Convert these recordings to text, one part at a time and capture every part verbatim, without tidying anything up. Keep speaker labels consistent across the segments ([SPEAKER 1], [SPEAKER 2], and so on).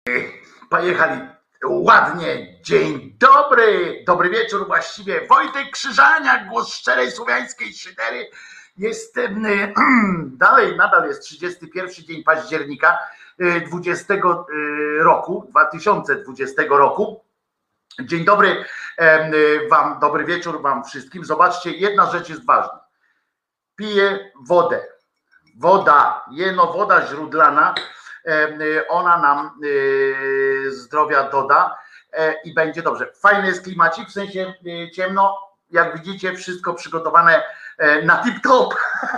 [SPEAKER 1] Pojechali ładnie. Dzień dobry, dobry wieczór właściwie. Wojtek Krzyżaniak, głos szczerej słowiańskiej szydery. Jest dalej, nadal jest trzydziesty pierwszy dzień października dwudziestego roku, dwa tysiące dwudziestego roku. Dzień dobry wam, dobry wieczór wam wszystkim. Zobaczcie, jedna rzecz jest ważna. Piję wodę. Woda, jeno woda źródlana. Ona nam zdrowia doda i będzie dobrze. Fajny jest klimacik, w sensie ciemno, jak widzicie, wszystko przygotowane na tip-top.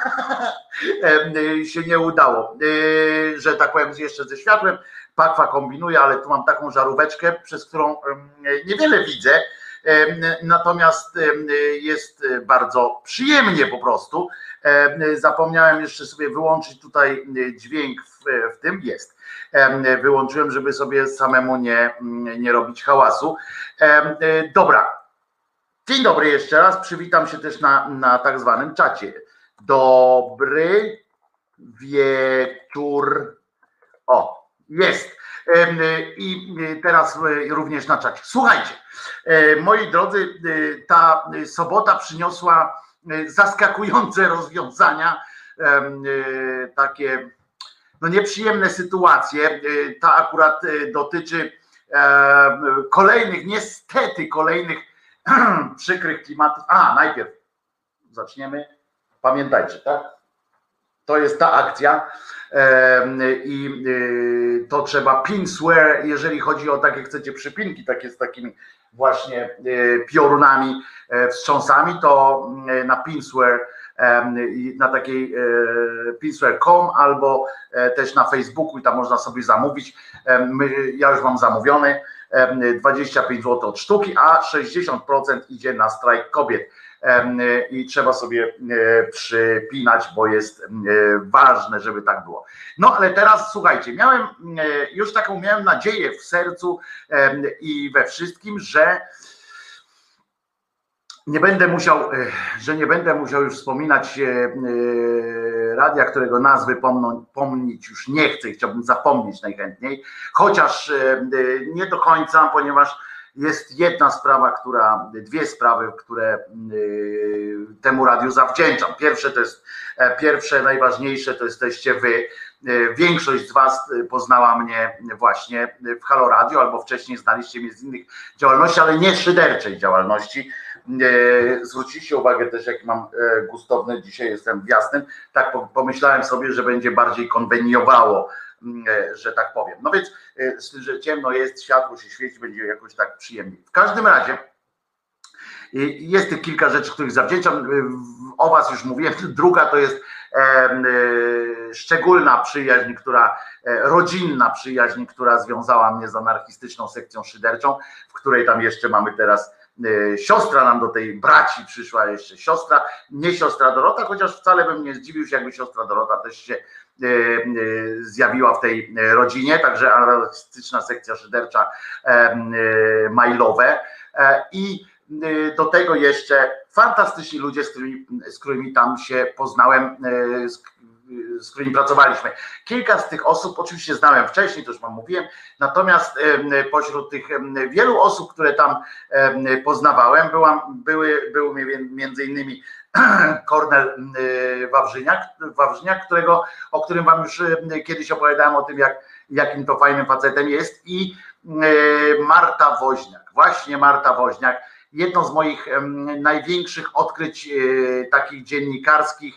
[SPEAKER 1] Się nie udało, że tak powiem, jeszcze ze światłem. Pakwa kombinuje, ale tu mam taką żaróweczkę, przez którą niewiele widzę, natomiast jest bardzo przyjemnie po prostu. Zapomniałem jeszcze sobie wyłączyć tutaj dźwięk w, w tym, jest. Wyłączyłem, żeby sobie samemu nie, nie robić hałasu. Dobra, dzień dobry jeszcze raz, przywitam się też na, na tak zwanym czacie. Dobry wieczór. O, jest. I teraz również na czacie. Słuchajcie, moi drodzy, ta sobota przyniosła zaskakujące rozwiązania, takie no nieprzyjemne sytuacje. Ta akurat dotyczy kolejnych, niestety kolejnych przykrych klimatów. A, najpierw zaczniemy, pamiętajcie, tak? To jest ta akcja i to trzeba pin swear, jeżeli chodzi o takie, chcecie przypinki, takie z takimi właśnie piorunami, wstrząsami, to na pinswear, na takiej pinswear kropka com albo też na Facebooku i tam można sobie zamówić. Ja już mam zamówiony, dwadzieścia pięć złotych od sztuki, a sześćdziesiąt procent idzie na strajk kobiet. I trzeba sobie przypinać, bo jest ważne, żeby tak było. No ale teraz słuchajcie, miałem już taką miałem nadzieję w sercu i we wszystkim, że nie będę musiał, że nie będę musiał już wspominać radia, którego nazwy pomnieć już nie chcę, chciałbym zapomnieć najchętniej, chociaż nie do końca, ponieważ jest jedna sprawa, która, dwie sprawy, które temu radiu zawdzięczam. Pierwsze to jest, pierwsze, najważniejsze to jesteście wy. Większość z was poznała mnie właśnie w Halo Radio, albo wcześniej znaliście mnie z innych działalności, ale nie szyderczej działalności. Zwróciliście uwagę też, jak mam gustowny, dzisiaj jestem w jasnym, tak pomyślałem sobie, że będzie bardziej konweniowało, że tak powiem. No więc, że ciemno jest, światło się świeci, będzie jakoś tak przyjemniej. W każdym razie jest tych kilka rzeczy, których zawdzięczam. O was już mówiłem. Druga to jest szczególna przyjaźń, która, rodzinna przyjaźń, która związała mnie z anarchistyczną sekcją szyderczą, w której tam jeszcze mamy teraz siostra, nam do tej braci przyszła jeszcze siostra, nie siostra Dorota, chociaż wcale bym nie zdziwił się, jakby siostra Dorota też się zjawiła w tej rodzinie, także anarchistyczna sekcja szydercza mailowe i do tego jeszcze fantastyczni ludzie, z którymi, z którymi tam się poznałem, z, z którymi pracowaliśmy. Kilka z tych osób oczywiście znałem wcześniej, to już wam mówiłem, natomiast pośród tych wielu osób, które tam poznawałem, byłam, były, był między innymi Kornel Wawrzyniak, Wawrzyniak, którego, o którym wam już kiedyś opowiadałem, o tym, jak, jakim to fajnym facetem jest, i Marta Woźniak, właśnie Marta Woźniak, jedno z moich największych odkryć takich dziennikarskich,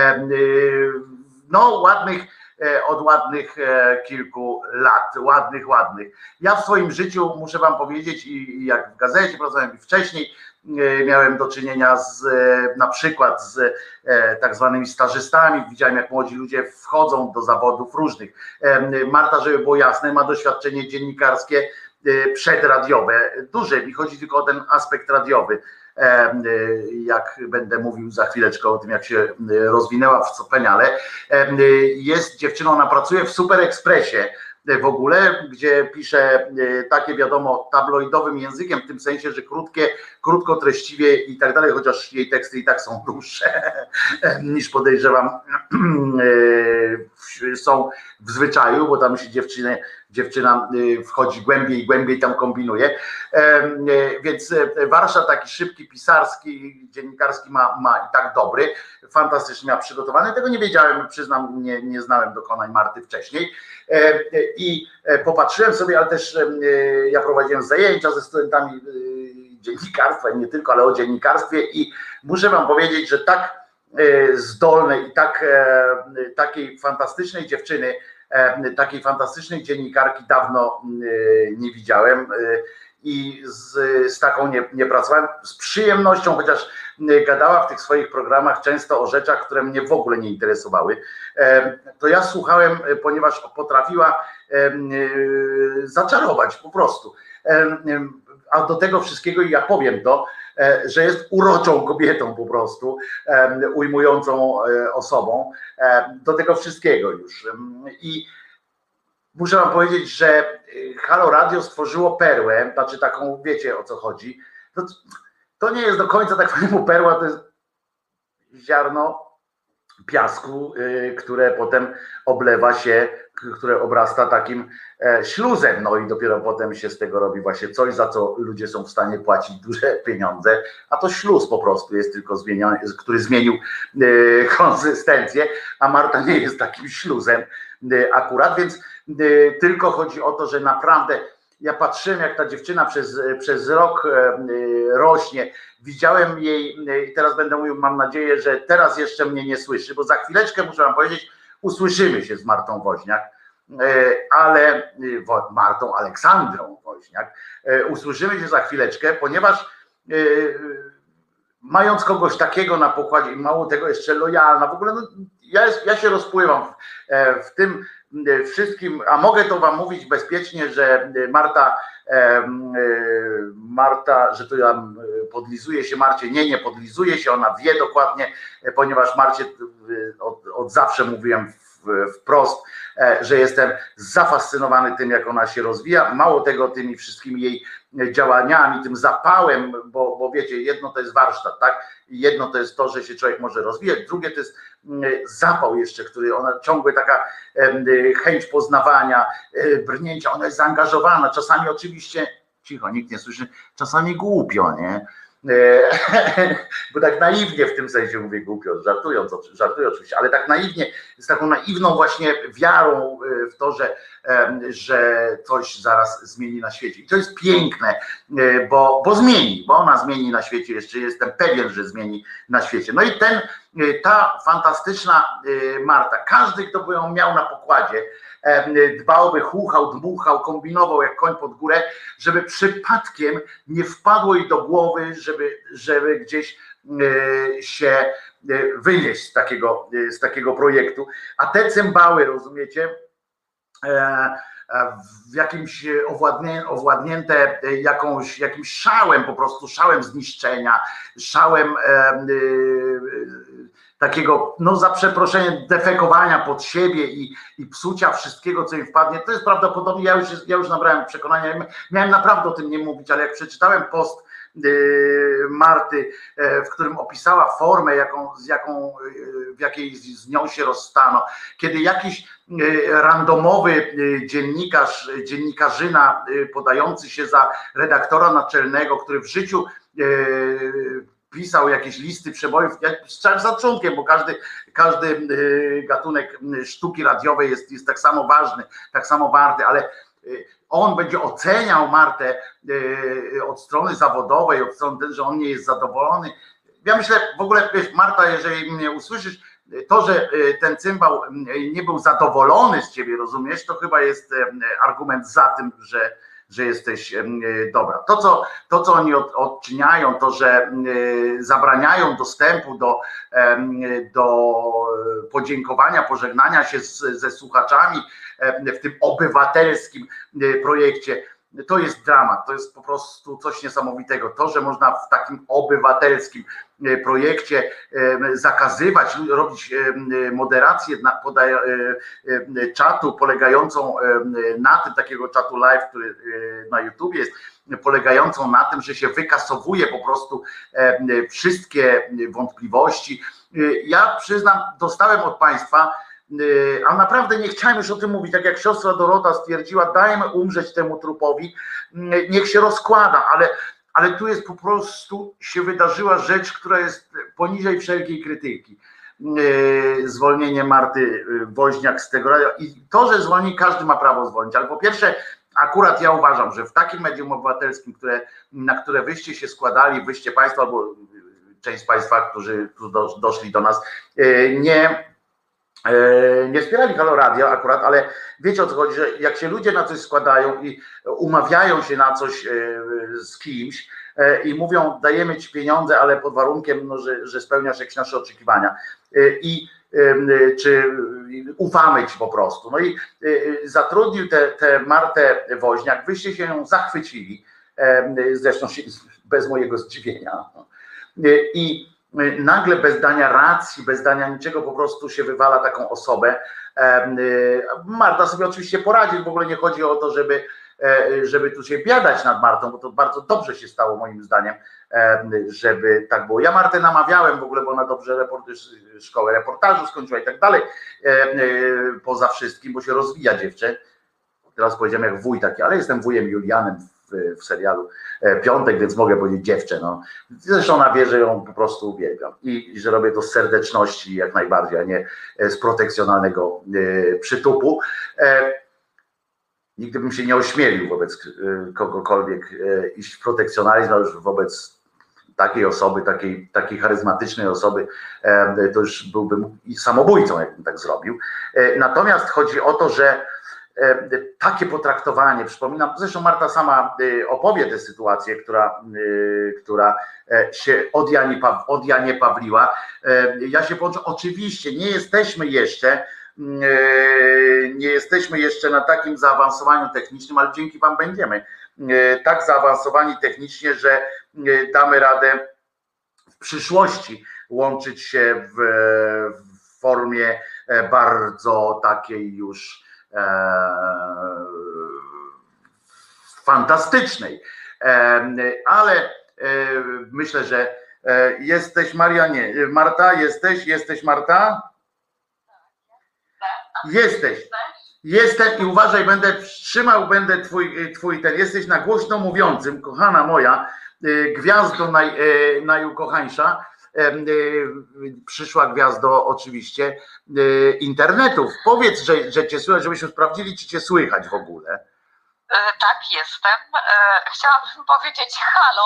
[SPEAKER 1] no ładnych, od ładnych kilku lat, ładnych, ładnych. Ja w swoim życiu, muszę wam powiedzieć, i jak w gazecie pracowałem i wcześniej, miałem do czynienia z, na przykład z tak zwanymi stażystami, widziałem, jak młodzi ludzie wchodzą do zawodów różnych. Marta, żeby było jasne, ma doświadczenie dziennikarskie przedradiowe, duże, mi chodzi tylko o ten aspekt radiowy, jak będę mówił za chwileczkę o tym, jak się rozwinęła w Copeniale. Jest dziewczyną, ona pracuje w Super Expressie w ogóle, gdzie pisze takie, wiadomo, tabloidowym językiem, w tym sensie, że krótkie, krótko, treściwie i tak dalej, chociaż jej teksty i tak są dłuższe niż podejrzewam są w zwyczaju, bo tam się dziewczyny dziewczyna wchodzi głębiej i głębiej tam kombinuje. Więc Warsztat taki szybki, pisarski, dziennikarski ma, ma i tak dobry, fantastycznie miał przygotowany. Tego nie wiedziałem, przyznam, nie, nie znałem dokonań Marty wcześniej. I popatrzyłem sobie, ale też ja prowadziłem zajęcia ze studentami dziennikarstwa i nie tylko, ale o dziennikarstwie i muszę wam powiedzieć, że tak zdolnej i tak takiej fantastycznej dziewczyny, takiej fantastycznej dziennikarki dawno nie widziałem i z, z taką nie, nie pracowałem. Z przyjemnością, chociaż gadała w tych swoich programach często o rzeczach, które mnie w ogóle nie interesowały, to ja słuchałem, ponieważ potrafiła zaczarować po prostu. A do tego wszystkiego, i ja powiem to, że jest uroczą kobietą po prostu, ujmującą osobą, do tego wszystkiego już. I muszę wam powiedzieć, że Halo Radio stworzyło perłę, znaczy taką, wiecie o co chodzi, to, to nie jest do końca tak powiem perła, to jest ziarno piasku, które potem oblewa się, które obrasta takim śluzem, no i dopiero potem się z tego robi właśnie coś, za co ludzie są w stanie płacić duże pieniądze, a to śluz po prostu jest tylko zmieniony, który zmienił konsystencję, a Marta nie jest takim śluzem akurat, więc tylko chodzi o to, że naprawdę ja patrzyłem, jak ta dziewczyna przez, przez rok rośnie, widziałem jej i teraz będę mówił, mam nadzieję, że teraz jeszcze mnie nie słyszy, bo za chwileczkę muszę wam powiedzieć, usłyszymy się z Martą Woźniak, ale Martą Aleksandrą Woźniak, usłyszymy się za chwileczkę, ponieważ mając kogoś takiego na pokładzie i mało tego jeszcze lojalna, w ogóle no, ja, jest, ja się rozpływam w, w tym wszystkim, a mogę to wam mówić bezpiecznie, że Marta, Marta, że to ja podlizuję się Marcie, nie, nie podlizuję się, ona wie dokładnie, ponieważ Marcie od, od zawsze mówiłem wprost, że jestem zafascynowany tym, jak ona się rozwija, mało tego tymi wszystkimi jej działaniami, tym zapałem, bo, bo wiecie, jedno to jest warsztat, tak? Jedno to jest to, że się człowiek może rozwijać, drugie to jest zapał jeszcze, który ona ciągle taka chęć poznawania, brnięcia, ona jest zaangażowana, czasami oczywiście, cicho, nikt nie słyszy, czasami głupio, nie? Bo tak naiwnie w tym sensie mówię głupio, żartując, żartuję oczywiście, ale tak naiwnie, z taką naiwną właśnie wiarą w to, że, że coś zaraz zmieni na świecie. I to jest piękne, bo, bo zmieni, bo ona zmieni na świecie, jeszcze jestem pewien, że zmieni na świecie. No i ten, ta fantastyczna Marta, każdy, kto by ją miał na pokładzie, dbałby, chuchał, dmuchał, kombinował jak koń pod górę, żeby przypadkiem nie wpadło jej do głowy, żeby, żeby gdzieś się wynieść z takiego, z takiego projektu. A te cymbały, rozumiecie, w jakimś owładnię, owładnięte jakąś, jakimś szałem, po prostu szałem zniszczenia, szałem takiego, no za przeproszeniem, defekowania pod siebie i, i psucia wszystkiego, co im wpadnie. To jest prawdopodobnie, ja już, ja już nabrałem przekonania, miałem naprawdę o tym nie mówić, ale jak przeczytałem post yy, Marty, yy, w którym opisała formę, jaką, z jaką, yy, w jakiej z, z nią się rozstano, kiedy jakiś yy, randomowy yy, dziennikarz, dziennikarzyna yy, podający się za redaktora naczelnego, który w życiu yy, pisał jakieś listy przebojów, z całym szacunkiem, bo każdy, każdy gatunek sztuki radiowej jest, jest tak samo ważny, tak samo warty, ale on będzie oceniał Martę od strony zawodowej, od strony, że on nie jest zadowolony. Ja myślę, w ogóle, wiesz, Marta, jeżeli mnie usłyszysz, to, że ten cymbał nie był zadowolony z ciebie, rozumiesz, to chyba jest argument za tym, że że jesteś dobra. To, co, to, co oni od, odczyniają, to, że zabraniają dostępu do, do podziękowania, pożegnania się z, ze słuchaczami w tym obywatelskim projekcie, to jest dramat, to jest po prostu coś niesamowitego. To, że można w takim obywatelskim projekcie zakazywać, robić moderację czatu polegającą na tym, takiego czatu live, który na YouTubie jest, polegającą na tym, że się wykasowuje po prostu wszystkie wątpliwości. Ja przyznam, dostałem od państwa A naprawdę nie chciałem już o tym mówić, tak jak siostra Dorota stwierdziła, dajmy umrzeć temu trupowi, niech się rozkłada, ale, ale tu jest po prostu się wydarzyła rzecz, która jest poniżej wszelkiej krytyki. Zwolnienie Marty Woźniak z tego radia i to, że zwolni, każdy ma prawo zwolnić, ale po pierwsze akurat ja uważam, że w takim medium obywatelskim, które, na które wyście się składali, wyście państwo albo część z państwa, którzy tu doszli do nas, nie nie wspierali Halo Radio akurat, ale wiecie o co chodzi, że jak się ludzie na coś składają i umawiają się na coś z kimś i mówią, dajemy ci pieniądze, ale pod warunkiem, no, że, że spełniasz jakieś nasze oczekiwania i czy ufamy ci po prostu. No i zatrudnił tę Martę Woźniak, wyście się ją zachwycili, zresztą bez mojego zdziwienia. I nagle bez dania racji, bez dania niczego po prostu się wywala taką osobę. Marta sobie oczywiście poradzi, w ogóle nie chodzi o to, żeby, żeby tu się biadać nad Martą, bo to bardzo dobrze się stało moim zdaniem, żeby tak było. Ja Martę namawiałem w ogóle, bo ona dobrze report, szkołę reportażu skończyła i tak dalej, poza wszystkim, bo się rozwija dziewczę. Teraz powiedziałem jak wuj taki, ale jestem wujem Julianem w, w serialu Piątek, więc mogę powiedzieć dziewczę. No. Zresztą ona wie, że ją po prostu uwielbiam i, i że robię to z serdeczności jak najbardziej, a nie z protekcjonalnego e, przytupu. E, nigdy bym się nie ośmielił wobec e, kogokolwiek e, iść w protekcjonalizm, a już wobec takiej osoby, takiej, takiej charyzmatycznej osoby, e, to już byłbym samobójcą, jakbym tak zrobił. E, natomiast chodzi o to, że takie potraktowanie, przypominam, zresztą Marta sama opowie tę sytuację, która, która się od Jani, od Janie Pawliła. Ja się połączę, oczywiście nie jesteśmy jeszcze, nie jesteśmy jeszcze na takim zaawansowaniu technicznym, ale dzięki wam będziemy tak zaawansowani technicznie, że damy radę w przyszłości łączyć się w, w formie bardzo takiej już fantastycznej, ale myślę, że jesteś Marianie, Marta, jesteś, jesteś Marta? Jesteś, jestem i uważaj, będę trzymał, będę twój, twój ten, jesteś na głośno mówiącym, kochana moja, gwiazdo naj, najukochańsza, przyszła gwiazdo oczywiście internetów. Powiedz, że, że cię słychać, żebyśmy sprawdzili, czy cię słychać w ogóle.
[SPEAKER 2] Tak, jestem. Chciałabym powiedzieć halo.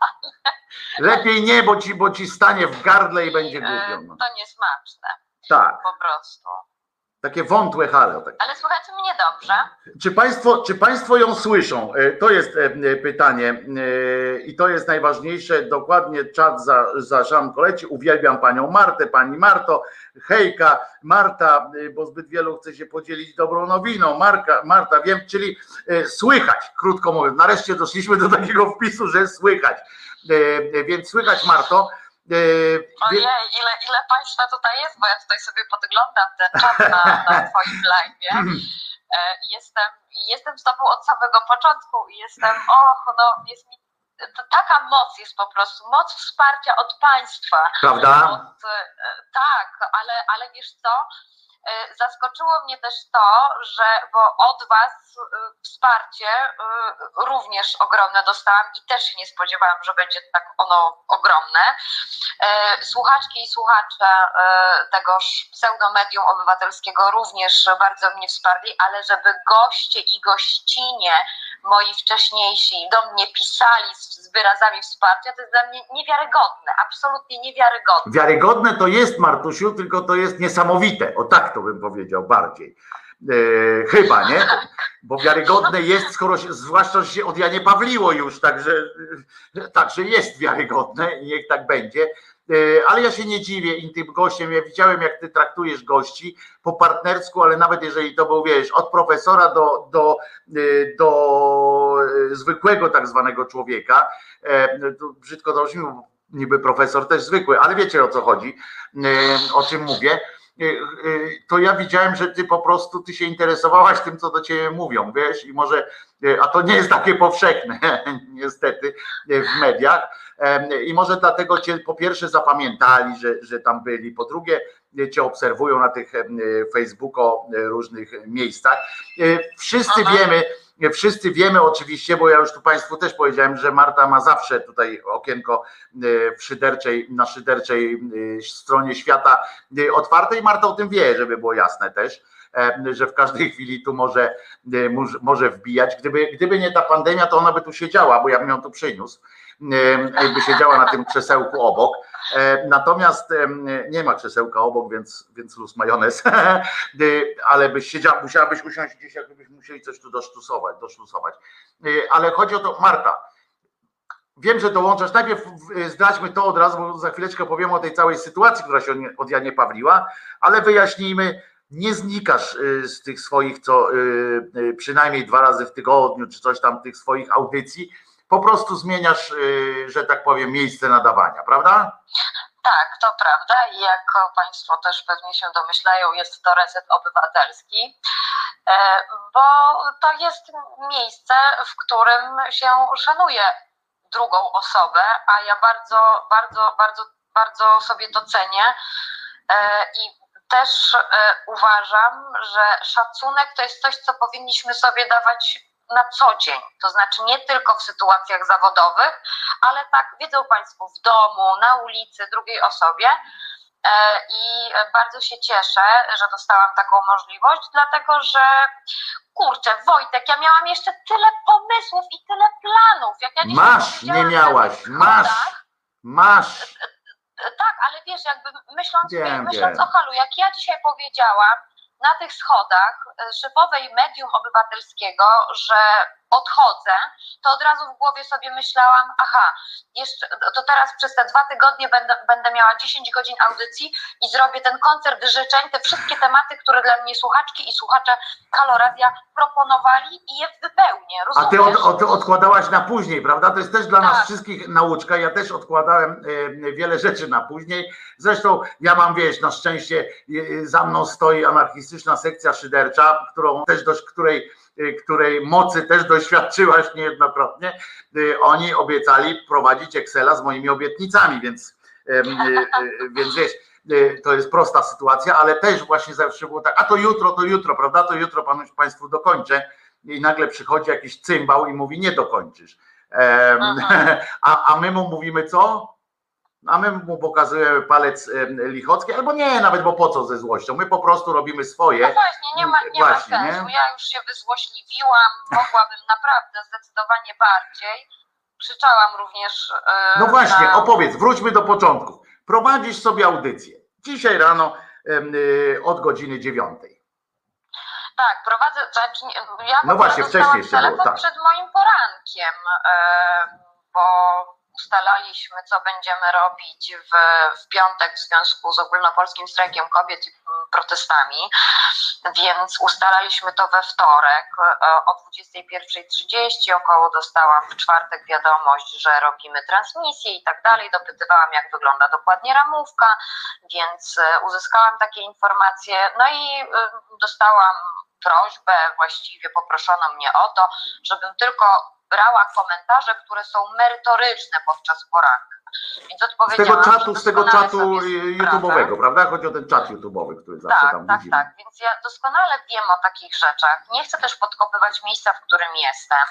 [SPEAKER 1] Lepiej nie, bo ci, bo ci stanie w gardle i będzie głupio. No.
[SPEAKER 2] To niesmaczne.
[SPEAKER 1] Tak.
[SPEAKER 2] Po prostu.
[SPEAKER 1] Takie wątłe halo. Takie.
[SPEAKER 2] Ale słuchajcie mnie dobrze.
[SPEAKER 1] Czy państwo, czy państwo ją słyszą? To jest pytanie i to jest najważniejsze. Dokładnie czat za, za Szamkoleci. Uwielbiam panią Martę, pani Marto. Hejka, Marta, bo zbyt wielu chce się podzielić dobrą nowiną. Marka, Marta, wiem, czyli słychać, krótko mówiąc. Nareszcie doszliśmy do takiego wpisu, że słychać. Więc słychać, Marto.
[SPEAKER 2] Ojej, ile, ile państwa tutaj jest, bo ja tutaj sobie podglądam ten czat na, na twoim live'ie. Jestem, jestem z tobą od samego początku i jestem, och, no jest mi, to taka moc jest po prostu, moc wsparcia od państwa.
[SPEAKER 1] Prawda?
[SPEAKER 2] Od, tak, ale, ale wiesz co, zaskoczyło mnie też to, że bo od was wsparcie również ogromne dostałam i też się nie spodziewałam, że będzie tak ono ogromne. Słuchaczki i słuchacze tegoż pseudomedium obywatelskiego również bardzo mnie wsparli, ale żeby goście i gościnie moi wcześniejsi do mnie pisali z, z wyrazami wsparcia, to jest dla mnie niewiarygodne, absolutnie niewiarygodne.
[SPEAKER 1] Wiarygodne to jest, Martusiu, tylko to jest niesamowite, o tak to bym powiedział bardziej. E, chyba, nie? Bo, bo wiarygodne jest, skoro się, zwłaszcza że się od Janie Pawliło już, także, także jest wiarygodne i niech tak będzie. E, ale ja się nie dziwię i tym gościem, ja widziałem jak ty traktujesz gości po partnersku, ale nawet jeżeli to był, wiesz, od profesora do, do, do zwykłego tak zwanego człowieka, e, to brzydko to brzmi, niby profesor też zwykły, ale wiecie o co chodzi, e, o czym mówię. To ja widziałem, że ty po prostu ty się interesowałaś tym, co do ciebie mówią, wiesz, i może, a to nie jest takie powszechne niestety w mediach i może dlatego cię po pierwsze zapamiętali, że, że tam byli, po drugie cię obserwują na tych Facebooko różnych miejscach. Wszyscy
[SPEAKER 2] Aha.
[SPEAKER 1] wiemy, wszyscy wiemy oczywiście, bo ja już tu Państwu też powiedziałem, że Marta ma zawsze tutaj okienko w szyderczej, na szyderczej stronie świata otwarte i Marta o tym wie, żeby było jasne też, że w każdej chwili tu może, może wbijać. Gdyby, gdyby nie ta pandemia, to ona by tu siedziała, bo ja bym ją tu przyniósł, jakby siedziała na tym krzesełku obok. Natomiast nie ma krzesełka obok, więc, więc luz majonez, ale byś siedziała, musiałabyś usiąść gdzieś, jakbyśmy musieli coś tu dosztusować, dosztusować. Ale chodzi o to, Marta, wiem, że dołączasz. Najpierw zdradźmy to od razu, bo za chwileczkę powiem o tej całej sytuacji, która się od Janie Pawliła, ale wyjaśnijmy, nie znikasz z tych swoich, co przynajmniej dwa razy w tygodniu, czy coś tam, tych swoich audycji, po prostu zmieniasz, że tak powiem, miejsce nadawania, prawda?
[SPEAKER 2] Tak, to prawda i jak Państwo też pewnie się domyślają, jest to Reset Obywatelski, bo to jest miejsce, w którym się szanuje drugą osobę, a ja bardzo, bardzo, bardzo, bardzo sobie to cenię i też uważam, że szacunek to jest coś, co powinniśmy sobie dawać na co dzień, to znaczy nie tylko w sytuacjach zawodowych, ale tak wiedzą Państwo, w domu, na ulicy, drugiej osobie i bardzo się cieszę, że dostałam taką możliwość, dlatego że kurczę, Wojtek, ja miałam jeszcze tyle pomysłów i tyle planów, jak ja
[SPEAKER 1] masz, nie miałaś, masz, masz.
[SPEAKER 2] Tak, ale wiesz, jakby myśląc,
[SPEAKER 1] wiem,
[SPEAKER 2] myśląc
[SPEAKER 1] wiem.
[SPEAKER 2] o Halu, jak ja dzisiaj powiedziałam na tych schodach szefowej Medium Obywatelskiego, że odchodzę, to od razu w głowie sobie myślałam, aha, jeszcze, to teraz przez te dwa tygodnie będę, będę miała dziesięć godzin audycji i zrobię ten koncert życzeń, te wszystkie tematy, które dla mnie słuchaczki i słuchacze Halo Radia proponowali i je wypełnię, rozumiesz?
[SPEAKER 1] A ty od, od, odkładałaś na później, prawda? To jest też dla
[SPEAKER 2] tak.
[SPEAKER 1] nas wszystkich nauczka. Ja też odkładałem e, wiele rzeczy na później. Zresztą ja mam, wiesz, na szczęście e, za mną stoi anarchistyczna sekcja szydercza, którą też dość, której której mocy też doświadczyłaś niejednokrotnie. Oni obiecali prowadzić Excela z moimi obietnicami, więc, więc wiesz, to jest prosta sytuacja, ale też właśnie zawsze było tak, a to jutro, to jutro, prawda, to jutro panu, Państwu dokończę i nagle przychodzi jakiś cymbał i mówi nie dokończysz. A, a my mu mówimy co? A my mu pokazujemy palec lichocki, albo nie, nawet, bo po co ze złością? My po prostu robimy swoje.
[SPEAKER 2] No właśnie, nie ma, nie
[SPEAKER 1] właśnie,
[SPEAKER 2] ma sensu.
[SPEAKER 1] Nie?
[SPEAKER 2] Ja już się wyzłośliwiłam, mogłabym naprawdę zdecydowanie bardziej. Krzyczałam również. Yy,
[SPEAKER 1] no właśnie,
[SPEAKER 2] na...
[SPEAKER 1] opowiedz, wróćmy do początku. Prowadzisz sobie audycję. Dzisiaj rano yy, od godziny dziewiątej.
[SPEAKER 2] Tak, prowadzę. Ja
[SPEAKER 1] no właśnie, wcześniej jeszcze
[SPEAKER 2] telefon
[SPEAKER 1] było, tak.
[SPEAKER 2] przed moim porankiem, yy, bo ustalaliśmy, co będziemy robić w, w piątek w związku z ogólnopolskim strajkiem kobiet i protestami, więc ustalaliśmy to we wtorek o dwudziestej pierwszej trzydzieści, około dostałam w czwartek wiadomość, że robimy transmisję i tak dalej, dopytywałam, jak wygląda dokładnie ramówka, więc uzyskałam takie informacje, no i dostałam prośbę, właściwie poproszono mnie o to, żebym tylko brała komentarze, które są merytoryczne podczas poranka. Więc
[SPEAKER 1] z tego czatu, z tego czatu YouTube'owego, prawda? Chodzi o ten czat YouTube'owy, który zawsze
[SPEAKER 2] tak,
[SPEAKER 1] tam
[SPEAKER 2] tak,
[SPEAKER 1] widzimy.
[SPEAKER 2] Tak, więc ja doskonale wiem o takich rzeczach. Nie chcę też podkopywać miejsca, w którym jestem,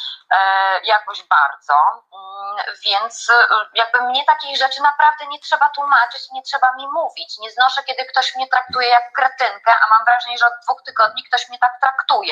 [SPEAKER 2] e, jakoś bardzo, mm, więc jakby mnie takich rzeczy naprawdę nie trzeba tłumaczyć, nie trzeba mi mówić. Nie znoszę, kiedy ktoś mnie traktuje jak kretynkę, a mam wrażenie, że od dwóch tygodni ktoś mnie tak traktuje.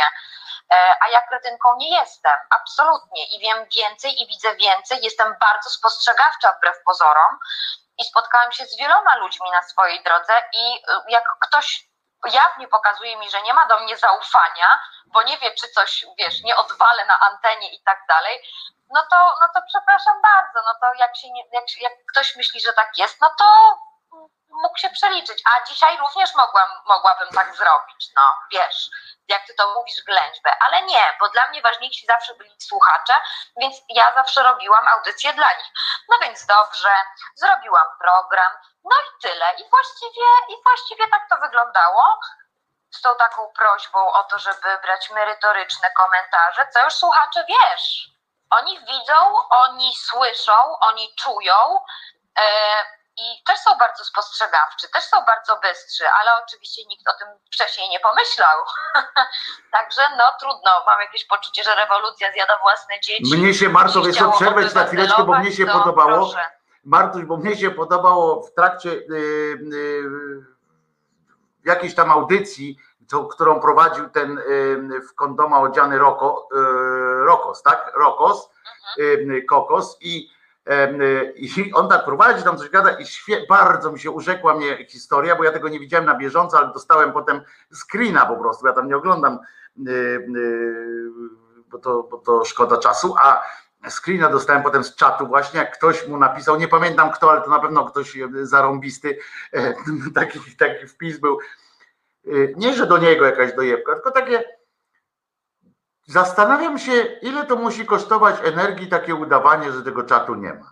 [SPEAKER 2] A ja kretynką nie jestem, absolutnie, i wiem więcej i widzę więcej, jestem bardzo spostrzegawcza wbrew pozorom i spotkałam się z wieloma ludźmi na swojej drodze i jak ktoś jawnie pokazuje mi, że nie ma do mnie zaufania, bo nie wie, czy coś, wiesz, nie odwalę na antenie i tak dalej, no to, no to przepraszam bardzo, no to jak, się nie, jak, jak ktoś myśli, że tak jest, no to mógł się przeliczyć, a dzisiaj również mogłam, mogłabym tak zrobić, no wiesz, jak ty to mówisz, ględźbę, ale nie, bo dla mnie ważniejsi zawsze byli słuchacze, więc ja zawsze robiłam audycję dla nich. No więc dobrze, zrobiłam program, no i tyle. I właściwie, i właściwie tak to wyglądało, z tą taką prośbą o to, żeby brać merytoryczne komentarze, co już słuchacze, wiesz, oni widzą, oni słyszą, oni czują, e, i też są bardzo spostrzegawczy, też są bardzo bystrzy, ale oczywiście nikt o tym wcześniej nie pomyślał. Także no trudno, mam jakieś poczucie, że rewolucja zjada własne dzieci.
[SPEAKER 1] Mnie się, Marto, wiesz co, przerwać na chwileczkę, bo mnie się
[SPEAKER 2] to
[SPEAKER 1] podobało.
[SPEAKER 2] Proszę.
[SPEAKER 1] Martuś, bo mnie się podobało w trakcie yy, yy, jakiejś tam audycji, co, którą prowadził ten yy, w kondoma odziany Roko, yy, Rokos, tak? Rokos, yy, Kokos i, yy, i on tak prowadzi, tam coś gada i świe, bardzo mi się urzekła mnie historia, bo ja tego nie widziałem na bieżąco, ale dostałem potem screena po prostu, ja tam nie oglądam, yy, yy, bo, to, bo to szkoda czasu, a screena dostałem potem z czatu właśnie, jak ktoś mu napisał, nie pamiętam kto, ale to na pewno ktoś zarąbisty, taki, taki wpis był, nie, że do niego jakaś dojebka, tylko takie, zastanawiam się, ile to musi kosztować energii takie udawanie, że tego czatu nie ma.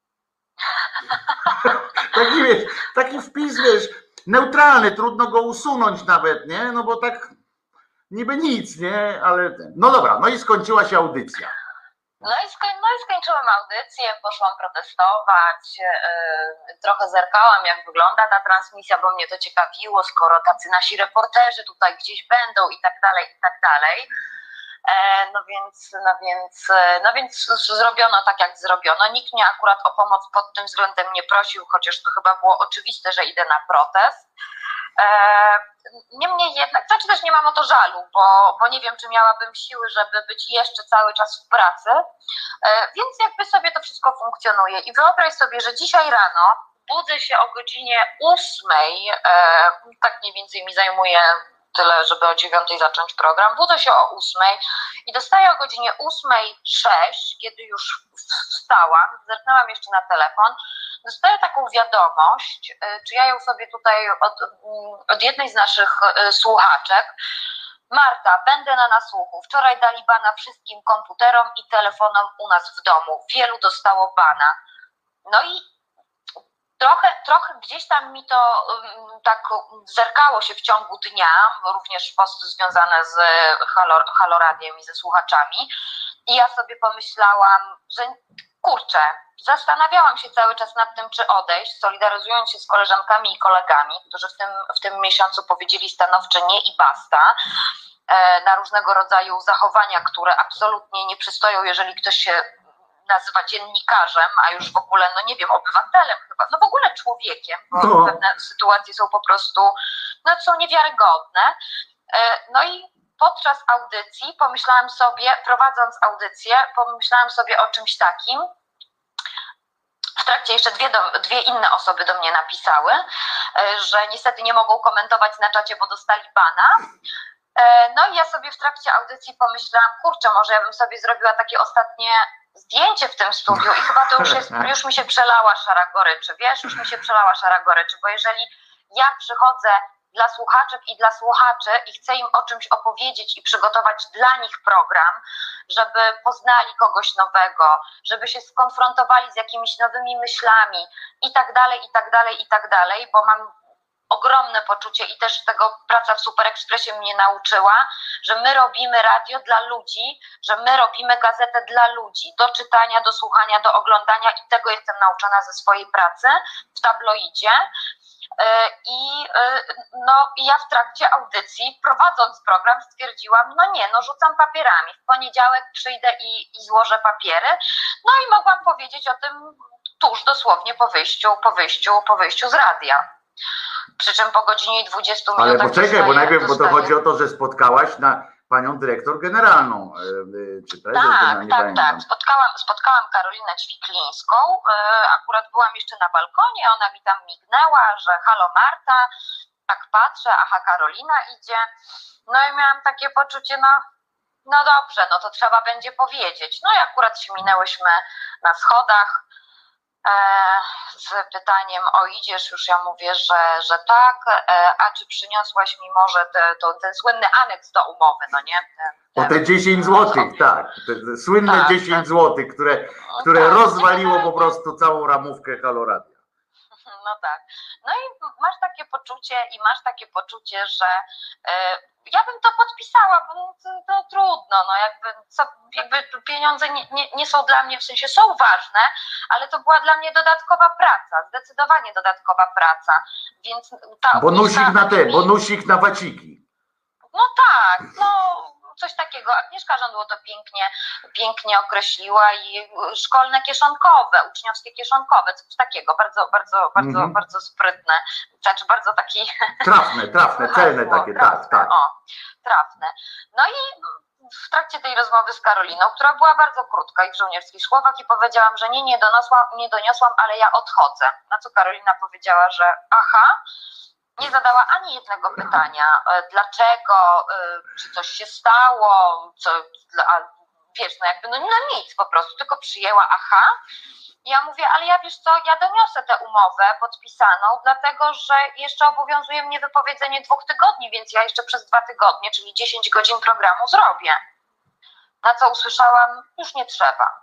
[SPEAKER 1] Taki, wiesz, taki wpis, wiesz, neutralny, trudno go usunąć nawet, nie, no bo tak niby nic, nie, ale, no dobra, no i skończyła się audycja.
[SPEAKER 2] No i, skoń, no i skończyłam audycję, poszłam protestować, yy, trochę zerkałam, jak wygląda ta transmisja, bo mnie to ciekawiło, skoro tacy nasi reporterzy tutaj gdzieś będą i tak dalej, i tak dalej. E, no więc, no więc, no więc zrobiono tak, jak zrobiono. Nikt mnie akurat o pomoc pod tym względem nie prosił, chociaż to chyba było oczywiste, że idę na protest. Niemniej jednak, znaczy też nie mam o to żalu, bo, bo nie wiem, czy miałabym siły, żeby być jeszcze cały czas w pracy, więc jakby sobie to wszystko funkcjonuje. I wyobraź sobie, że dzisiaj rano budzę się o godzinie ósmej, tak mniej więcej mi zajmuje tyle, żeby o dziewiątej zacząć program, budzę się o ósmej i dostaję o godzinie ósmej sześć, kiedy już wstałam, zerknęłam jeszcze na telefon, dostaję taką wiadomość, czy ja ją sobie tutaj od, od jednej z naszych słuchaczek. Marta, będę na nasłuchu. Wczoraj dali bana wszystkim komputerom i telefonom u nas w domu. Wielu dostało bana. No i trochę, trochę gdzieś tam mi to um, tak zerkało się w ciągu dnia, również posty związane z Halo, Halo Radiem i ze słuchaczami. I ja sobie pomyślałam, że kurczę, zastanawiałam się cały czas nad tym, czy odejść, solidaryzując się z koleżankami i kolegami, którzy w tym, w tym miesiącu powiedzieli stanowcze nie i basta e, na różnego rodzaju zachowania, które absolutnie nie przystoją, jeżeli ktoś się nazywa dziennikarzem, a już w ogóle, no nie wiem, obywatelem chyba, no w ogóle człowiekiem, bo
[SPEAKER 1] no.
[SPEAKER 2] pewne sytuacje są po prostu, no są niewiarygodne. E, no i podczas audycji pomyślałam sobie, prowadząc audycję, pomyślałam sobie o czymś takim. W trakcie jeszcze dwie, do, dwie inne osoby do mnie napisały, że niestety nie mogą komentować na czacie, bo dostali bana. No i ja sobie w trakcie audycji pomyślałam, kurczę, może ja bym sobie zrobiła takie ostatnie zdjęcie w tym studiu i chyba to już jest, już mi się przelała szara goryczy, wiesz, już mi się przelała szara goryczy, bo jeżeli ja przychodzę dla słuchaczek i dla słuchaczy i chcę im o czymś opowiedzieć i przygotować dla nich program, żeby poznali kogoś nowego, żeby się skonfrontowali z jakimiś nowymi myślami i tak dalej, i tak dalej, i tak dalej, bo mam ogromne poczucie i też tego praca w Super Expressie mnie nauczyła, że my robimy radio dla ludzi, że my robimy gazetę dla ludzi, do czytania, do słuchania, do oglądania i tego jestem nauczona ze swojej pracy w tabloidzie. I no, ja w trakcie audycji, prowadząc program, stwierdziłam, no nie, no rzucam papierami, w poniedziałek przyjdę i, i złożę papiery, no i mogłam powiedzieć o tym tuż dosłownie po wyjściu, po wyjściu, po wyjściu z radia. Przy czym po godzinie dwudziestu minutach...
[SPEAKER 1] Ale poczekaj, bo najpierw, bo to chodzi o to, że spotkałaś na panią dyrektor generalną, czy prezes?
[SPEAKER 2] Tak,
[SPEAKER 1] nie
[SPEAKER 2] tak,
[SPEAKER 1] pamiętam.
[SPEAKER 2] tak. Spotkałam, spotkałam Karolinę Ćwiklińską, akurat byłam jeszcze na balkonie, ona mi tam mignęła, że halo Marta, tak patrzę, aha Karolina idzie, no i miałam takie poczucie, no, no dobrze, no to trzeba będzie powiedzieć. No i akurat się minęłyśmy na schodach, z pytaniem, o idziesz, już ja mówię, że, że tak, a czy przyniosłaś mi może te, to, ten słynny aneks do umowy, no nie? Te,
[SPEAKER 1] te, o te dziesięć złotych, tak, te, te słynne tak, dziesięć złotych, które, które tak, rozwaliło po prostu całą ramówkę Halo Radia.
[SPEAKER 2] no tak. No i masz takie poczucie i masz takie poczucie, że y, ja bym to podpisała, bo no, to, to trudno, no jakby, co, jakby pieniądze nie, nie, nie są dla mnie, w sensie są ważne, ale to była dla mnie dodatkowa praca, zdecydowanie dodatkowa praca, więc ta
[SPEAKER 1] Bonusik na te,
[SPEAKER 2] mi...
[SPEAKER 1] bonusik na waciki.
[SPEAKER 2] No tak, no coś takiego. Agnieszka Żądło to pięknie, pięknie określiła i szkolne kieszonkowe, uczniowskie kieszonkowe, coś takiego, bardzo, bardzo, bardzo,
[SPEAKER 1] Mhm.
[SPEAKER 2] bardzo sprytne, znaczy bardzo taki...
[SPEAKER 1] Trafne, trafne, celne takie,
[SPEAKER 2] trafne,
[SPEAKER 1] tak, tak.
[SPEAKER 2] O, trafne. No i w trakcie tej rozmowy z Karoliną, która była bardzo krótka i w żołnierskich słowach, i powiedziałam, że nie, nie doniosłam, nie doniosłam, ale ja odchodzę. Na co Karolina powiedziała, że aha, nie zadała ani jednego pytania, dlaczego, czy coś się stało, co, a wiesz, no jakby, no, no nic po prostu, tylko przyjęła aha. I ja mówię, ale ja wiesz co, ja doniosę tę umowę podpisaną, dlatego że jeszcze obowiązuje mnie wypowiedzenie dwóch tygodni, więc ja jeszcze przez dwa tygodnie, czyli dziesięć godzin programu zrobię. Na co usłyszałam, już nie trzeba.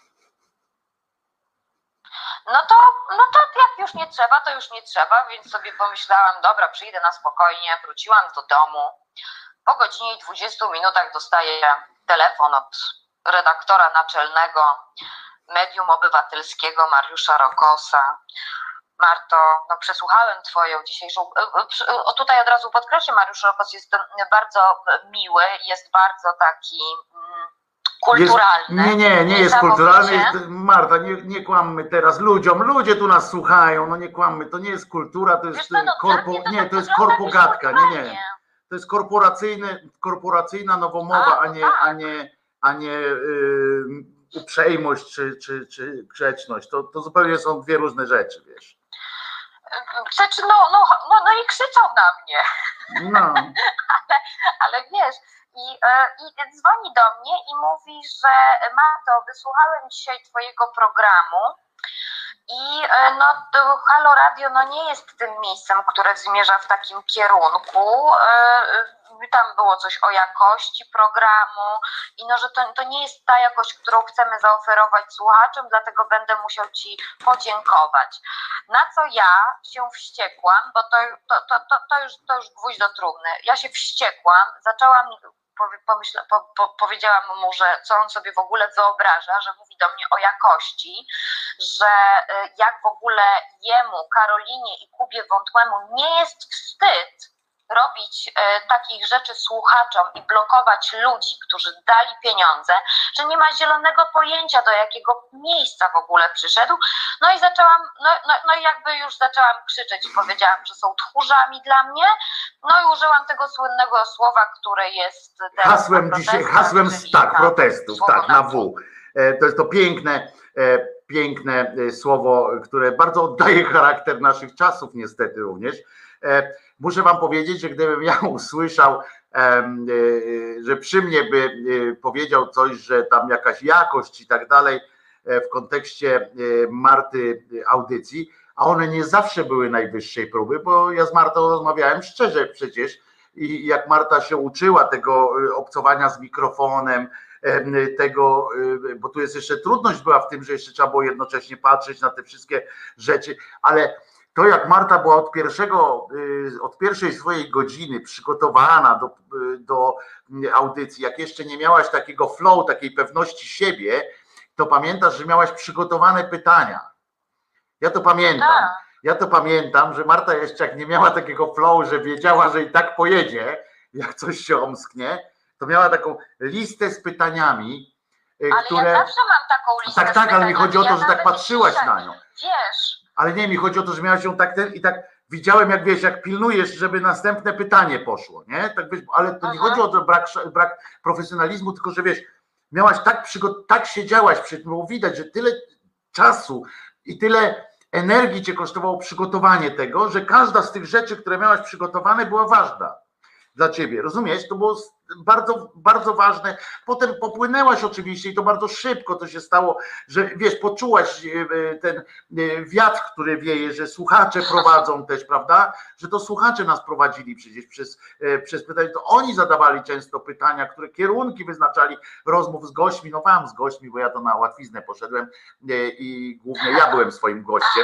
[SPEAKER 2] No to, no to jak już nie trzeba, to już nie trzeba, więc sobie pomyślałam, dobra, przyjdę na spokojnie, wróciłam do domu. Po godzinie i dwudziestu minutach dostaję telefon od redaktora naczelnego Medium Obywatelskiego Mariusza Rokosa. Marto, no przesłuchałem twoją dzisiejszą, o tutaj od razu podkreślę, Mariusz Rokos jest bardzo miły, jest bardzo taki kulturalny.
[SPEAKER 1] Jest, nie, nie, nie jest kulturalny. Jest, Marta, nie, nie kłammy teraz ludziom. Ludzie tu nas słuchają, no nie kłammy. To nie jest kultura, to jest
[SPEAKER 2] co, no,
[SPEAKER 1] korpo,
[SPEAKER 2] to
[SPEAKER 1] nie,
[SPEAKER 2] tak
[SPEAKER 1] to jest
[SPEAKER 2] wygląda
[SPEAKER 1] korpogatka. Nie,
[SPEAKER 2] kulturalnie.
[SPEAKER 1] nie. To jest korporacyjne, korporacyjna nowomowa,
[SPEAKER 2] A,
[SPEAKER 1] a
[SPEAKER 2] no
[SPEAKER 1] nie,
[SPEAKER 2] tak.
[SPEAKER 1] a nie, a nie yy, uprzejmość czy, czy, czy grzeczność. To, to zupełnie są dwie różne rzeczy, wiesz.
[SPEAKER 2] Znaczy, no, no, no, no i krzyczą na mnie.
[SPEAKER 1] No.
[SPEAKER 2] ale, ale wiesz, i, i dzwoni do mnie i mówi, że Marto, wysłuchałem dzisiaj twojego programu i no to Halo Radio no nie jest tym miejscem, które zmierza w takim kierunku. Tam było coś o jakości programu i no, że to, to nie jest ta jakość, którą chcemy zaoferować słuchaczom, dlatego będę musiał ci podziękować. Na co ja się wściekłam, bo to, to, to, to, to, już, to już gwóźdź do trumny. Ja się wściekłam, zaczęłam, pomyśla, po, po, powiedziałam mu, że co on sobie w ogóle wyobraża, że mówi do mnie o jakości, że jak w ogóle jemu, Karolinie i Kubie Wątłemu nie jest wstyd robić e, takich rzeczy słuchaczom i blokować ludzi, którzy dali pieniądze, że nie ma zielonego pojęcia, do jakiego miejsca w ogóle przyszedł. No i zaczęłam, no, no, no i jakby już zaczęłam krzyczeć i powiedziałam, że są tchórzami dla mnie. No i użyłam tego słynnego słowa, które jest teraz
[SPEAKER 1] hasłem dzisiaj, hasłem tak, protestów, tak, na W. E, to jest to piękne, e, piękne słowo, które bardzo oddaje charakter naszych czasów niestety również. E, Muszę wam powiedzieć, że gdybym ja usłyszał, że przy mnie by powiedział coś, że tam jakaś jakość i tak dalej w kontekście Marty audycji, a one nie zawsze były najwyższej próby, bo ja z Martą rozmawiałem szczerze przecież i jak Marta się uczyła tego obcowania z mikrofonem, tego, bo tu jest jeszcze trudność była w tym, że jeszcze trzeba było jednocześnie patrzeć na te wszystkie rzeczy, ale to jak Marta była od pierwszego, od pierwszej swojej godziny przygotowana do, do audycji, jak jeszcze nie miałaś takiego flow, takiej pewności siebie, to pamiętasz, że miałaś przygotowane pytania. Ja to pamiętam. Ja to pamiętam, że Marta jeszcze jak nie miała takiego flow, że wiedziała, że i tak pojedzie, jak coś się omsknie, to miała taką listę z pytaniami,
[SPEAKER 2] ale
[SPEAKER 1] które...
[SPEAKER 2] ja zawsze mam taką listę.
[SPEAKER 1] Tak, tak, ale mi chodzi o to,
[SPEAKER 2] ja
[SPEAKER 1] że tak patrzyłaś
[SPEAKER 2] dzisiaj,
[SPEAKER 1] na nią.
[SPEAKER 2] Wiesz.
[SPEAKER 1] Ale nie, mi chodzi o to, że miałaś ją tak ten i tak widziałem, jak wiesz, jak pilnujesz, żeby następne pytanie poszło, nie? Tak wiesz, ale to nie
[SPEAKER 2] Aha.
[SPEAKER 1] chodzi o to brak, brak profesjonalizmu, tylko że wiesz, miałaś tak przygo- tak siedziałaś przy tym, było widać, że tyle czasu i tyle energii cię kosztowało przygotowanie tego, że każda z tych rzeczy, które miałaś przygotowane, była ważna dla ciebie, rozumiesz? To było bardzo, bardzo ważne. Potem popłynęłaś oczywiście i to bardzo szybko to się stało, że wiesz, poczułaś ten wiatr, który wieje, że słuchacze prowadzą też, prawda? Że to słuchacze nas prowadzili przecież przez, przez pytania, to oni zadawali często pytania, które kierunki wyznaczali rozmów z gośćmi, no wam z gośćmi, bo ja to na łatwiznę poszedłem i głównie ja byłem swoim gościem.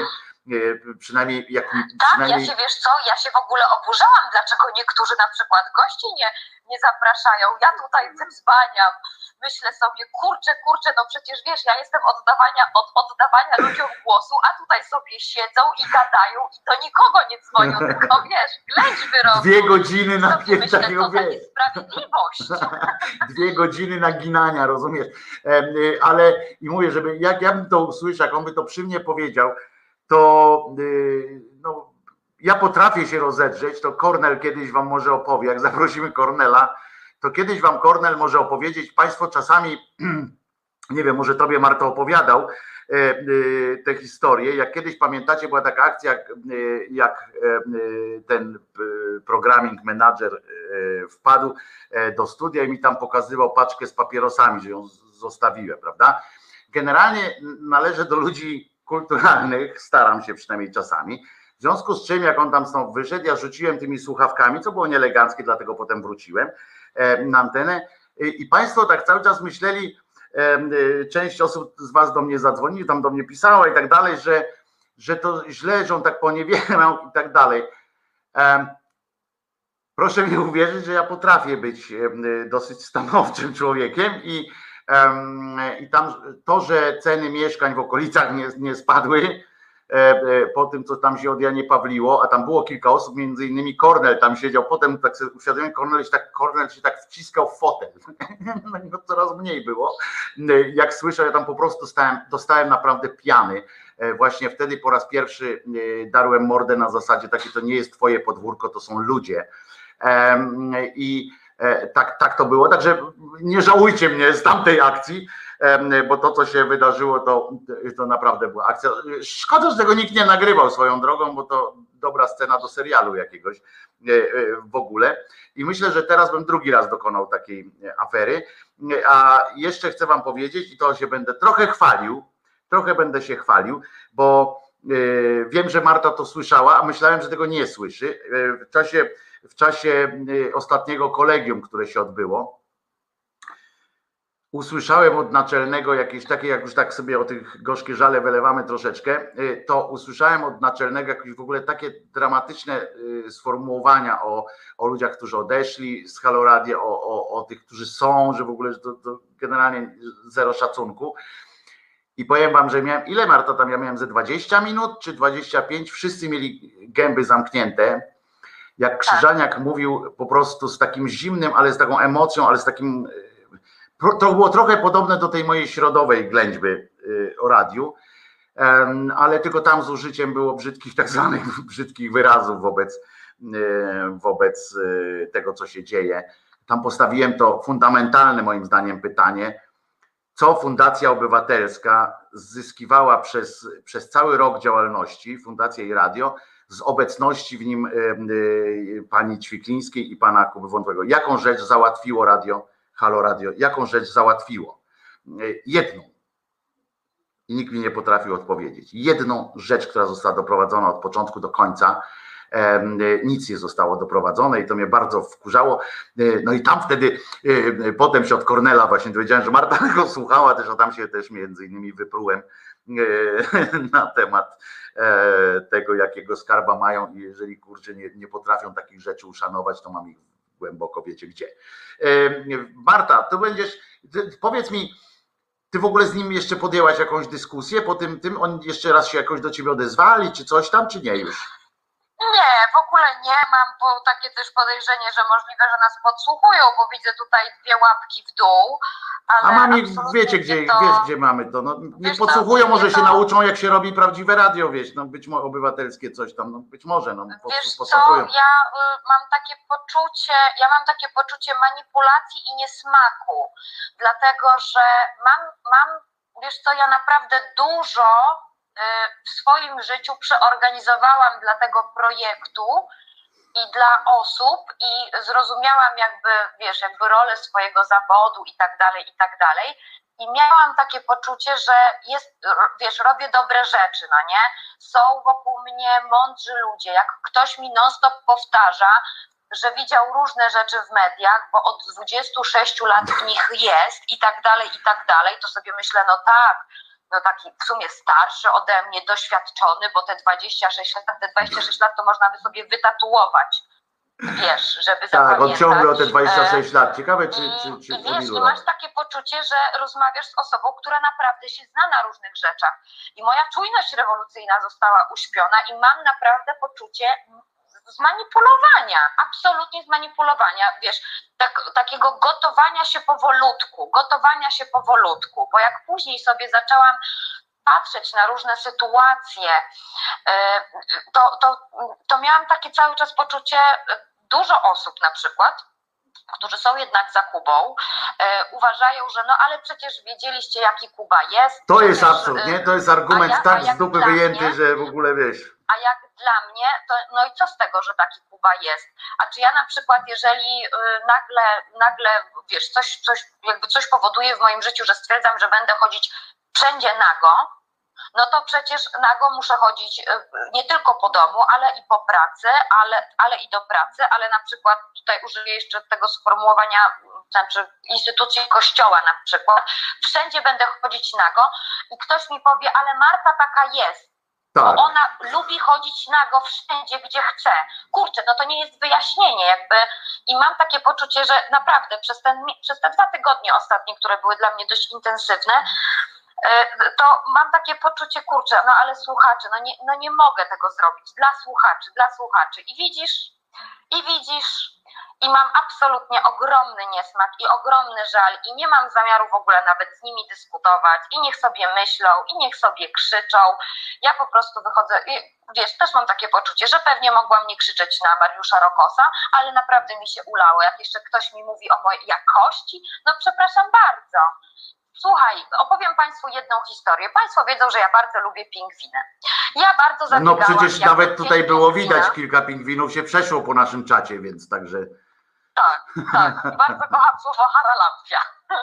[SPEAKER 1] przynajmniej jak mi,
[SPEAKER 2] tak,
[SPEAKER 1] przynajmniej...
[SPEAKER 2] ja się, wiesz co, ja się w ogóle oburzałam, dlaczego niektórzy na przykład gości nie, nie zapraszają, ja tutaj dzbaniam, myślę sobie, kurczę, kurczę, no przecież wiesz, ja jestem oddawania, od oddawania ludziom głosu, a tutaj sobie siedzą i gadają i do nikogo nie dzwonią, tylko wiesz, ględźby robią.
[SPEAKER 1] Dwie godziny na
[SPEAKER 2] sobie myślę,
[SPEAKER 1] takiego,
[SPEAKER 2] to za niesprawiedliwość.
[SPEAKER 1] Dwie godziny naginania, rozumiesz? Ale i mówię, żeby jak ja bym to usłyszał, jak on by to przy mnie powiedział, to no, ja potrafię się rozedrzeć, to Kornel kiedyś wam może opowie, jak zaprosimy Kornela, to kiedyś wam Kornel może opowiedzieć, państwo czasami, nie wiem, może tobie Marta opowiadał te historie, jak kiedyś pamiętacie, była taka akcja, jak, jak ten programming manager wpadł do studia i mi tam pokazywał paczkę z papierosami, że ją zostawiłem, prawda? Generalnie należę do ludzi kulturalnych, staram się przynajmniej czasami, w związku z czym jak on tam stąd wyszedł, ja rzuciłem tymi słuchawkami, co było nieeleganckie, dlatego potem wróciłem na antenę i państwo tak cały czas myśleli, część osób z was do mnie zadzwoniła, tam do mnie pisała i tak dalej, że, że to źle, że on tak poniewierał i tak dalej. Proszę mi uwierzyć, że ja potrafię być dosyć stanowczym człowiekiem i, i tam to, że ceny mieszkań w okolicach nie, nie spadły po tym, co tam się od Janie Pawliło, a tam było kilka osób, między innymi Kornel tam siedział, potem tak sobie uświadomiłem, Kornel się tak, Kornel się tak wciskał w fotel, no coraz mniej było, jak słyszę, ja tam po prostu stałem, dostałem naprawdę piany, właśnie wtedy po raz pierwszy darłem mordę na zasadzie takie, to nie jest twoje podwórko, to są ludzie i tak, tak to było, także nie żałujcie mnie z tamtej akcji, bo to, co się wydarzyło, to, to naprawdę była akcja. Szkoda, że tego nikt nie nagrywał swoją drogą, bo to dobra scena do serialu jakiegoś w ogóle. I myślę, że teraz bym drugi raz dokonał takiej afery. A jeszcze chcę wam powiedzieć, i to się będę trochę chwalił, trochę będę się chwalił, bo wiem, że Marta to słyszała, a myślałem, że tego nie słyszy. W czasie, w czasie ostatniego kolegium, które się odbyło, usłyszałem od naczelnego jakieś takie, jak już tak sobie o tych gorzkie żale wylewamy troszeczkę, to usłyszałem od naczelnego jakieś w ogóle takie dramatyczne sformułowania o, o ludziach, którzy odeszli z Halo Radia, o, o, o tych, którzy są, że w ogóle że to, to generalnie zero szacunku. I powiem wam, że miałem, ile Marta tam, ja miałem ze dwadzieścia minut czy dwadzieścia pięć, wszyscy mieli gęby zamknięte. Jak Krzyżaniak mówił po prostu z takim zimnym, ale z taką emocją, ale z takim... To było trochę podobne do tej mojej środowej ględźby o radiu, ale tylko tam z użyciem było brzydkich, tak zwanych brzydkich wyrazów wobec, wobec tego, co się dzieje. Tam postawiłem to fundamentalne moim zdaniem pytanie, co Fundacja Obywatelska zyskiwała przez, przez cały rok działalności, Fundacja i Radio, z obecności w nim pani Ćwiklińskiej i pana Kuby Wątłego. Jaką rzecz załatwiło radio, Halo Radio, jaką rzecz załatwiło? Jedną. I nikt mi nie potrafił odpowiedzieć. Jedną rzecz, która została doprowadzona od początku do końca, nic nie zostało doprowadzone i to mnie bardzo wkurzało. No i tam wtedy, potem się od Kornela właśnie dowiedziałem, że Marta go słuchała też, a tam się też między innymi wyprułem na temat tego, jakiego skarba mają i jeżeli kurczę nie, nie potrafią takich rzeczy uszanować, to mam ich głęboko, wiecie gdzie. Marta, to będziesz, powiedz mi, ty w ogóle z nim jeszcze podjęłaś jakąś dyskusję, po tym, tym on jeszcze raz się jakoś do ciebie odezwali, czy coś tam, czy nie już?
[SPEAKER 2] Nie, w ogóle nie mam, bo takie też podejrzenie, że możliwe, że nas podsłuchują, bo widzę tutaj dwie łapki w dół. Ale
[SPEAKER 1] a mamy, wiecie gdzie,
[SPEAKER 2] to...
[SPEAKER 1] wiesz gdzie mamy to, no, nie
[SPEAKER 2] wiesz
[SPEAKER 1] podsłuchują,
[SPEAKER 2] to,
[SPEAKER 1] może
[SPEAKER 2] to...
[SPEAKER 1] się nauczą jak się robi prawdziwe radio, wiesz, no być może obywatelskie coś tam, no być może, no
[SPEAKER 2] wiesz
[SPEAKER 1] podpatrują.
[SPEAKER 2] co, ja y, mam takie poczucie, ja mam takie poczucie manipulacji i niesmaku, dlatego, że mam, mam, wiesz co, ja naprawdę dużo w swoim życiu przeorganizowałam dla tego projektu i dla osób i zrozumiałam jakby, wiesz, jakby rolę swojego zawodu i tak dalej, i tak dalej. I miałam takie poczucie, że jest, wiesz, robię dobre rzeczy, no nie? Są wokół mnie mądrzy ludzie. Jak ktoś mi non-stop powtarza, że widział różne rzeczy w mediach, bo od dwudziestu sześciu lat w nich jest i tak dalej, i tak dalej, to sobie myślę, no tak, no taki w sumie starszy ode mnie, doświadczony, bo te dwadzieścia sześć lat, te dwadzieścia sześć lat to można by sobie wytatuować, wiesz, żeby zapamiętać.
[SPEAKER 1] Tak, on ciągle o te dwadzieścia sześć lat. Ciekawe, czy,
[SPEAKER 2] I,
[SPEAKER 1] czy, czy
[SPEAKER 2] i wiesz,
[SPEAKER 1] ilu
[SPEAKER 2] i
[SPEAKER 1] lat?
[SPEAKER 2] masz takie poczucie, że rozmawiasz z osobą, która naprawdę się zna na różnych rzeczach. I moja czujność rewolucyjna została uśpiona i mam naprawdę poczucie zmanipulowania, absolutnie zmanipulowania, wiesz, tak, takiego gotowania się powolutku, gotowania się powolutku, bo jak później sobie zaczęłam patrzeć na różne sytuacje, to, to, to miałam takie cały czas poczucie, dużo osób na przykład, którzy są jednak za Kubą, e, uważają, że no ale przecież wiedzieliście, jaki Kuba jest.
[SPEAKER 1] To jest
[SPEAKER 2] przecież,
[SPEAKER 1] absurd, nie? To jest argument
[SPEAKER 2] ja,
[SPEAKER 1] tak z dupy wyjęty,
[SPEAKER 2] mnie,
[SPEAKER 1] że w ogóle wiesz.
[SPEAKER 2] A jak dla mnie, to no i co z tego, że taki Kuba jest? A czy ja na przykład, jeżeli y, nagle, nagle, wiesz, coś, coś, jakby coś powoduje w moim życiu, że stwierdzam, że będę chodzić wszędzie nago, no to przecież nago muszę chodzić nie tylko po domu, ale i po pracy, ale, ale i do pracy, ale na przykład tutaj użyję jeszcze tego sformułowania, znaczy instytucji kościoła na przykład, wszędzie będę chodzić nago i ktoś mi powie, ale Marta taka jest, tak. Bo ona lubi chodzić nago wszędzie, gdzie chce. Kurczę, no to nie jest wyjaśnienie jakby i mam takie poczucie, że naprawdę przez, ten, przez te dwa tygodnie ostatnie, które były dla mnie dość intensywne, to mam takie poczucie, kurczę, no ale słuchacze, no nie, no nie mogę tego zrobić dla słuchaczy, dla słuchaczy i widzisz, i widzisz, i mam absolutnie ogromny niesmak i ogromny żal i nie mam zamiaru w ogóle nawet z nimi dyskutować i niech sobie myślą i niech sobie krzyczą, ja po prostu wychodzę, i wiesz, też mam takie poczucie, że pewnie mogłam nie krzyczeć na Mariusza Rokosa, ale naprawdę mi się ulało, jak jeszcze ktoś mi mówi o mojej jakości, no przepraszam bardzo. Słuchaj, opowiem Państwu jedną historię. Państwo wiedzą, że ja bardzo lubię pingwiny. Ja bardzo zabiegałam...
[SPEAKER 1] No przecież nawet tutaj było widać, kilka pingwinów się przeszło po naszym czacie, więc także...
[SPEAKER 2] Tak, tak. Bardzo kocham słowo haralampia.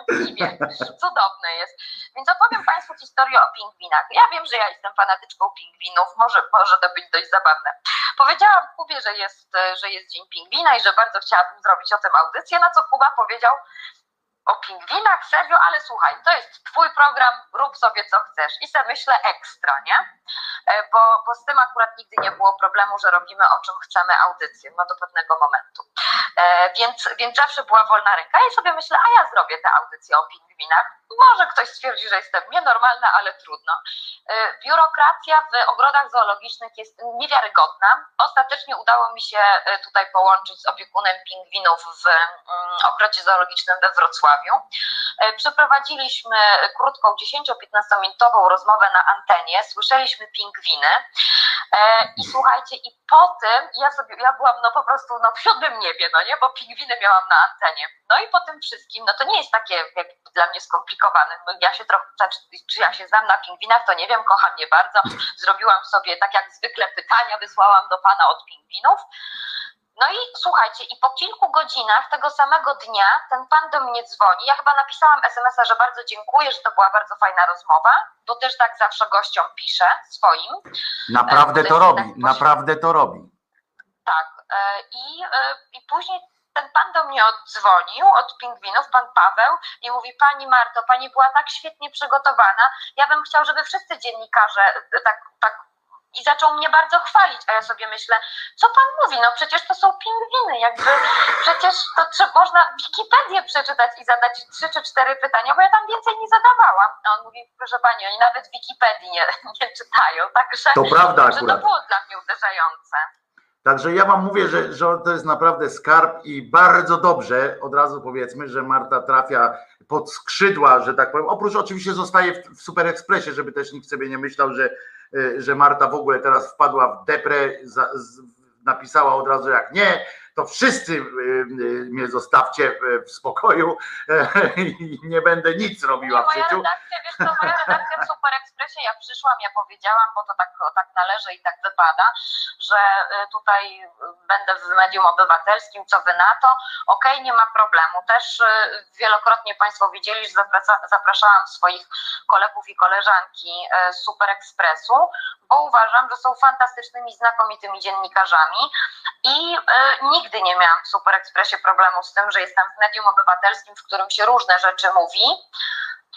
[SPEAKER 2] Cudowne jest. Więc opowiem Państwu historię o pingwinach. Ja wiem, że ja jestem fanatyczką pingwinów. Może, może to być dość zabawne. Powiedziałam Kubie, że jest, że jest Dzień Pingwina i że bardzo chciałabym zrobić o tym audycję, na co Kuba powiedział: o pingwinach? Serio? Ale słuchaj, to jest twój program, rób sobie co chcesz. I sobie myślę ekstra, nie? Bo, bo z tym akurat nigdy nie było problemu, że robimy o czym chcemy audycję, no do pewnego momentu. E, więc, więc zawsze była wolna ręka i sobie myślę, a ja zrobię tę audycję o pingwinach. Może ktoś stwierdzi, że jestem nienormalna, ale trudno. E, biurokracja w ogrodach zoologicznych jest niewiarygodna. Ostatecznie udało mi się tutaj połączyć z opiekunem pingwinów w mm, ogrodzie zoologicznym we Wrocławiu. E, przeprowadziliśmy krótką dziesięcio-piętnastominutową rozmowę na antenie, słyszeliśmy pingwiny e, i słuchajcie, i po tym ja sobie, ja byłam no po prostu no w siódmym niebie, no nie, bo pingwiny miałam na antenie. No i po tym wszystkim, no to nie jest takie jak dla mnie skomplikowane. Ja się trochę, znaczy, czy ja się znam na pingwinach, to nie wiem, kocham je bardzo. Zrobiłam sobie tak jak zwykle pytania, wysłałam do pana od pingwinów. No i słuchajcie, i po kilku godzinach tego samego dnia ten pan do mnie dzwoni. Ja chyba napisałam es em es a, że bardzo dziękuję, że to była bardzo fajna rozmowa, bo też tak zawsze gościom piszę swoim.
[SPEAKER 1] Naprawdę to robi, naprawdę to robi.
[SPEAKER 2] Tak. I, i później ten pan do mnie oddzwonił od pingwinów, pan Paweł, i mówi: pani Marto, pani była tak świetnie przygotowana, ja bym chciał, żeby wszyscy dziennikarze tak, tak. I zaczął mnie bardzo chwalić, a ja sobie myślę, co pan mówi, no przecież to są pingwiny, jakby przecież to trzeba, można Wikipedię przeczytać i zadać trzy czy cztery pytania, bo ja tam więcej nie zadawałam. A on mówi: proszę pani, oni nawet Wikipedii nie, nie czytają, także
[SPEAKER 1] to prawda,
[SPEAKER 2] że to było dla mnie uderzające.
[SPEAKER 1] Także ja wam mówię, że, że to jest naprawdę skarb i bardzo dobrze, od razu powiedzmy, że Marta trafia pod skrzydła, że tak powiem. Oprócz oczywiście zostaje w, w Super Expressie, żeby też nikt sobie nie myślał, że, że Marta w ogóle teraz wpadła w deprę, za, z, napisała od razu jak nie, to wszyscy mnie zostawcie w spokoju i nie będę nic robiła
[SPEAKER 2] nie,
[SPEAKER 1] w życiu.
[SPEAKER 2] Moja redakcja, wiesz co, moja redakcja w Super Expressie, ja przyszłam, ja powiedziałam, bo to tak, tak należy i tak wypada, że tutaj będę w medium obywatelskim, co wy na to? Okej, okay, nie ma problemu. Też wielokrotnie Państwo widzieli, że zapraszałam swoich kolegów i koleżanki z Super Expressu, bo uważam, że są fantastycznymi, znakomitymi dziennikarzami i y, nigdy nie miałam w Super Expressie problemu z tym, że jestem w medium obywatelskim, w którym się różne rzeczy mówi.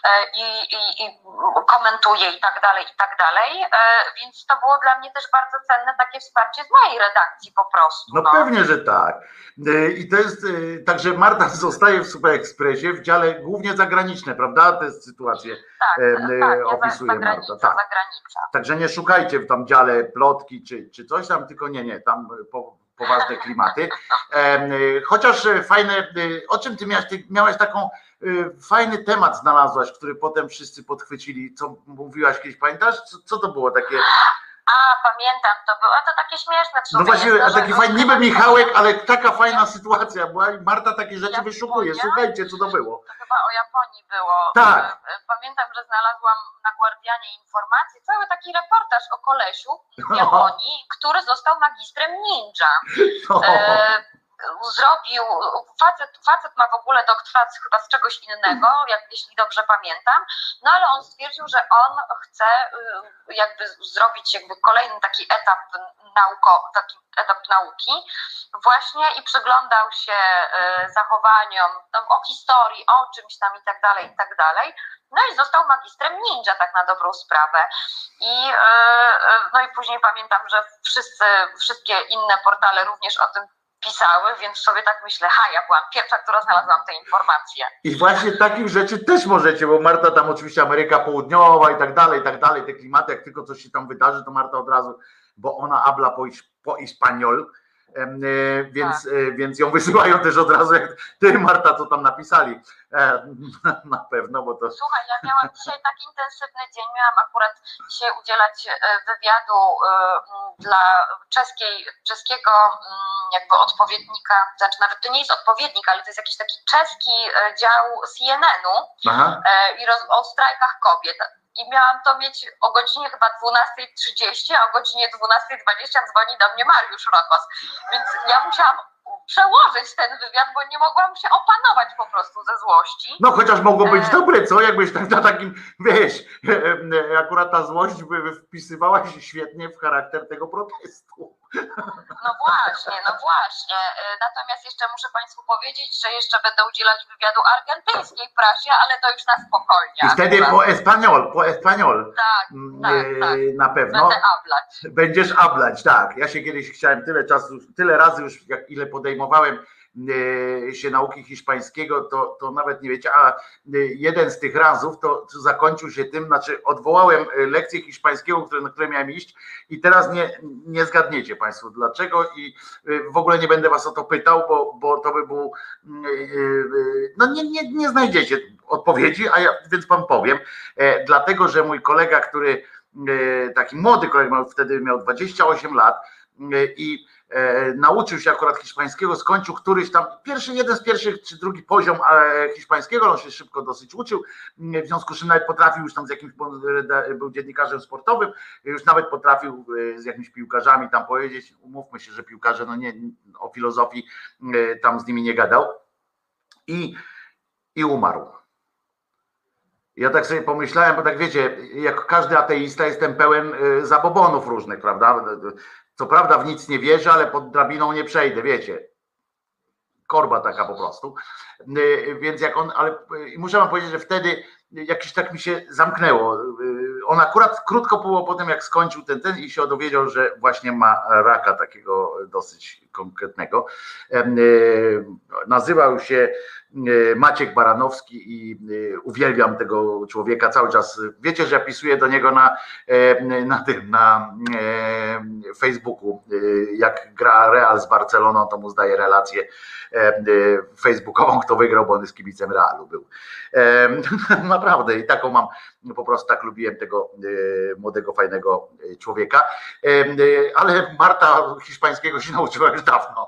[SPEAKER 2] i, i, i komentuje i tak dalej, i tak dalej, więc to było dla mnie też bardzo cenne takie wsparcie z mojej redakcji po prostu.
[SPEAKER 1] No,
[SPEAKER 2] no.
[SPEAKER 1] pewnie, że tak. I to jest, także Marta zostaje w Super Expressie w dziale głównie zagraniczne, prawda? To jest sytuację,
[SPEAKER 2] tak,
[SPEAKER 1] e,
[SPEAKER 2] tak,
[SPEAKER 1] opisuje Marta. Tak.
[SPEAKER 2] Zagranica.
[SPEAKER 1] Także nie szukajcie w tam dziale plotki czy, czy coś tam, tylko nie, nie, tam po, poważne klimaty. E, chociaż fajne, o czym ty miałaś, ty miałaś taką fajny temat znalazłaś, który potem wszyscy podchwycili, co mówiłaś kiedyś, pamiętasz? Co, co to było takie?
[SPEAKER 2] A, pamiętam, to było to takie śmieszne w sumie.
[SPEAKER 1] No właśnie,
[SPEAKER 2] jest,
[SPEAKER 1] a taki
[SPEAKER 2] że...
[SPEAKER 1] fajny, niby Michałek, ale taka fajna sytuacja była i Marta takie rzeczy
[SPEAKER 2] Japonia?
[SPEAKER 1] wyszukuje. Słuchajcie, co to było.
[SPEAKER 2] To chyba o Japonii było.
[SPEAKER 1] Tak.
[SPEAKER 2] Pamiętam, że znalazłam na Guardianie informację, cały taki reportaż o kolesiu w Japonii, który został magistrem ninja.
[SPEAKER 1] No.
[SPEAKER 2] E, zrobił, facet, facet ma w ogóle doktorat chyba z czegoś innego, jak, jeśli dobrze pamiętam, no ale on stwierdził, że on chce jakby zrobić jakby kolejny taki etap nauko, taki etap nauki właśnie i przyglądał się zachowaniom, no, o historii, o czymś tam i tak dalej, i tak dalej. No i został magistrem ninja, tak na dobrą sprawę. I, no i później pamiętam, że wszyscy, wszystkie inne portale również o tym pisały, więc sobie tak myślę, ha, ja byłam pierwsza, która znalazłam te informacje.
[SPEAKER 1] I właśnie takich rzeczy też możecie, bo Marta tam oczywiście Ameryka Południowa i tak dalej, i tak dalej, te klimaty, jak tylko coś się tam wydarzy, to Marta od razu, bo ona habla po, po hispaniol, więc, tak. Więc ją wysyłają też od razu, jak ty, Marta, co tam napisali. Na pewno, bo to...
[SPEAKER 2] Słuchaj, ja miałam dzisiaj tak intensywny dzień, miałam akurat dzisiaj udzielać wywiadu dla czeskiej, czeskiego jakby odpowiednika, znaczy nawet to nie jest odpowiednik, ale to jest jakiś taki czeski dział C N N u. Aha. I roz, o strajkach kobiet. I miałam to mieć o godzinie chyba dwunastej trzydzieści, a o godzinie dwunastej dwadzieścia dzwoni do mnie Mariusz Rotos. Więc ja musiałam przełożyć ten wywiad, bo nie mogłam się opanować po prostu ze złości.
[SPEAKER 1] No chociaż mogło być e... dobre, co? Jakbyś tak na takim, wiesz, akurat ta złość by wpisywała się świetnie w charakter tego protestu.
[SPEAKER 2] No właśnie, no właśnie. Natomiast jeszcze muszę Państwu powiedzieć, że jeszcze będę udzielać wywiadu argentyńskiej prasie, ale to już na spokojnie.
[SPEAKER 1] I wtedy akurat. po espanol, po espanol.
[SPEAKER 2] Tak, tak, tak.
[SPEAKER 1] Na pewno.
[SPEAKER 2] Będę ablać.
[SPEAKER 1] Będziesz ablać, tak. Ja się kiedyś chciałem tyle czasu, tyle razy już, jak ile podejmowałem się nauki hiszpańskiego, to, to nawet nie wiecie, a jeden z tych razów to zakończył się tym, znaczy odwołałem lekcję hiszpańskiego, które, na które miałem iść i teraz nie, nie zgadniecie Państwo dlaczego i w ogóle nie będę Was o to pytał, bo, bo to by był, no nie, nie, nie znajdziecie odpowiedzi, a ja więc Wam powiem, dlatego, że mój kolega, który, taki młody kolega, wtedy miał dwadzieścia osiem lat i E, nauczył się akurat hiszpańskiego, skończył któryś tam, pierwszy, jeden z pierwszych czy drugi poziom e, hiszpańskiego, on się szybko dosyć uczył, w związku z czym nawet potrafił już tam z jakimś, był dziennikarzem sportowym, już nawet potrafił e, z jakimiś piłkarzami tam powiedzieć, umówmy się, że piłkarze, no nie, o filozofii e, tam z nimi nie gadał i, i umarł. Ja tak sobie pomyślałem, bo tak wiecie, jak każdy ateista jestem pełen e, zabobonów różnych, prawda? Co prawda w nic nie wierzę, ale pod drabiną nie przejdę, wiecie. Korba taka po prostu. Więc jak on, ale muszę wam powiedzieć, że wtedy jakiś tak mi się zamknęło. On akurat krótko było po tym, jak skończył ten ten i się dowiedział, że właśnie ma raka takiego dosyć konkretnego. Nazywał się Maciek Baranowski i uwielbiam tego człowieka cały czas. Wiecie, że ja pisuję do niego na, na tym, na Facebooku. Jak gra Real z Barceloną, to mu zdaje relację facebookową, kto wygrał, bo on jest kibicem Realu był. Naprawdę i taką mam, po prostu tak lubiłem tego młodego, fajnego człowieka. Ale Marta hiszpańskiego się nauczyła już dawno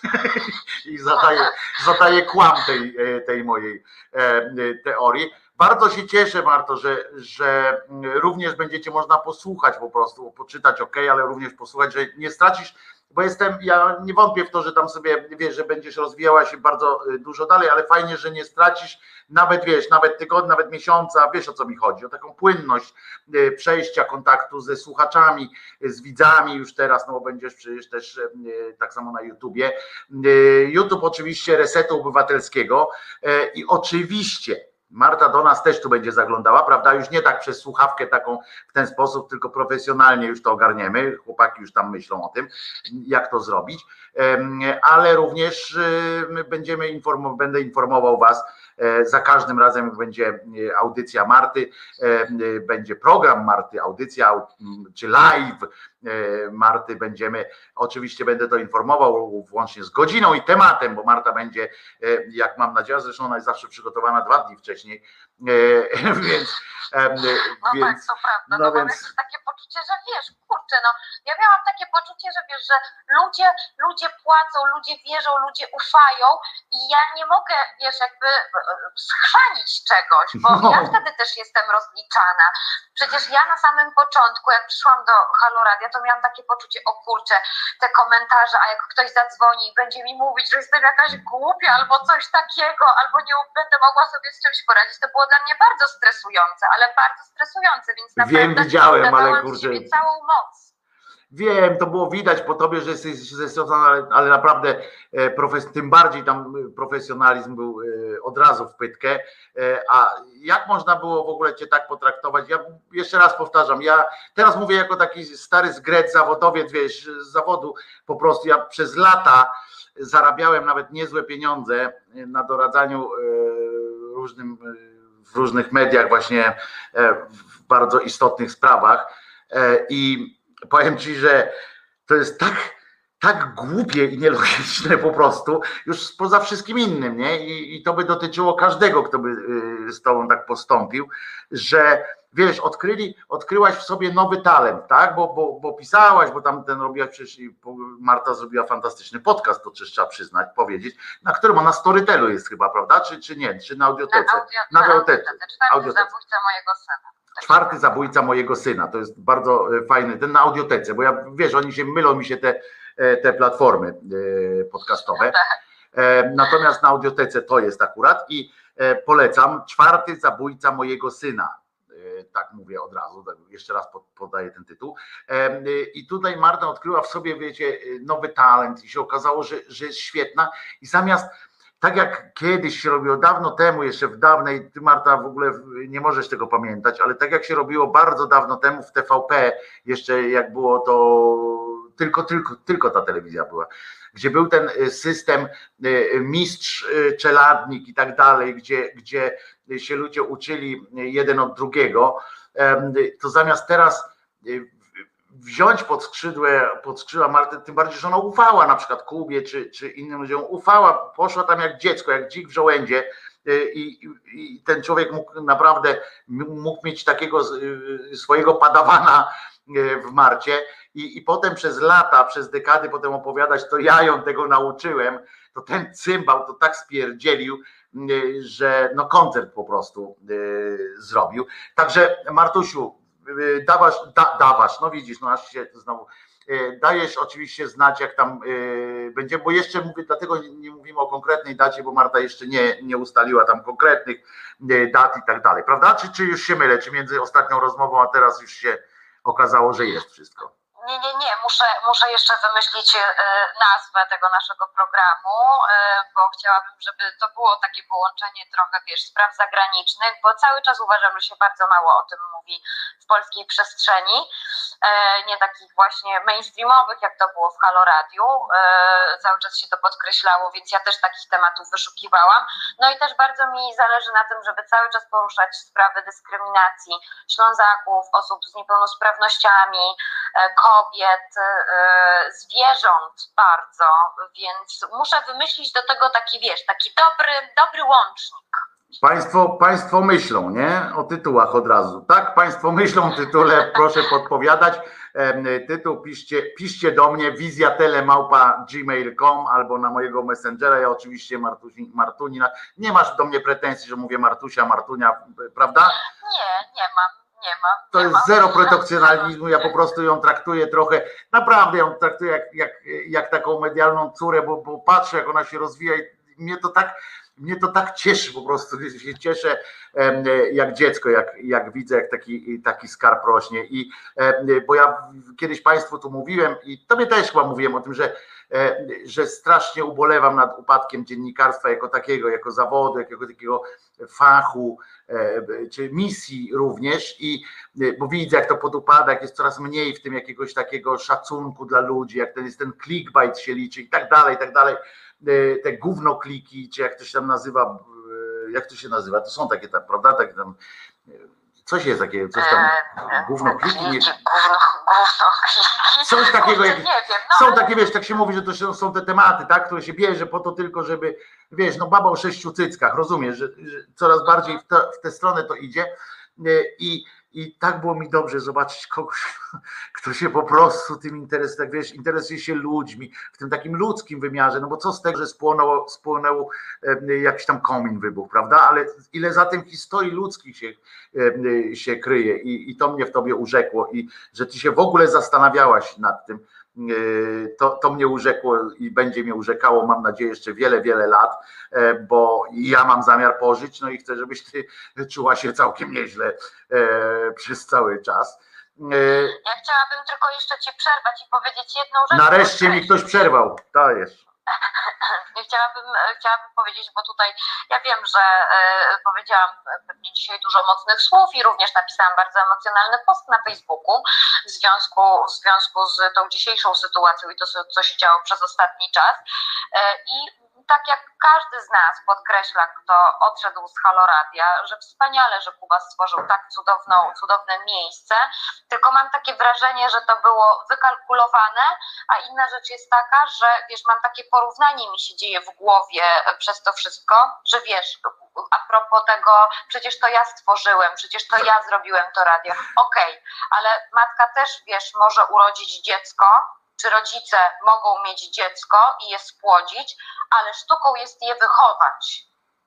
[SPEAKER 1] i zadaje, zadaje kłam tej, tej mojej teorii. Bardzo się cieszę, Marto, że, że również będziecie można posłuchać po prostu, poczytać ok, ale również posłuchać, że nie stracisz, bo jestem, ja nie wątpię w to, że tam sobie, wiesz, że będziesz rozwijała się bardzo dużo dalej, ale fajnie, że nie stracisz nawet, wiesz, nawet tygodnia, nawet miesiąca, wiesz o co mi chodzi, o taką płynność przejścia kontaktu ze słuchaczami, z widzami już teraz, no bo będziesz przecież też tak samo na YouTubie. YouTube oczywiście Resetu Obywatelskiego i oczywiście Marta do nas też tu będzie zaglądała, prawda? Już nie tak przez słuchawkę taką w ten sposób, tylko profesjonalnie już to ogarniemy. Chłopaki już tam myślą o tym, jak to zrobić, ale również będziemy informować, będę informował was za każdym razem, jak będzie audycja Marty, będzie program Marty, audycja czy live Marty, będziemy, oczywiście będę to informował włącznie z godziną i tematem, bo Marta będzie, jak mam nadzieję, zresztą ona jest zawsze przygotowana dwa dni wcześniej, więc
[SPEAKER 2] no
[SPEAKER 1] więc,
[SPEAKER 2] tak, to prawda, no,
[SPEAKER 1] no
[SPEAKER 2] no
[SPEAKER 1] więc...
[SPEAKER 2] więc takie poczucie, że wiesz, kurczę, no ja miałam takie poczucie, że wiesz, że ludzie, ludzie płacą, ludzie wierzą, ludzie ufają i ja nie mogę, wiesz, jakby schrzanić czegoś, bo
[SPEAKER 1] No.
[SPEAKER 2] ja wtedy też jestem rozliczana. Przecież ja na samym początku, jak przyszłam do Halo Radia, to miałam takie poczucie, o kurczę, te komentarze, a jak ktoś zadzwoni i będzie mi mówić, że jestem jakaś głupia albo coś takiego, albo nie będę mogła sobie z czymś poradzić, to było dla mnie bardzo stresujące, ale bardzo stresujące, więc naprawdę
[SPEAKER 1] Wiem, widziałem, ale
[SPEAKER 2] dawałam
[SPEAKER 1] kurczę.
[SPEAKER 2] z siebie całą moc.
[SPEAKER 1] Wiem, to było widać po tobie, że jesteś zestresowana, ale, ale naprawdę e, profes, tym bardziej tam profesjonalizm był e, od razu w pytkę. E, a jak można było w ogóle cię tak potraktować? Ja jeszcze raz powtarzam, ja teraz mówię jako taki stary zgret, zawodowiec, wiesz, z zawodu po prostu. Ja przez lata zarabiałem nawet niezłe pieniądze na doradzaniu e, różnym, w różnych mediach właśnie e, w bardzo istotnych sprawach e, i powiem ci, że to jest tak, tak głupie i nielogiczne po prostu, już poza wszystkim innym, nie? I, i to by dotyczyło każdego, kto by y, z tobą tak postąpił, że wiesz, odkryli, odkryłaś w sobie nowy talent, tak? Bo, bo, bo pisałaś, bo tam ten robiłaś, przecież Marta zrobiła fantastyczny podcast, to trzeba przyznać, powiedzieć, na którym ona na Storytelu jest chyba, prawda? Czy, czy nie? Czy na audiotece?
[SPEAKER 2] Na, audio,
[SPEAKER 1] na
[SPEAKER 2] na
[SPEAKER 1] audiotece.
[SPEAKER 2] Czwarty
[SPEAKER 1] audiotece.
[SPEAKER 2] zabójca mojego syna.
[SPEAKER 1] Czwarty zabójca mojego syna, to jest bardzo fajny, ten na audiotece, bo ja, wiesz, oni się mylą mi się te, te platformy podcastowe, natomiast na audiotece to jest akurat i polecam, Czwarty zabójca mojego syna, tak mówię od razu, jeszcze raz podaję ten tytuł i tutaj Marta odkryła w sobie, wiecie, nowy talent i się okazało, że, że jest świetna i zamiast tak jak kiedyś się robiło dawno temu, jeszcze w dawnej, ty Marta w ogóle nie możesz tego pamiętać, ale tak jak się robiło bardzo dawno temu w T V P, jeszcze jak było to, tylko, tylko, tylko ta telewizja była, gdzie był ten system mistrz, czeladnik i tak dalej, gdzie, gdzie się ludzie uczyli jeden od drugiego, to zamiast teraz wziąć pod skrzydłe, pod skrzydła Marty, tym bardziej, że ona ufała na przykład Kubie czy, czy innym ludziom, ufała, poszła tam jak dziecko, jak dzik w żołędzie i, i ten człowiek mógł naprawdę, mógł mieć takiego swojego padawana w Marcie i, i potem przez lata, przez dekady potem opowiadać, to ja ją tego nauczyłem, to ten cymbał to tak spierdzielił, że no koncert po prostu zrobił. Także Martusiu, dawasz, da, dawasz, no widzisz, no aż się znowu dajesz oczywiście znać, jak tam będzie, bo jeszcze mówię, dlatego nie mówimy o konkretnej dacie, bo Marta jeszcze nie, nie ustaliła tam konkretnych dat i tak dalej, prawda? Czy, czy już się mylę, czy między ostatnią rozmową a teraz już się okazało, że jest wszystko?
[SPEAKER 2] Nie, nie, nie, muszę, muszę jeszcze wymyślić nazwę tego naszego programu, bo chciałabym, żeby to było takie połączenie trochę, wiesz, spraw zagranicznych, bo cały czas uważam, że się bardzo mało o tym mówi w polskiej przestrzeni, nie takich właśnie mainstreamowych, jak to było w Halo Radiu, cały czas się to podkreślało, więc ja też takich tematów wyszukiwałam, no i też bardzo mi zależy na tym, żeby cały czas poruszać sprawy dyskryminacji Ślązaków, osób z niepełnosprawnościami, kobiet, zwierząt bardzo, więc muszę wymyślić do tego taki, wiesz, taki dobry, dobry łącznik.
[SPEAKER 1] Państwo, państwo myślą, nie? O tytułach od razu, tak? Państwo myślą o tytule, proszę podpowiadać. Tytuł piszcie, piszcie do mnie wizjatele małpa gmail kropka com albo na mojego messengera. Ja oczywiście Martusi, Martunina. Nie masz do mnie pretensji, że mówię Martusia, Martunia, prawda?
[SPEAKER 2] Nie, nie mam. Nie mam,
[SPEAKER 1] to
[SPEAKER 2] nie
[SPEAKER 1] jest
[SPEAKER 2] mam.
[SPEAKER 1] zero protekcjonalizmu, ja po prostu ją traktuję trochę, naprawdę ją traktuję jak, jak, jak taką medialną córę, bo, bo patrzę, jak ona się rozwija i mnie to tak, mnie to tak cieszy po prostu, się cieszę jak dziecko, jak, jak widzę, jak taki, taki skarb rośnie. I bo ja kiedyś Państwu tu mówiłem i Tobie też chyba mówiłem o tym, że, że strasznie ubolewam nad upadkiem dziennikarstwa jako takiego, jako zawodu, jako takiego fachu, czy misji również, i bo widzę, jak to podupada, jak jest coraz mniej w tym jakiegoś takiego szacunku dla ludzi, jak ten jest ten clickbait się liczy i tak dalej, i tak dalej, te gównokliki, czy jak to się tam nazywa, jak to się nazywa, to są takie tam, prawda, takie tam, coś jest takiego, coś tam, gównokliki, nie, coś takiego, jak, są takie, wiesz, tak się mówi, że to są te tematy, tak, które się bierze po to tylko, żeby, wiesz, no baba o sześciu cyckach, rozumiesz, że, że coraz bardziej w, te, w tę stronę to idzie i I tak było mi dobrze zobaczyć kogoś, kto się po prostu tym interesuje, tak wiesz, interesuje się ludźmi, w tym takim ludzkim wymiarze, no bo co z tego, że spłonął, spłonął jakiś tam komin wybuch, prawda, ale ile za tym historii ludzkich się, się kryje i, i to mnie w tobie urzekło i że ty się w ogóle zastanawiałaś nad tym, to, to mnie urzekło i będzie mnie urzekało, mam nadzieję, jeszcze wiele, wiele lat, bo ja mam zamiar pożyć, no i chcę, żebyś ty czuła się całkiem nieźle przez cały czas.
[SPEAKER 2] Ja chciałabym tylko jeszcze ci przerwać i powiedzieć jedną rzecz.
[SPEAKER 1] Nareszcie mi ktoś przerwał, dajesz.
[SPEAKER 2] Ja chciałabym, chciałabym powiedzieć, bo tutaj ja wiem, że e, powiedziałam pewnie dzisiaj dużo mocnych słów i również napisałam bardzo emocjonalny post na Facebooku w związku, w związku z tą dzisiejszą sytuacją i to, co się działo przez ostatni czas. E, I tak jak każdy z nas podkreśla, kto odszedł z Halo Radia, że wspaniale, że Kuba stworzył tak cudowną, cudowne miejsce, tylko mam takie wrażenie, że to było wykalkulowane, a inna rzecz jest taka, że wiesz, mam takie porównanie mi się dzieje w głowie przez to wszystko, że wiesz, a propos tego, przecież to ja stworzyłem, przecież to ja zrobiłem to radio, okej, okay, ale matka też, wiesz, może urodzić dziecko, czy rodzice mogą mieć dziecko i je spłodzić, ale sztuką jest je wychować.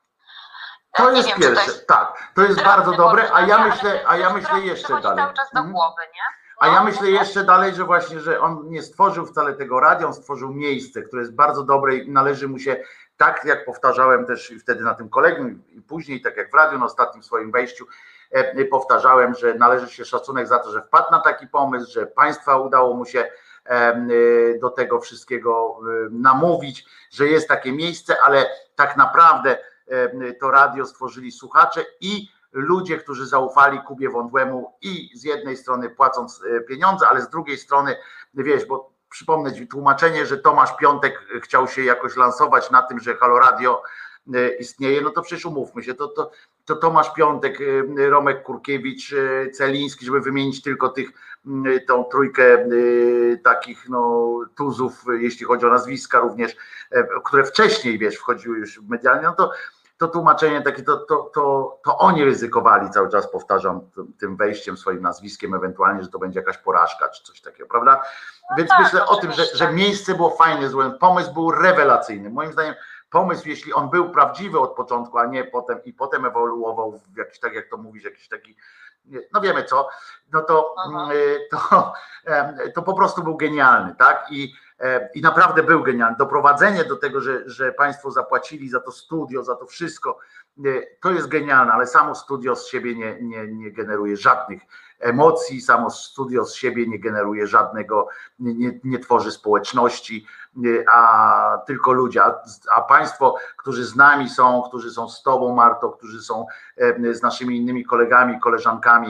[SPEAKER 1] To jest wiem, pierwsze, to jest tak, to jest bardzo dobre, a ja myślę, a ja myślę jeszcze dalej.
[SPEAKER 2] Cały czas do głowy, nie? No,
[SPEAKER 1] a ja myślę jeszcze dalej, że właśnie, że on nie stworzył wcale tego radia, on stworzył miejsce, które jest bardzo dobre i należy mu się, tak jak powtarzałem też wtedy na tym kolegium i później, tak jak w radiu na ostatnim swoim wejściu, powtarzałem, że należy się szacunek za to, że wpadł na taki pomysł, że państwa udało mu się do tego wszystkiego namówić, że jest takie miejsce, ale tak naprawdę to radio stworzyli słuchacze i ludzie, którzy zaufali Kubie Wątłemu i z jednej strony płacąc pieniądze, ale z drugiej strony, wiesz, bo przypomnę ci tłumaczenie, że Tomasz Piątek chciał się jakoś lansować na tym, że Halo Radio istnieje, no to przecież umówmy się, to, to, to Tomasz Piątek, Romek Kurkiewicz, Celiński, żeby wymienić tylko tych, tą trójkę takich no tuzów, jeśli chodzi o nazwiska również, które wcześniej, wiesz, wchodziły już medialnie, no to to tłumaczenie takie, to, to, to, to oni ryzykowali, cały czas powtarzam, tym wejściem, swoim nazwiskiem, ewentualnie, że to będzie jakaś porażka, czy coś takiego, prawda? No więc tak, myślę o tym, że, że miejsce było fajne, złe, pomysł był rewelacyjny. Moim zdaniem pomysł, jeśli on był prawdziwy od początku, a nie potem i potem ewoluował w jakiś, tak jak to mówisz, jakiś taki, no wiemy co, no to, to, to po prostu był genialny, tak? I I naprawdę był genialny. Doprowadzenie do tego, że, że państwo zapłacili za to studio, za to wszystko, to jest genialne, ale samo studio z siebie nie, nie, nie generuje żadnych emocji, samo studio z siebie nie generuje żadnego, nie, nie tworzy społeczności, a tylko ludzie. A, a państwo, którzy z nami są, którzy są z tobą, Marto, którzy są z naszymi innymi kolegami, koleżankami,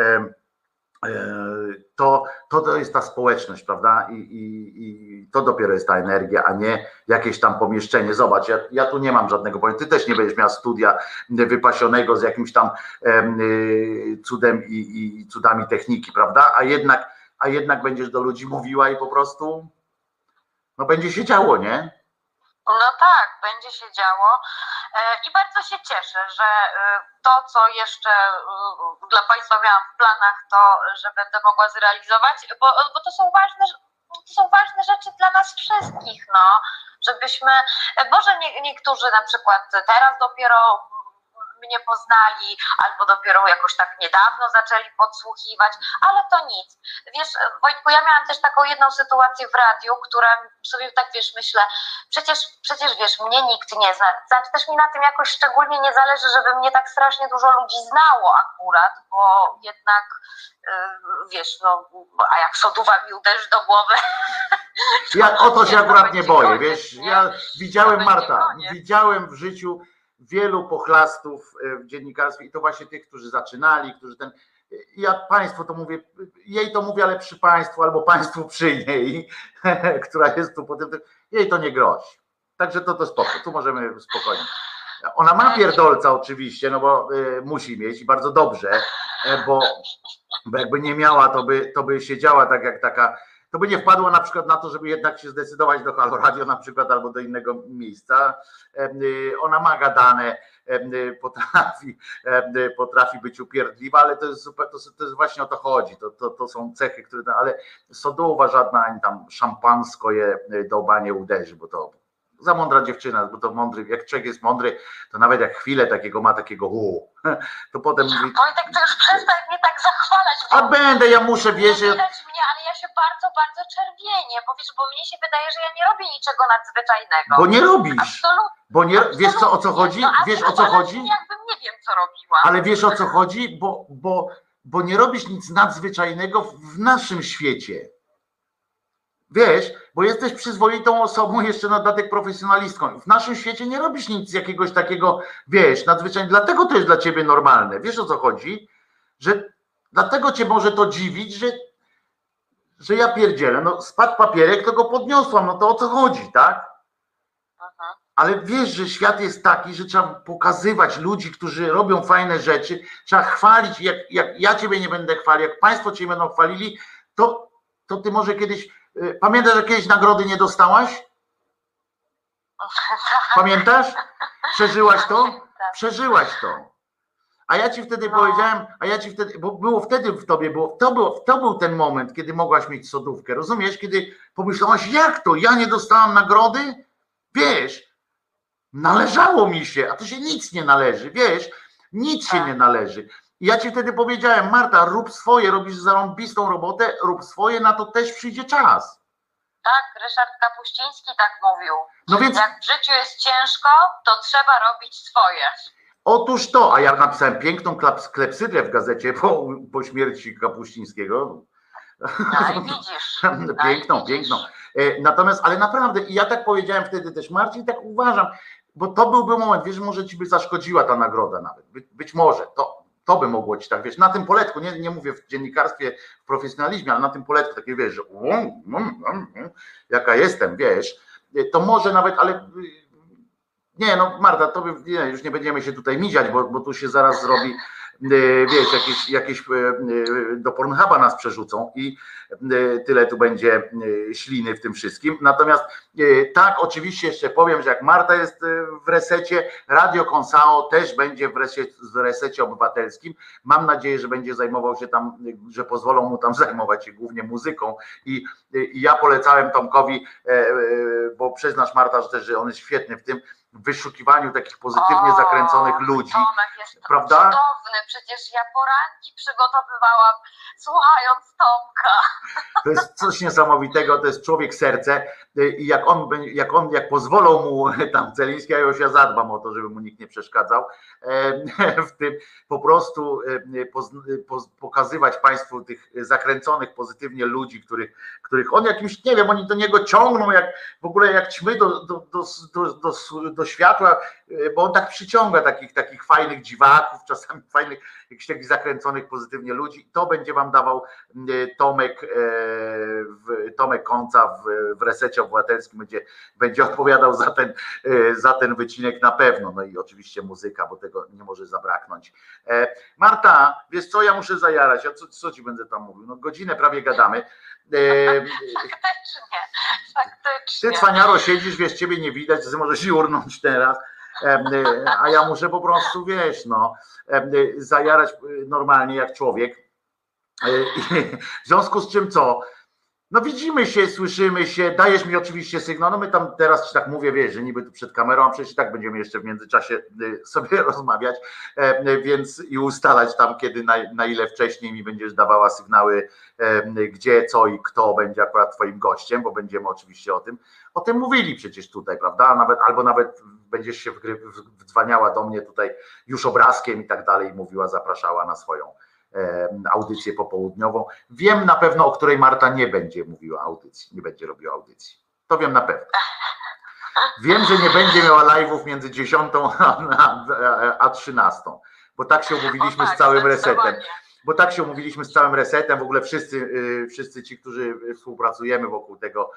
[SPEAKER 1] To, to, to jest ta społeczność, prawda? I, i, I to dopiero jest ta energia, a nie jakieś tam pomieszczenie. Zobacz, ja, ja tu nie mam żadnego pomysłu. Ty też nie będziesz miał studia wypasionego z jakimś tam um, cudem i, i cudami techniki, prawda? A jednak, a jednak będziesz do ludzi mówiła i po prostu no będzie się działo, nie?
[SPEAKER 2] No tak, będzie się działo i bardzo się cieszę, że to, co jeszcze dla Państwa miałam w planach, to, że będę mogła zrealizować, bo, bo to są ważne, to są ważne rzeczy dla nas wszystkich, no, żebyśmy, może nie, niektórzy na przykład teraz dopiero mnie poznali, albo dopiero jakoś tak niedawno zaczęli podsłuchiwać, ale to nic. Wiesz, Wojtku, ja miałam też taką jedną sytuację w radiu, która sobie tak, wiesz, myślę, przecież, przecież wiesz, mnie nikt nie zna, znaczy też mi na tym jakoś szczególnie nie zależy, żeby mnie tak strasznie dużo ludzi znało akurat, bo jednak, yy, wiesz, no, a jak soduwa mi uderzy do głowy.
[SPEAKER 1] Ja o to się akurat nie boję,
[SPEAKER 2] koniec,
[SPEAKER 1] wiesz,
[SPEAKER 2] nie?
[SPEAKER 1] ja widziałem, Marta,
[SPEAKER 2] koniec.
[SPEAKER 1] widziałem w życiu wielu pochlastów w dziennikarstwie i to właśnie tych, którzy zaczynali, którzy ten, ja Państwu to mówię, jej to mówię, ale przy Państwu albo Państwu przy niej, która jest tu potem, jej to nie grozi. Także to to spoko, tu możemy spokojnie. Ona ma pierdolca oczywiście, no bo y, musi mieć i bardzo dobrze, bo, bo jakby nie miała, to by, to by siedziała tak jak taka, to by nie wpadła na przykład na to, żeby jednak się zdecydować do Halo Radio na przykład albo do innego miejsca. Ona ma gadane, potrafi, potrafi być upierdliwa, ale to jest, super, to, to jest właśnie o to chodzi. To, to, to są cechy, które, ale sodowa żadna ani tam szampansko je do łba nie uderzy, bo to za mądra dziewczyna, bo to mądry, jak człowiek jest mądry, to nawet jak chwilę takiego ma, takiego hu, to potem mówi...
[SPEAKER 2] Wojtek, to już przestań mnie tak zachwalać.
[SPEAKER 1] A będę, ja muszę, wiesz...
[SPEAKER 2] Nie widać mnie, ale ja się bardzo, bardzo czerwienię, bo wiesz, bo mnie się wydaje, że ja nie robię niczego nadzwyczajnego.
[SPEAKER 1] Bo nie robisz.
[SPEAKER 2] Absolutnie.
[SPEAKER 1] Bo nie, wiesz co, o co chodzi?
[SPEAKER 2] No,
[SPEAKER 1] Wiesz o co chodzi?
[SPEAKER 2] Jakbym nie wiem, co robiłam.
[SPEAKER 1] Ale wiesz o co chodzi? Bo, bo, bo nie robisz nic nadzwyczajnego w naszym świecie. Wiesz, bo jesteś przyzwoitą osobą, jeszcze na dodatek profesjonalistką. W naszym świecie nie robisz nic jakiegoś takiego, wiesz, nadzwyczajnego. Dlatego to jest dla ciebie normalne. Wiesz o co chodzi? Że dlatego cię może to dziwić, że, że ja pierdzielę. No spadł papierek, to go podniosłam. No to o co chodzi, tak?
[SPEAKER 2] Aha.
[SPEAKER 1] Ale wiesz, że świat jest taki, że trzeba pokazywać ludzi, którzy robią fajne rzeczy. Trzeba chwalić. Jak, jak ja ciebie nie będę chwalił, jak państwo cię będą chwalili, to, to ty może kiedyś... Pamiętasz, że kiedyś nagrody nie dostałaś? Pamiętasz? Przeżyłaś to? Przeżyłaś to. A ja ci wtedy
[SPEAKER 2] no.
[SPEAKER 1] powiedziałem, a ja ci wtedy, bo było wtedy w tobie, było, to, było, to był ten moment, kiedy mogłaś mieć sodówkę, rozumiesz? Kiedy pomyślałaś, jak to? Ja nie dostałam nagrody? Wiesz, należało mi się, a to się nic nie należy, wiesz? Nic się nie należy. I ja ci wtedy powiedziałem, Marta, rób swoje, robisz zarąbistą robotę, rób swoje, na to też przyjdzie czas.
[SPEAKER 2] Tak, Ryszard Kapuściński tak mówił.
[SPEAKER 1] No więc...
[SPEAKER 2] Jak w życiu jest ciężko, to trzeba robić swoje.
[SPEAKER 1] Otóż to, a ja napisałem piękną klepsydrę w gazecie po, po śmierci Kapuścińskiego.
[SPEAKER 2] No i widzisz.
[SPEAKER 1] Piękną,
[SPEAKER 2] no i widzisz.
[SPEAKER 1] piękną. Natomiast, ale naprawdę, i ja tak powiedziałem wtedy też, Marcin, tak uważam, bo to byłby moment, wiesz, może ci by zaszkodziła ta nagroda nawet, By, być może, to To by mogło ci tak, wiesz, na tym poletku, nie, nie mówię w dziennikarstwie, w profesjonalizmie, ale na tym poletku takie, wiesz, że um, um, um, jaka jestem, wiesz, to może nawet, ale nie, no Marta, to by, nie, już nie będziemy się tutaj miziać, bo, bo tu się zaraz zrobi, wiesz, jakieś, jakieś do Pornhuba nas przerzucą i tyle tu będzie śliny w tym wszystkim. Natomiast tak, oczywiście jeszcze powiem, że jak Marta jest w resecie, Radio Konsao też będzie w resecie, w resecie obywatelskim. Mam nadzieję, że będzie zajmował się tam, że pozwolą mu tam zajmować się głównie muzyką i, i ja polecałem Tomkowi, bo przyznasz, Marta, że też, że on jest świetny w tym, w wyszukiwaniu takich pozytywnie
[SPEAKER 2] o,
[SPEAKER 1] zakręconych ludzi,
[SPEAKER 2] Tomek jest
[SPEAKER 1] prawda?
[SPEAKER 2] cudowny, przecież ja poranki przygotowywałam słuchając Tomka.
[SPEAKER 1] To jest coś niesamowitego, to jest człowiek serce i jak on, jak on, jak pozwolą mu tam Celiński, ja już ja zadbam o to, żeby mu nikt nie przeszkadzał, w tym po prostu pokazywać Państwu tych zakręconych pozytywnie ludzi, których, których on jakimś, nie wiem, oni do niego ciągną, jak w ogóle jak ćmy do, do, do, do, do, do światła, bo on tak przyciąga takich, takich fajnych dziwaków, czasami fajnych, jakichś takich zakręconych pozytywnie ludzi. To będzie wam dawał Tomek, Tomek Końca w, w resecie obywatelskim, będzie, będzie odpowiadał za ten, za ten wycinek na pewno. No i oczywiście muzyka, bo tego nie może zabraknąć. Marta, wiesz co, ja muszę zajarać, ja co, co ci będę tam mówił? No godzinę prawie gadamy.
[SPEAKER 2] Faktycznie, faktycznie.
[SPEAKER 1] Ty, cwaniaro, siedzisz, wiesz, ciebie nie widać, ty możesz jurnąć teraz, a ja muszę po prostu, wiesz, no, zajarać normalnie jak człowiek. W związku z czym co? No widzimy się, słyszymy się, dajesz mi oczywiście sygnał, no my tam teraz ci tak mówię, wiesz, że niby tu przed kamerą, a przecież i tak będziemy jeszcze w międzyczasie sobie rozmawiać, więc i ustalać tam, kiedy, na, na ile wcześniej mi będziesz dawała sygnały, gdzie, co i kto będzie akurat twoim gościem, bo będziemy oczywiście o tym, o tym mówili przecież tutaj, prawda, nawet, albo nawet będziesz się wdzwaniała do mnie tutaj już obrazkiem i tak dalej, mówiła, zapraszała na swoją audycję popołudniową. Wiem na pewno, o której Marta nie będzie mówiła audycji, nie będzie robiła audycji. To wiem na pewno. Wiem, że nie będzie miała live'ów między dziesiątą a trzynastą, bo tak się umówiliśmy z całym resetem. Bo tak się umówiliśmy z całym resetem, w ogóle wszyscy, wszyscy ci, którzy współpracujemy wokół tego,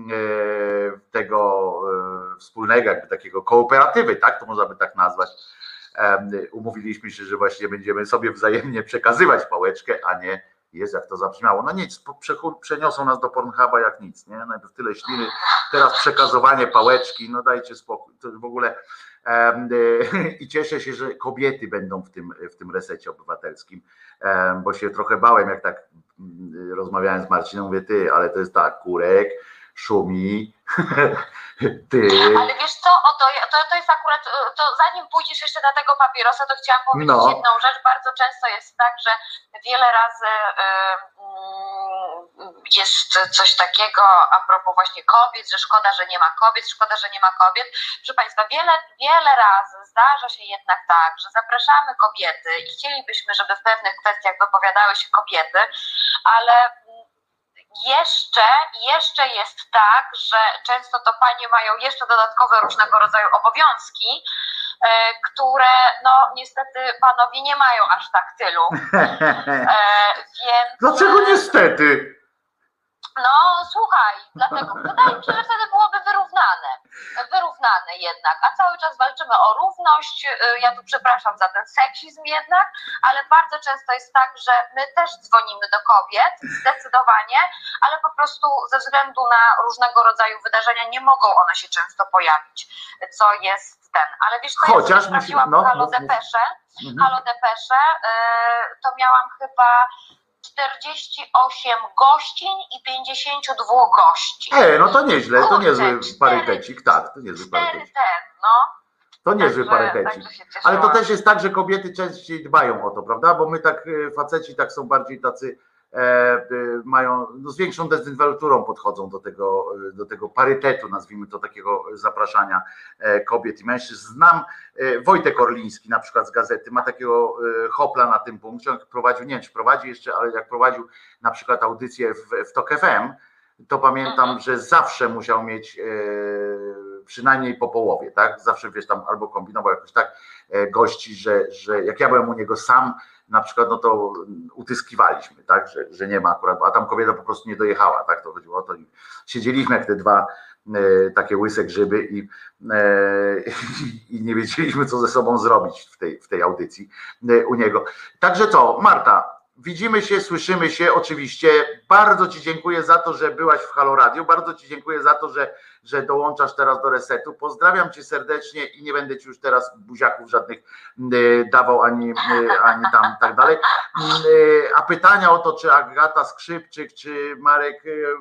[SPEAKER 1] tego wspólnego, jakby takiego kooperatywy, tak? To można by tak nazwać. Umówiliśmy się, że właśnie będziemy sobie wzajemnie przekazywać pałeczkę, a nie, jest jak to zabrzmiało. No nic, przeniosą nas do Pornhuba jak nic, nie? Najpierw tyle śliny, teraz przekazowanie pałeczki, no dajcie spokój. To w ogóle i cieszę się, że kobiety będą w tym, w tym resecie obywatelskim, bo się trochę bałem, jak tak rozmawiałem z Marcinem, mówię, ty, ale to jest tak, kurek, szumi, ty.
[SPEAKER 2] Ale wiesz co, o to, to, to jest akurat, to zanim pójdziesz jeszcze na tego papierosa, to chciałam powiedzieć no. jedną rzecz. Bardzo często jest tak, że wiele razy y, jest coś takiego a propos właśnie kobiet, że szkoda, że nie ma kobiet, szkoda, że nie ma kobiet. Proszę Państwa, wiele, wiele razy zdarza się jednak tak, że zapraszamy kobiety i chcielibyśmy, żeby w pewnych kwestiach wypowiadały się kobiety, ale Jeszcze, jeszcze jest tak, że często to panie mają jeszcze dodatkowe różnego rodzaju obowiązki, e, które no niestety panowie nie mają aż tak tylu. E, więc...
[SPEAKER 1] Dlaczego niestety?
[SPEAKER 2] No słuchaj, dlatego wydaje mi się, że wtedy byłoby wyrównane, wyrównane jednak, a cały czas walczymy o równość, ja tu przepraszam za ten seksizm jednak, ale bardzo często jest tak, że my też dzwonimy do kobiet, zdecydowanie, ale po prostu ze względu na różnego rodzaju wydarzenia nie mogą one się często pojawić, co jest ten, ale wiesz co, ja sobie sprawdziłam no, Halo Depesze, mhm. Halo Depesze, yy, to miałam chyba czterdzieści osiem gościń i pięćdziesiąt dwa gości.
[SPEAKER 1] E, no to nieźle, to niezły parytecik, tak, to niezły parytecik.
[SPEAKER 2] Ten, no.
[SPEAKER 1] To niezły parytecik. Ale to też jest tak, że kobiety częściej dbają o to, prawda? Bo my tak, faceci tak są bardziej tacy, e, e, mają, no z większą dezynwolturą podchodzą do tego, do tego parytetu, nazwijmy to, takiego zapraszania kobiet i mężczyzn. Znam e, Wojtek Orliński na przykład z gazety, ma takiego e, hopla na tym punkcie, on prowadził, nie wiem czy prowadzi jeszcze, ale jak prowadził na przykład audycję w, w Tok F M, to pamiętam, mhm. że zawsze musiał mieć e, przynajmniej po połowie, tak? Zawsze wiesz tam albo kombinował jakoś tak e, gości, że, że jak ja byłem u niego sam na przykład, no to utyskiwaliśmy, tak? Że, że nie ma akurat, a tam kobieta po prostu nie dojechała, tak? To chodziło o to i siedzieliśmy jak te dwa e, takie łyse grzyby i, e, i nie wiedzieliśmy co ze sobą zrobić w tej, w tej audycji e, u niego. Także co, Marta, widzimy się, słyszymy się oczywiście. Bardzo Ci dziękuję za to, że byłaś w Halo Radio. Bardzo Ci dziękuję za to, że, że dołączasz teraz do resetu. Pozdrawiam Cię serdecznie i nie będę Ci już teraz buziaków żadnych dawał ani, ani tam tak dalej. A pytania o to, czy Agata Skrzypczyk, czy Marek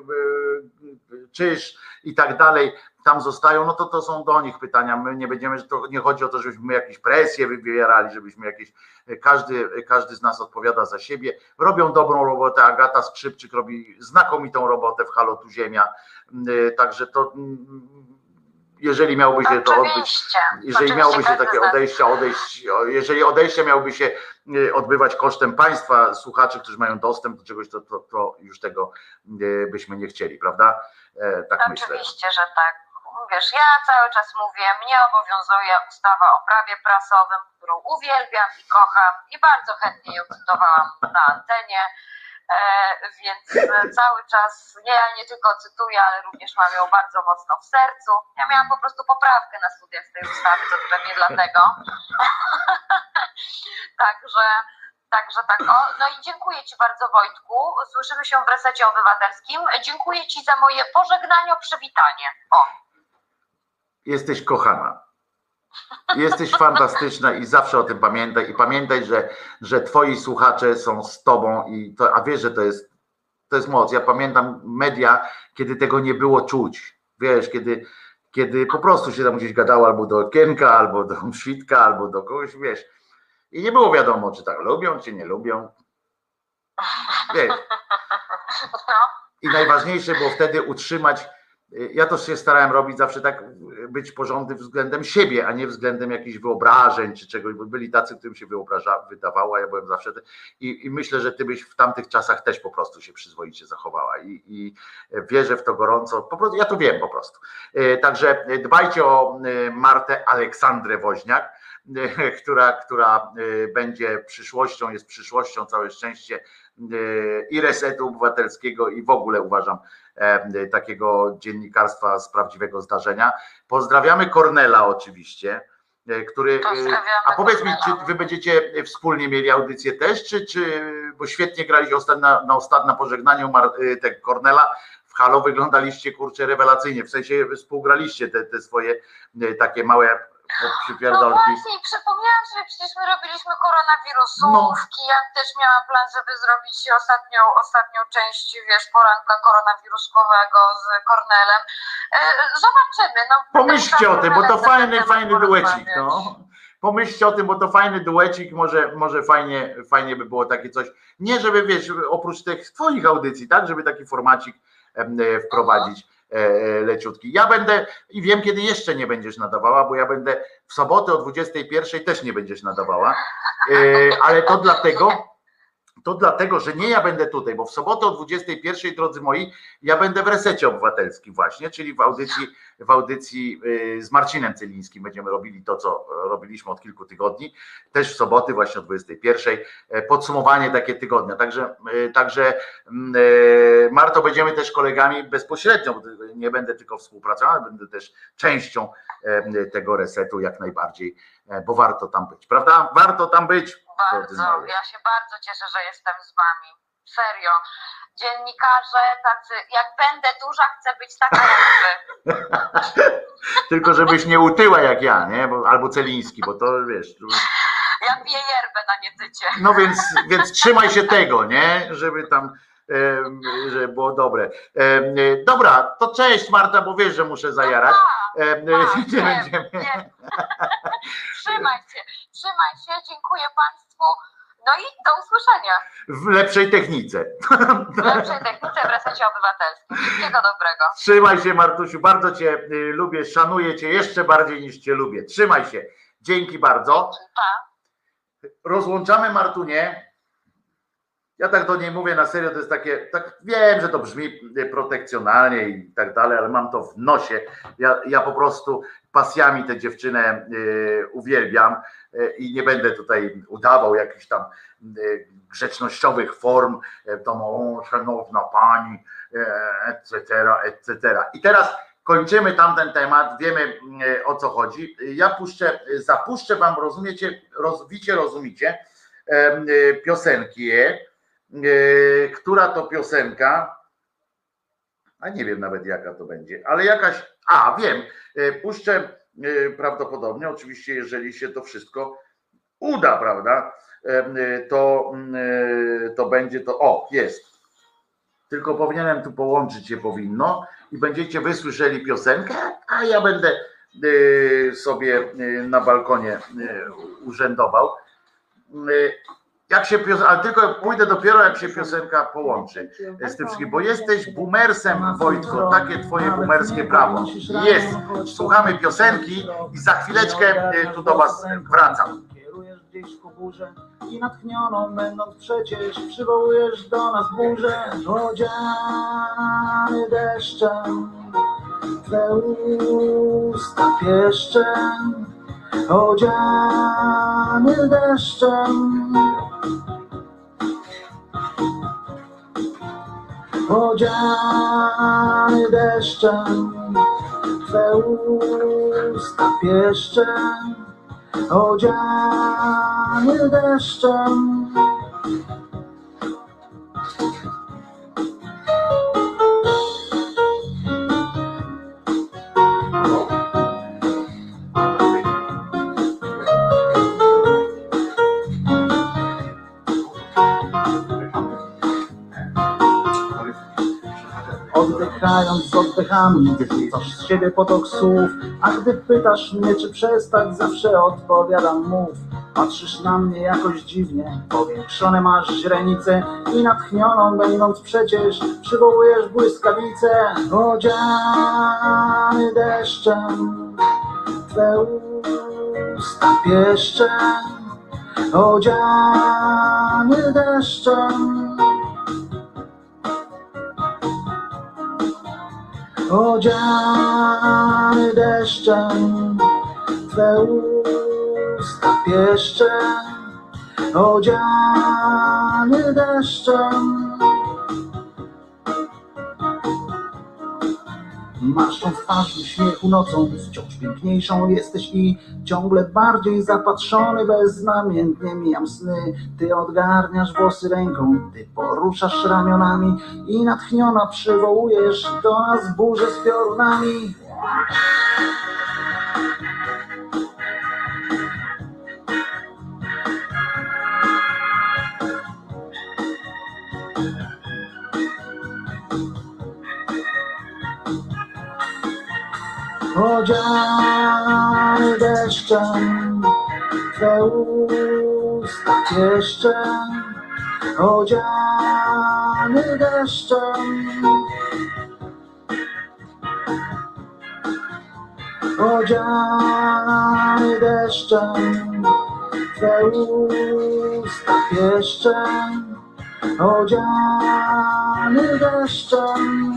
[SPEAKER 1] Czyż i tak dalej tam zostają, no to to są do nich pytania. My nie będziemy, to nie chodzi o to, żebyśmy jakieś presje wywierali, żebyśmy jakieś, każdy, każdy z nas odpowiada za siebie. Robią dobrą robotę, Agata Skrzypczyk robi znakomitą robotę w Halo Tu Ziemia, także to jeżeli miałoby się to odbyć, jeżeli miałoby się takie odejścia, odejść, jeżeli odejście miałoby się odbywać kosztem państwa, słuchaczy, którzy mają dostęp do czegoś, to, to, to już tego byśmy nie chcieli, prawda? Tak
[SPEAKER 2] Oczywiście,
[SPEAKER 1] myślę.
[SPEAKER 2] że tak. Wiesz, ja cały czas mówię, mnie obowiązuje ustawa o prawie prasowym, którą uwielbiam i kocham i bardzo chętnie ją cytowałam na antenie, e, więc cały czas, ja nie tylko cytuję, ale również mam ją bardzo mocno w sercu. Ja miałam po prostu poprawkę na studiach z tej ustawy, to pewnie dlatego. Także Także tak, o, no i dziękuję Ci bardzo, Wojtku. Słyszymy się w resecie obywatelskim. Dziękuję Ci za moje pożegnanie, przywitanie. O.
[SPEAKER 1] Jesteś kochana. Jesteś fantastyczna i zawsze o tym pamiętaj. I pamiętaj, że, że Twoi słuchacze są z Tobą, i to, a wiesz, że to jest To jest moc. Ja pamiętam media, kiedy tego nie było czuć. Wiesz, kiedy, kiedy po prostu się tam gdzieś gadało albo do okienka, albo do świtka, albo do kogoś, wiesz. I nie było wiadomo, czy tak lubią, czy nie lubią. Wiesz. I najważniejsze było wtedy utrzymać, ja to się starałem robić zawsze tak, być porządny względem siebie, a nie względem jakichś wyobrażeń czy czegoś, bo byli tacy, którym się wyobraża, wydawało, ja byłem zawsze i, i myślę, że ty byś w tamtych czasach też po prostu się przyzwoicie zachowała i, i wierzę w to gorąco, po prostu, ja to wiem po prostu. Także dbajcie o Martę Aleksandrę Woźniak, która, która będzie przyszłością, jest przyszłością, całe szczęście i Resetu Obywatelskiego i w ogóle uważam takiego dziennikarstwa z prawdziwego zdarzenia. Pozdrawiamy Kornela oczywiście, który, a powiedz mi, czy wy będziecie wspólnie mieli audycję też, czy, czy bo świetnie graliście ostatnio na, na, na pożegnaniu Mar, tego Kornela w Halo, wyglądaliście kurczę rewelacyjnie, w sensie współgraliście te, te swoje takie małe
[SPEAKER 2] No właśnie, przypomniałam sobie, przecież my robiliśmy koronawirusówki, no. Ja też miałam plan, żeby zrobić ostatnią, ostatnią część, wiesz, poranka koronawiruskowego z Kornelem. Zobaczymy. No,
[SPEAKER 1] pomyślcie o tym, bo to fajny, fajny duecik, no. Pomyślcie o tym, bo to fajny duecik, może, może fajnie, fajnie by było takie coś, nie żeby, wiesz, oprócz tych twoich audycji, tak, żeby taki formacik wprowadzić. Mhm. Leciutki. Ja będę i wiem, kiedy jeszcze nie będziesz nadawała, bo ja będę w sobotę o dwudziestej pierwszej też nie będziesz nadawała, ale to dlatego, to dlatego, że nie ja będę tutaj, bo w sobotę o dwudziestej pierwszej, drodzy moi, ja będę w Resecie Obywatelskim właśnie, czyli w audycji, w audycji z Marcinem Celińskim będziemy robili to, co robiliśmy od kilku tygodni, też w soboty właśnie o dwudziestej pierwszej, podsumowanie takie tygodnia, także, także Marto, będziemy też kolegami bezpośrednio, nie będę tylko współpracował, ale będę też częścią tego Resetu jak najbardziej, bo warto tam być, prawda? Warto tam być.
[SPEAKER 2] Bardzo, ja się bardzo cieszę, że jestem z wami. Serio. Dziennikarze tacy, jak będę duża, chcę być taka jak wy.
[SPEAKER 1] Tylko żebyś nie utyła jak ja, nie? Bo, albo Celiński, bo to wiesz.
[SPEAKER 2] Ja piję yerbę na nietycie.
[SPEAKER 1] No więc, więc trzymaj się tego, nie? Żeby tam, żeby było dobre. Dobra, to cześć Marta, bo wiesz, że muszę zajarać.
[SPEAKER 2] No tak, tak, nie, będziemy... nie. Trzymaj się, trzymaj się, dziękuję Państwu. No i do usłyszenia.
[SPEAKER 1] W lepszej technice.
[SPEAKER 2] W lepszej technice w Resecie Obywatelskim. Wszystkiego dobrego.
[SPEAKER 1] Trzymaj się Martusiu, bardzo Cię lubię, szanuję Cię jeszcze bardziej niż Cię lubię. Trzymaj się. Dzięki bardzo.
[SPEAKER 2] Dzięki, pa.
[SPEAKER 1] Rozłączamy Martunię. Ja tak do niej mówię na serio, to jest takie, tak wiem, że to brzmi protekcjonalnie i tak dalej, ale mam to w nosie. Ja, ja po prostu pasjami tę dziewczynę y, uwielbiam y, i nie będę tutaj udawał jakichś tam y, grzecznościowych form, y, tam o, szanowna pani, y, et cetera, et cetera. I teraz kończymy tamten temat, wiemy y, o co chodzi. Ja puszczę, zapuszczę wam, rozumiecie, rozwicie, rozumicie, y, y, piosenki, Yy, która to piosenka, a nie wiem nawet jaka to będzie, ale jakaś, a wiem, yy, puszczę yy, prawdopodobnie, oczywiście jeżeli się to wszystko uda, prawda, yy, to, yy, to będzie to, o jest, tylko powinienem tu połączyć je powinno i będziecie wysłyszeli piosenkę, a ja będę yy, sobie yy, na balkonie yy, urzędował. Yy, Jak się piosenka, ale tylko pójdę dopiero jak się piosenka połączy z tym wszystkim, bo jesteś boomersem, Wojtko, takie twoje boomerskie prawo. Jest, słuchamy piosenki i za chwileczkę tu do was wracam.
[SPEAKER 3] Kierujesz gdzieś ku górze i natchnioną będąc przecież przywołujesz do nas burzę. Odziany deszczem, twe usta pieszczem, odziany deszczem. Odziany deszczem, twe usta pieszczem, odziany deszczem. oddychając z oddechami. Wyrzucasz z siebie potok słów, a gdy pytasz mnie, czy przestać, zawsze odpowiadam mów. Patrzysz na mnie jakoś dziwnie, powiększone masz źrenice i natchnioną będąc przecież przywołujesz błyskawice. Odziany deszczem, twe usta pieszcze, odziany deszczem, odziany deszczem, twe usta pieszcze, odziany deszczem. Masz tą twarz uśmiechu nocą, wciąż piękniejszą jesteś i ciągle bardziej zapatrzony, beznamiętnie mijam sny. Ty odgarniasz włosy ręką, ty poruszasz ramionami i natchniona przywołujesz do nas burzę z piorunami. Odziany deszczem, twe usta pieszczem, odziany deszczem, odziany deszczem, twe usta pieszczem, odziany deszczem.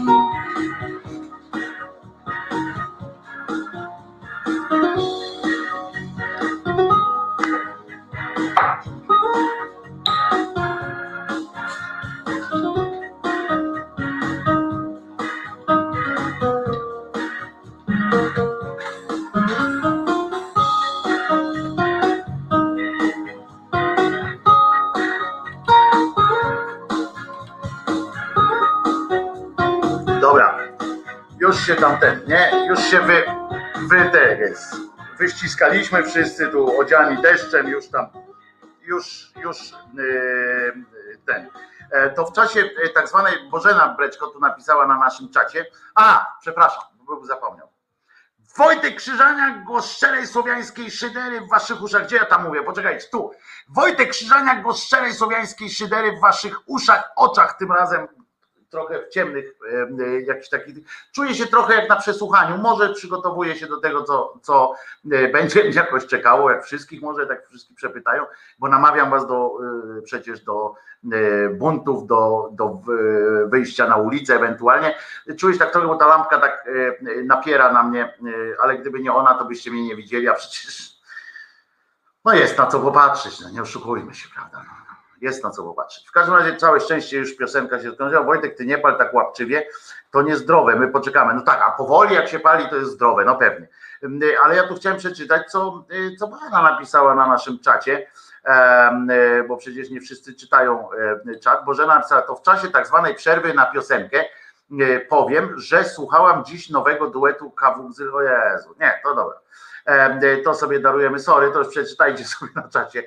[SPEAKER 1] Już się tam ten, nie? Już się wy, wy te jest. Wyściskaliśmy wszyscy tu odziani deszczem, już tam, już, już yy, ten. E, to w czasie e, tak zwanej, Bożena Breczko tu napisała na naszym czacie, a, przepraszam, bo zapomniał. Wojtek Krzyżaniak, głos szczerej słowiańskiej szydery w waszych uszach. Gdzie ja tam mówię? Poczekajcie, tu. Wojtek Krzyżaniak, głos szczerej słowiańskiej szydery w waszych uszach, oczach, tym razem trochę w ciemnych, e, jakiś taki, czuję się trochę jak na przesłuchaniu, może przygotowuję się do tego, co, co e, będzie jakoś czekało, jak wszystkich, może tak wszystkich przepytają, bo namawiam was do, e, przecież do e, buntów, do, do e, wyjścia na ulicę ewentualnie. Czuję się tak trochę, bo ta lampka tak e, napiera na mnie, e, ale gdyby nie ona, to byście mnie nie widzieli, a przecież no jest na co popatrzeć, no nie oszukujmy się, prawda, no. Jest na co popatrzeć. W każdym razie całe szczęście już piosenka się skończyła. Wojtek, ty nie pal tak łapczywie, to niezdrowe, my poczekamy. No tak, a powoli jak się pali, to jest zdrowe, no pewnie. Ale ja tu chciałem przeczytać, co, co Bożena napisała na naszym czacie, bo przecież nie wszyscy czytają czat. Bożena napisała, to w czasie tak zwanej przerwy na piosenkę powiem, że słuchałam dziś nowego duetu Kawuzy. O Jezu, nie, to dobra. To sobie darujemy, sorry, to już przeczytajcie sobie na czacie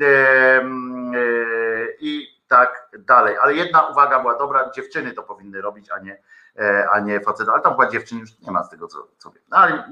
[SPEAKER 1] i tak dalej, ale jedna uwaga była dobra, dziewczyny to powinny robić, a nie, a nie facety, ale tam była dziewczyn, już nie ma z tego co, co wiem, no, ale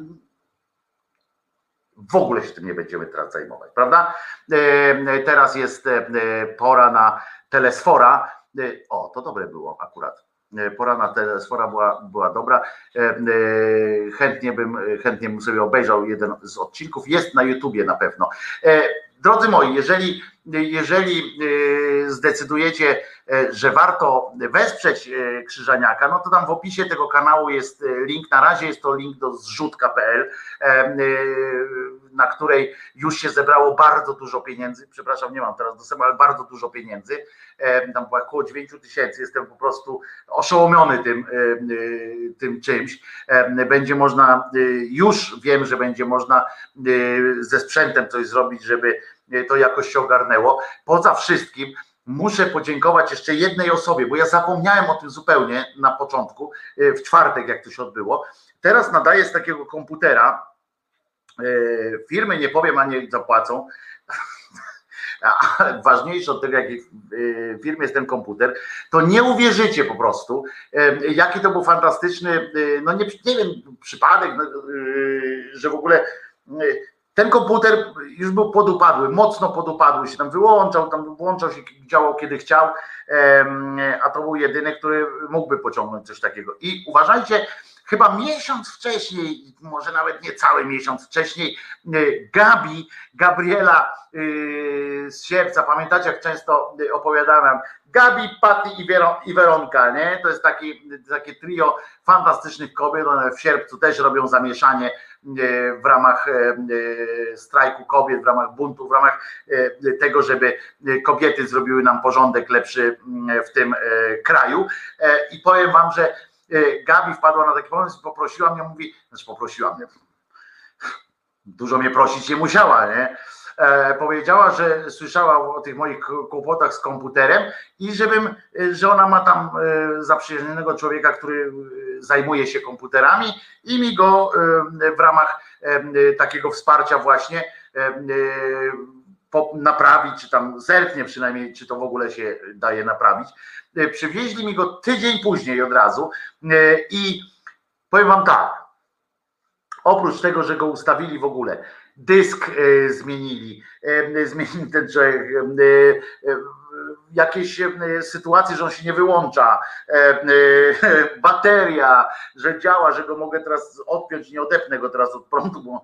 [SPEAKER 1] w ogóle się tym nie będziemy teraz zajmować, prawda? Teraz jest pora na Telesfora, o, to dobre było akurat. Pora na Telesfora była, była dobra. Chętnie bym, chętnie bym sobie obejrzał jeden z odcinków. Jest na YouTubie na pewno. Drodzy moi, jeżeli, jeżeli zdecydujecie, że warto wesprzeć Krzyżaniaka, no to tam w opisie tego kanału jest link. Na razie jest to link do zrzutka kropka p l, na której już się zebrało bardzo dużo pieniędzy. Przepraszam, nie mam teraz dostępu, ale bardzo dużo pieniędzy. Tam było około dziewięć tysięcy. Jestem po prostu oszołomiony tym, tym czymś. Będzie można, już wiem, że będzie można ze sprzętem coś zrobić, żeby to jakoś się ogarnęło. Poza wszystkim muszę podziękować jeszcze jednej osobie, bo ja zapomniałem o tym zupełnie na początku, w czwartek jak to się odbyło. Teraz nadaję z takiego komputera, firmy nie powiem, a nie zapłacą, ale ważniejsze od tego, jaki w firmie jest ten komputer, to nie uwierzycie po prostu, jaki to był fantastyczny, no nie, nie wiem, przypadek, no, że w ogóle ten komputer już był podupadły, mocno podupadły, się tam wyłączał, tam włączał się, działał kiedy chciał, a to był jedyny, który mógłby pociągnąć coś takiego. I uważajcie, chyba miesiąc wcześniej, może nawet nie cały miesiąc wcześniej, Gabi, Gabriela z Sierpca, pamiętacie, jak często opowiadałem, Gabi, Patty i, Wero, i Weronka, nie? To jest taki, takie trio fantastycznych kobiet, one w Sierpcu też robią zamieszanie w ramach strajku kobiet, w ramach buntu, w ramach tego, żeby kobiety zrobiły nam porządek lepszy w tym kraju. I powiem wam, że Gabi wpadła na taki pomysł, poprosiła mnie, mówi, znaczy poprosiła mnie, dużo mnie prosić nie musiała, nie? E, powiedziała, że słyszała o tych moich kłopotach z komputerem i żebym, że ona ma tam e, zaprzyjaźnionego człowieka, który zajmuje się komputerami i mi go e, w ramach e, takiego wsparcia właśnie e, po, naprawić, czy tam zerknie przynajmniej, czy to w ogóle się daje naprawić. E, przywieźli mi go tydzień później od razu e, i powiem wam tak, oprócz tego, że go ustawili w ogóle, dysk e, zmienili, e, zmienili ten człowiek, e, e, jakieś e, sytuacje, że on się nie wyłącza, e, e, bateria, że działa, że go mogę teraz odpiąć, nie odepnę go teraz od prądu, bo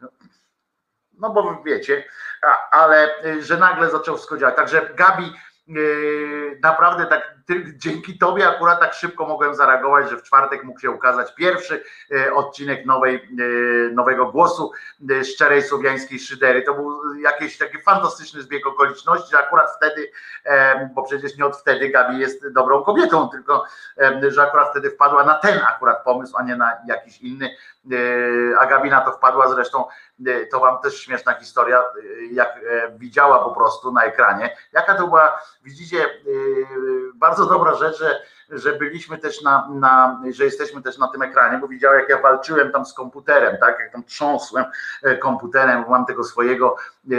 [SPEAKER 1] no bo wiecie, a, ale e, że nagle zaczął wszystko działać. Także Gabi, e, naprawdę tak ty, dzięki tobie akurat tak szybko mogłem zareagować, że w czwartek mógł się ukazać pierwszy e, odcinek nowej, e, nowego głosu e, szczerej słowiańskiej szydery. To był jakiś taki fantastyczny zbieg okoliczności, że akurat wtedy, e, bo przecież nie od wtedy Gabi jest dobrą kobietą, tylko e, że akurat wtedy wpadła na ten akurat pomysł, a nie na jakiś inny, e, a Gabi na to wpadła zresztą, e, to wam też śmieszna historia, e, jak e, widziała po prostu na ekranie, jaka to była, widzicie, e, bardzo Bardzo dobra rzecz, że, że byliśmy też na, na, że jesteśmy też na tym ekranie, bo widziała, jak ja walczyłem tam z komputerem, tak, jak tam trząsłem komputerem, bo mam tego swojego e, e,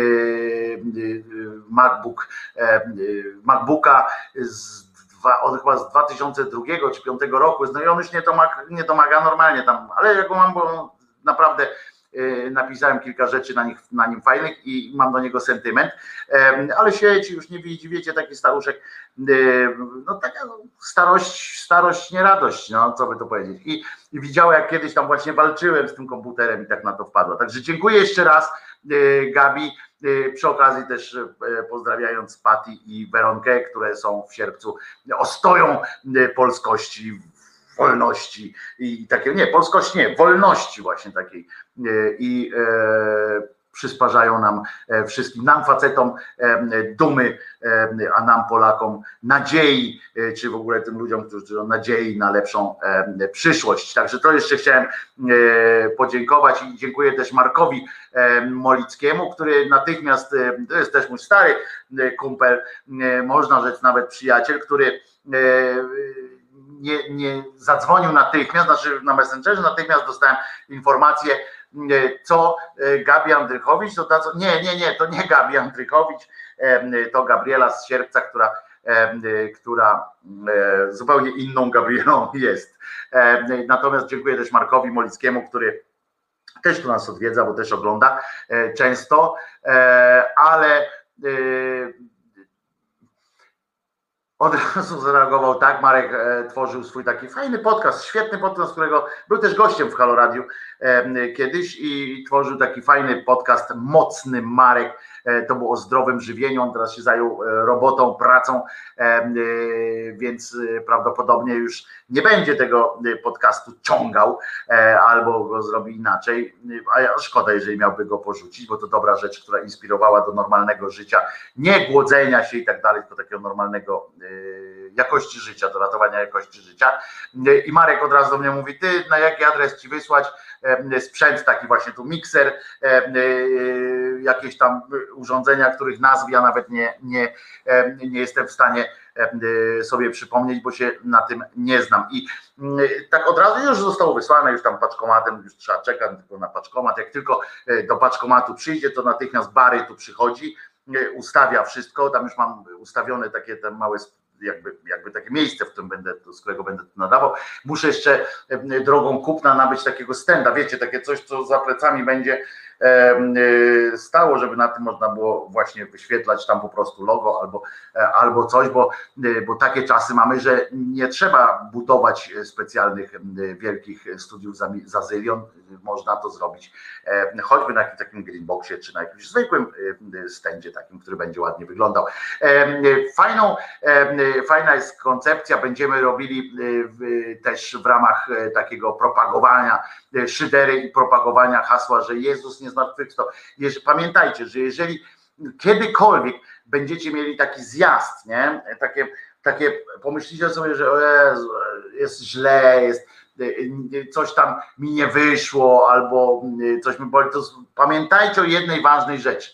[SPEAKER 1] MacBook, e, MacBooka z dwa, od chyba z dwa tysiące drugiego czy dwa tysiące piątego roku, no i on już nie domaga, nie domaga normalnie tam, ale ja go mam, bo naprawdę napisałem kilka rzeczy na, nich, na nim fajnych i mam do niego sentyment, ale sieci już nie widzi, wiecie, taki staruszek, no taka starość, starość, nie radość, no co by to powiedzieć. I, i widziała, jak kiedyś tam właśnie walczyłem z tym komputerem i tak na to wpadła. Także dziękuję jeszcze raz, Gabi, przy okazji też pozdrawiając Patty i Weronkę, które są w Sierpcu ostoją polskości, wolności i takiego, nie, polskości nie, wolności właśnie takiej i e, przysparzają nam e, wszystkim, nam facetom e, dumy, e, a nam Polakom nadziei, e, czy w ogóle tym ludziom, którzy mają nadziei na lepszą e, przyszłość. Także to jeszcze chciałem e, podziękować i dziękuję też Markowi e, Molickiemu, który natychmiast, e, to jest też mój stary e, kumpel, e, można rzec nawet przyjaciel, który e, Nie, nie zadzwonił natychmiast, znaczy na Messengerze, natychmiast dostałem informację, co Gabi Andrychowicz, to ta, co, nie, nie, nie, to nie Gabi Andrychowicz, to Gabriela z Sierpca, która, która zupełnie inną Gabrielą jest. Natomiast dziękuję też Markowi Molickiemu, który też tu nas odwiedza, bo też ogląda często, ale od razu zareagował tak, Marek e, tworzył swój taki fajny podcast, świetny podcast, którego był też gościem w Halo Radiu e, kiedyś i tworzył taki fajny podcast, Mocny Marek, e, to było o zdrowym żywieniu, on teraz się zajął e, robotą, pracą, e, e, więc e, prawdopodobnie już nie będzie tego podcastu ciągał, e, albo go zrobi inaczej, a ja, szkoda, jeżeli miałby go porzucić, bo to dobra rzecz, która inspirowała do normalnego życia, nie głodzenia się i tak dalej, tylko takiego normalnego jakości życia, do ratowania jakości życia. I Marek od razu do mnie mówi, ty na jaki adres ci wysłać sprzęt, taki właśnie tu mikser, jakieś tam urządzenia, których nazw ja nawet nie, nie, nie jestem w stanie sobie przypomnieć, bo się na tym nie znam. I tak od razu już zostało wysłane, już tam paczkomatem, już trzeba czekać tylko na paczkomat. Jak tylko do paczkomatu przyjdzie, to natychmiast Bary tu przychodzi ustawia wszystko, tam już mam ustawione takie te małe jakby, jakby takie miejsce, w którym będę, z którego będę to nadawał. Muszę jeszcze drogą kupna nabyć takiego stenda, wiecie, takie coś, co za plecami będzie stało, żeby na tym można było właśnie wyświetlać tam po prostu logo albo, albo coś, bo, bo takie czasy mamy, że nie trzeba budować specjalnych wielkich studiów za, za zylion, można to zrobić choćby na jakimś takim greenboxie, czy na jakimś zwykłym stędzie takim, który będzie ładnie wyglądał. Fajną, fajna jest koncepcja, będziemy robili też w ramach takiego propagowania szydery i propagowania hasła, że Jezus nie zmartwychwstał. Pamiętajcie, że jeżeli kiedykolwiek będziecie mieli taki zjazd, nie? Takie, takie pomyślicie sobie, że o Jezu, jest źle, jest coś tam mi nie wyszło, albo coś mi boli, to pamiętajcie o jednej ważnej rzeczy,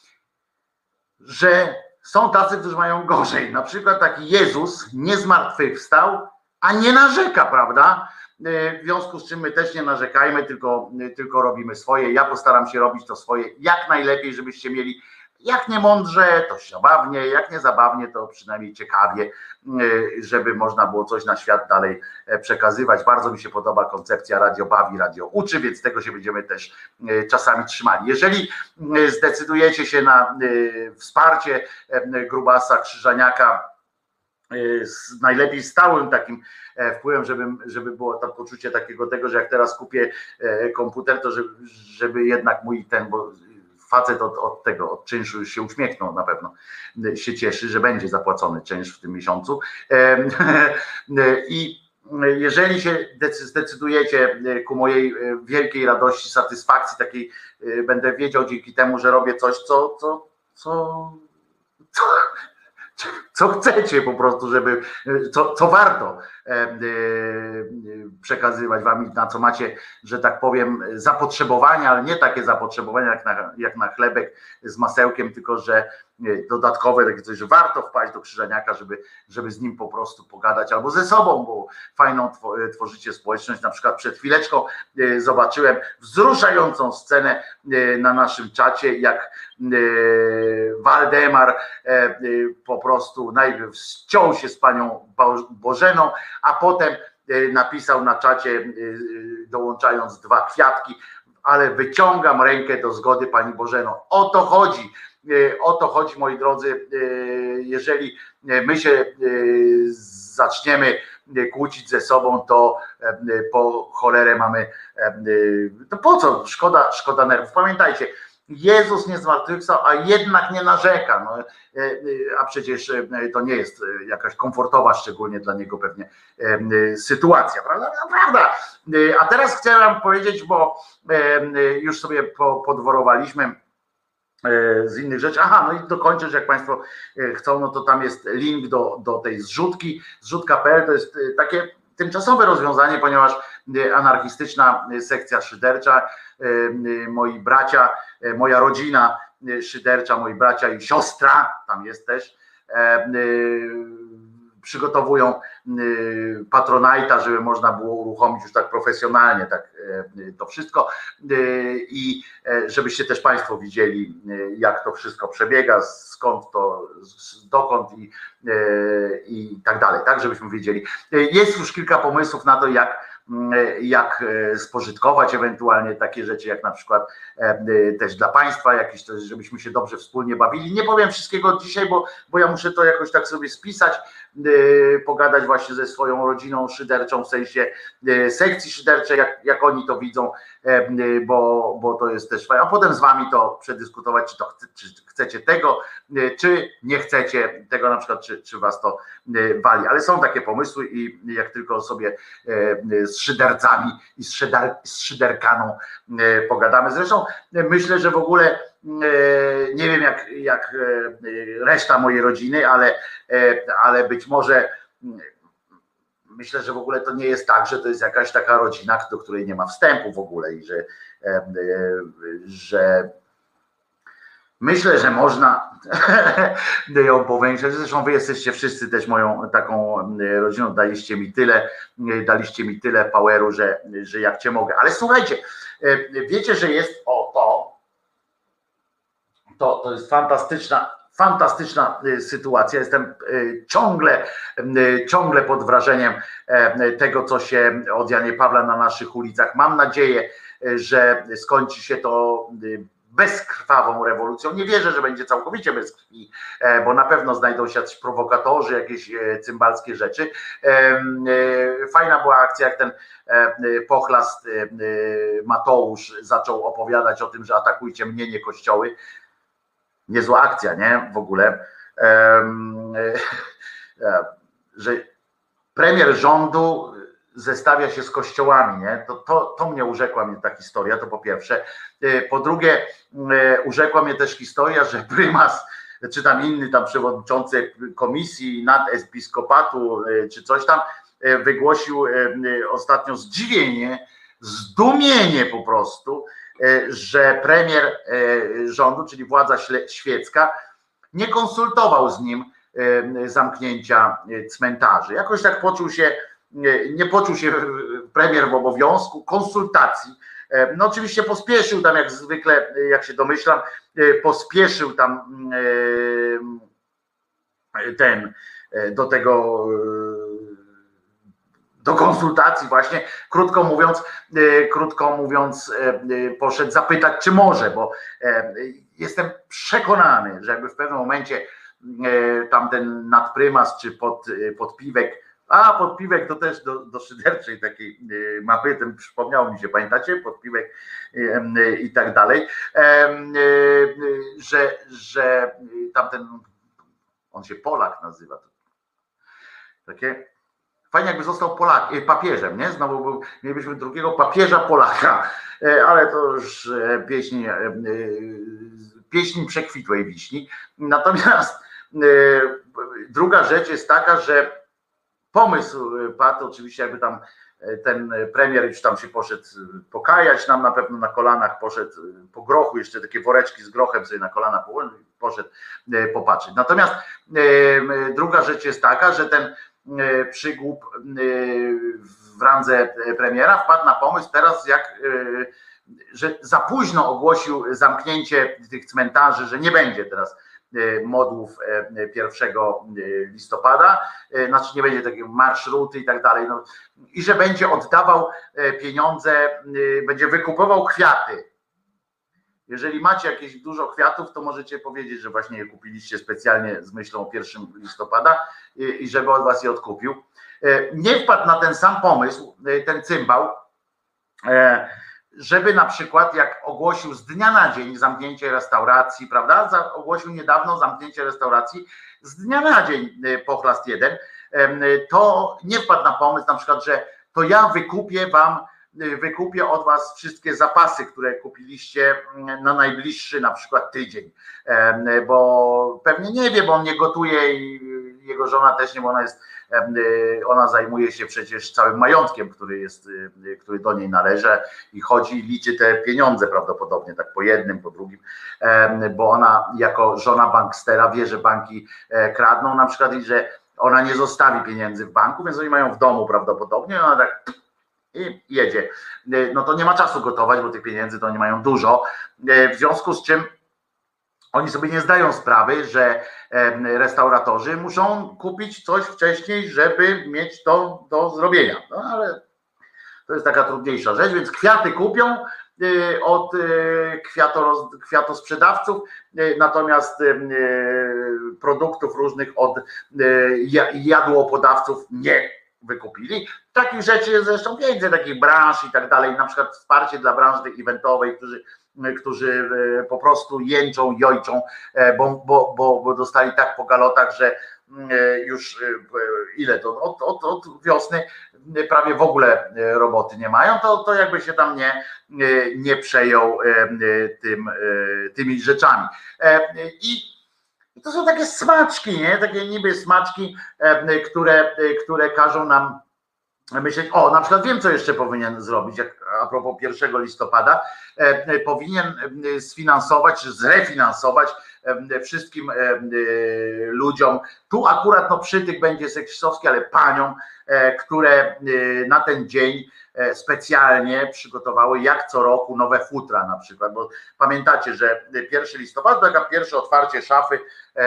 [SPEAKER 1] że są tacy, którzy mają gorzej. Na przykład taki Jezus nie zmartwychwstał, a nie narzeka, prawda? W związku z czym my też nie narzekajmy, tylko, tylko robimy swoje. Ja postaram się robić to swoje jak najlepiej, żebyście mieli jak nie mądrze, to zabawnie, jak nie zabawnie, to przynajmniej ciekawie, żeby można było coś na świat dalej przekazywać. Bardzo mi się podoba koncepcja radio bawi, radio uczy, więc tego się będziemy też czasami trzymali. Jeżeli zdecydujecie się na wsparcie Grubasa, Krzyżaniaka, z najlepiej stałym takim wpływem, żeby, żeby było to poczucie takiego tego, że jak teraz kupię komputer, to żeby, żeby jednak mój ten, bo facet od, od tego, od czynszu już się uśmiechnął, na pewno się cieszy, że będzie zapłacony czynsz w tym miesiącu. I jeżeli się zdecydujecie ku mojej wielkiej radości, satysfakcji takiej, będę wiedział dzięki temu, że robię coś, co, co, co, co co chcecie po prostu, żeby, co, co warto przekazywać wam, na co macie, że tak powiem, zapotrzebowania, ale nie takie zapotrzebowania jak na, jak na chlebek z masełkiem, tylko że dodatkowe takie coś, że warto wpaść do Krzyżaniaka, żeby, żeby z nim po prostu pogadać, albo ze sobą, bo fajną tworzycie społeczność. Na przykład przed chwileczką zobaczyłem wzruszającą scenę na naszym czacie, jak Waldemar po prostu najpierw ściął się z panią Bożeną, a potem napisał na czacie, dołączając dwa kwiatki, ale wyciągam rękę do zgody pani Bożeno. O to chodzi. O to chodzi, moi drodzy, jeżeli my się zaczniemy kłócić ze sobą, to po cholerę mamy, to po co? Szkoda, szkoda nerwów. Pamiętajcie, Jezus nie zmartwychwstał, a jednak nie narzeka. No, a przecież to nie jest jakaś komfortowa, szczególnie dla niego pewnie sytuacja, prawda? Prawda. A teraz chcę wam powiedzieć, bo już sobie podworowaliśmy z innych rzeczy. Aha, no i dokończę, że jak państwo chcą, no to tam jest link do, do tej zrzutki. Zrzutka kropka p l to jest takie tymczasowe rozwiązanie, ponieważ anarchistyczna sekcja szydercza, moi bracia, moja rodzina szydercza, moi bracia i siostra, tam jest też, przygotowują Patronite'a, żeby można było uruchomić już tak profesjonalnie tak to wszystko i żebyście też państwo widzieli, jak to wszystko przebiega, skąd to, dokąd i, i tak dalej, tak, żebyśmy wiedzieli. Jest już kilka pomysłów na to, jak jak spożytkować ewentualnie takie rzeczy, jak na przykład też dla państwa jakieś, żebyśmy się dobrze wspólnie bawili. Nie powiem wszystkiego dzisiaj, bo, bo ja muszę to jakoś tak sobie spisać, pogadać właśnie ze swoją rodziną szyderczą, w sensie sekcji szyderczej, jak, jak oni to widzą, bo, bo to jest też fajne, a potem z wami to przedyskutować, czy, to chce, czy chcecie tego, czy nie chcecie tego, na przykład, czy, czy was to wali, ale są takie pomysły i jak tylko sobie z szydercami i z, szyder, z szyderkaną pogadamy. Zresztą myślę, że w ogóle nie wiem jak, jak reszta mojej rodziny, ale, ale być może myślę, że w ogóle to nie jest tak, że to jest jakaś taka rodzina, do której nie ma wstępu w ogóle i że, że myślę, że można ją powiększyć. Zresztą wy jesteście wszyscy też moją taką rodziną, daliście mi tyle, daliście mi tyle poweru, że, że jak cię mogę. Ale słuchajcie, wiecie, że jest o to, To, to jest fantastyczna, fantastyczna sytuacja. Jestem ciągle, ciągle pod wrażeniem tego, co się od Janie Pawła na naszych ulicach. Mam nadzieję, że skończy się to bezkrwawą rewolucją. Nie wierzę, że będzie całkowicie bez krwi, bo na pewno znajdą się jacyś prowokatorzy, jakieś cymbalskie rzeczy. Fajna była akcja, jak ten pochlast Mateusz zaczął opowiadać o tym, że atakujcie mnie, nie kościoły. Niezła akcja, nie? W ogóle. Że premier rządu zestawia się z kościołami, nie? To, to, to mnie urzekła mnie ta historia, to po pierwsze. Po drugie, urzekła mnie też historia, że prymas, czy tam inny tam przewodniczący komisji nadepiskopatu, czy coś tam, wygłosił ostatnio zdziwienie, zdumienie po prostu, że premier rządu, czyli władza świecka, nie konsultował z nim zamknięcia cmentarzy. Jakoś tak poczuł się, nie poczuł się premier w obowiązku konsultacji. No oczywiście pospieszył tam, jak zwykle, jak się domyślam, pospieszył tam ten do tego, do konsultacji właśnie, krótko mówiąc, krótko mówiąc, poszedł zapytać, czy może, bo jestem przekonany, że jakby w pewnym momencie tamten nadprymas czy pod, podpiwek, a podpiwek to też do, do szyderczej takiej mapy, ten przypomniał mi się, pamiętacie, podpiwek i tak dalej, że, że tamten, on się Polak nazywa, takie fajnie jakby został Polak, papieżem, nie? Znowu był, mielibyśmy drugiego papieża Polaka, ale to już pieśń, pieśń przekwitłej wiśni. Natomiast druga rzecz jest taka, że pomysł padł, oczywiście jakby tam ten premier już tam się poszedł pokajać, nam na pewno na kolanach poszedł po grochu, jeszcze takie woreczki z grochem sobie na kolana położył, poszedł popatrzeć. Natomiast druga rzecz jest taka, że ten przygłup w randze premiera wpadł na pomysł teraz, jak, że za późno ogłosił zamknięcie tych cmentarzy, że nie będzie teraz modłów pierwszego listopada, znaczy nie będzie takiego marszruty i tak dalej, no, i że będzie oddawał pieniądze, będzie wykupował kwiaty. Jeżeli macie jakieś dużo kwiatów, to możecie powiedzieć, że właśnie je kupiliście specjalnie z myślą o pierwszego listopada i żeby od was je odkupił. Nie wpadł na ten sam pomysł ten cymbał, żeby na przykład jak ogłosił z dnia na dzień zamknięcie restauracji, prawda? Ogłosił niedawno zamknięcie restauracji z dnia na dzień pochlast jeden, to nie wpadł na pomysł na przykład, że to ja wykupię wam wykupię od was wszystkie zapasy, które kupiliście na najbliższy na przykład tydzień, bo pewnie nie wie, bo on nie gotuje i jego żona też nie, bo ona jest, ona zajmuje się przecież całym majątkiem, który jest, który do niej należy i chodzi, liczy te pieniądze prawdopodobnie tak po jednym, po drugim, bo ona jako żona bankstera wie, że banki kradną na przykład i że ona nie zostawi pieniędzy w banku, więc oni mają w domu prawdopodobnie, ona tak i jedzie. No to nie ma czasu gotować, bo tych pieniędzy to oni mają dużo, w związku z czym oni sobie nie zdają sprawy, że restauratorzy muszą kupić coś wcześniej, żeby mieć to do zrobienia. No ale to jest taka trudniejsza rzecz, więc kwiaty kupią od kwiatosprzedawców, natomiast produktów różnych od jadłopodawców nie wykupili. Takich rzeczy jest zresztą więcej, takich branż i tak dalej, na przykład wsparcie dla branży eventowej, którzy, którzy po prostu jęczą, jojczą, bo, bo, bo, bo dostali tak po galotach, że już ile to, od, od, od wiosny prawie w ogóle roboty nie mają, to, to jakby się tam nie, nie przejął tym, tymi rzeczami. I to są takie smaczki, nie? Takie niby smaczki, które, które każą nam myśleć, o, na przykład wiem, co jeszcze powinien zrobić, jak a propos pierwszego listopada, powinien sfinansować, czy zrefinansować wszystkim ludziom, tu akurat no przytyk będzie seksistowski, ale paniom które na ten dzień specjalnie przygotowały jak co roku nowe futra na przykład, bo pamiętacie, że pierwszego listopada to taka pierwsze otwarcie szafy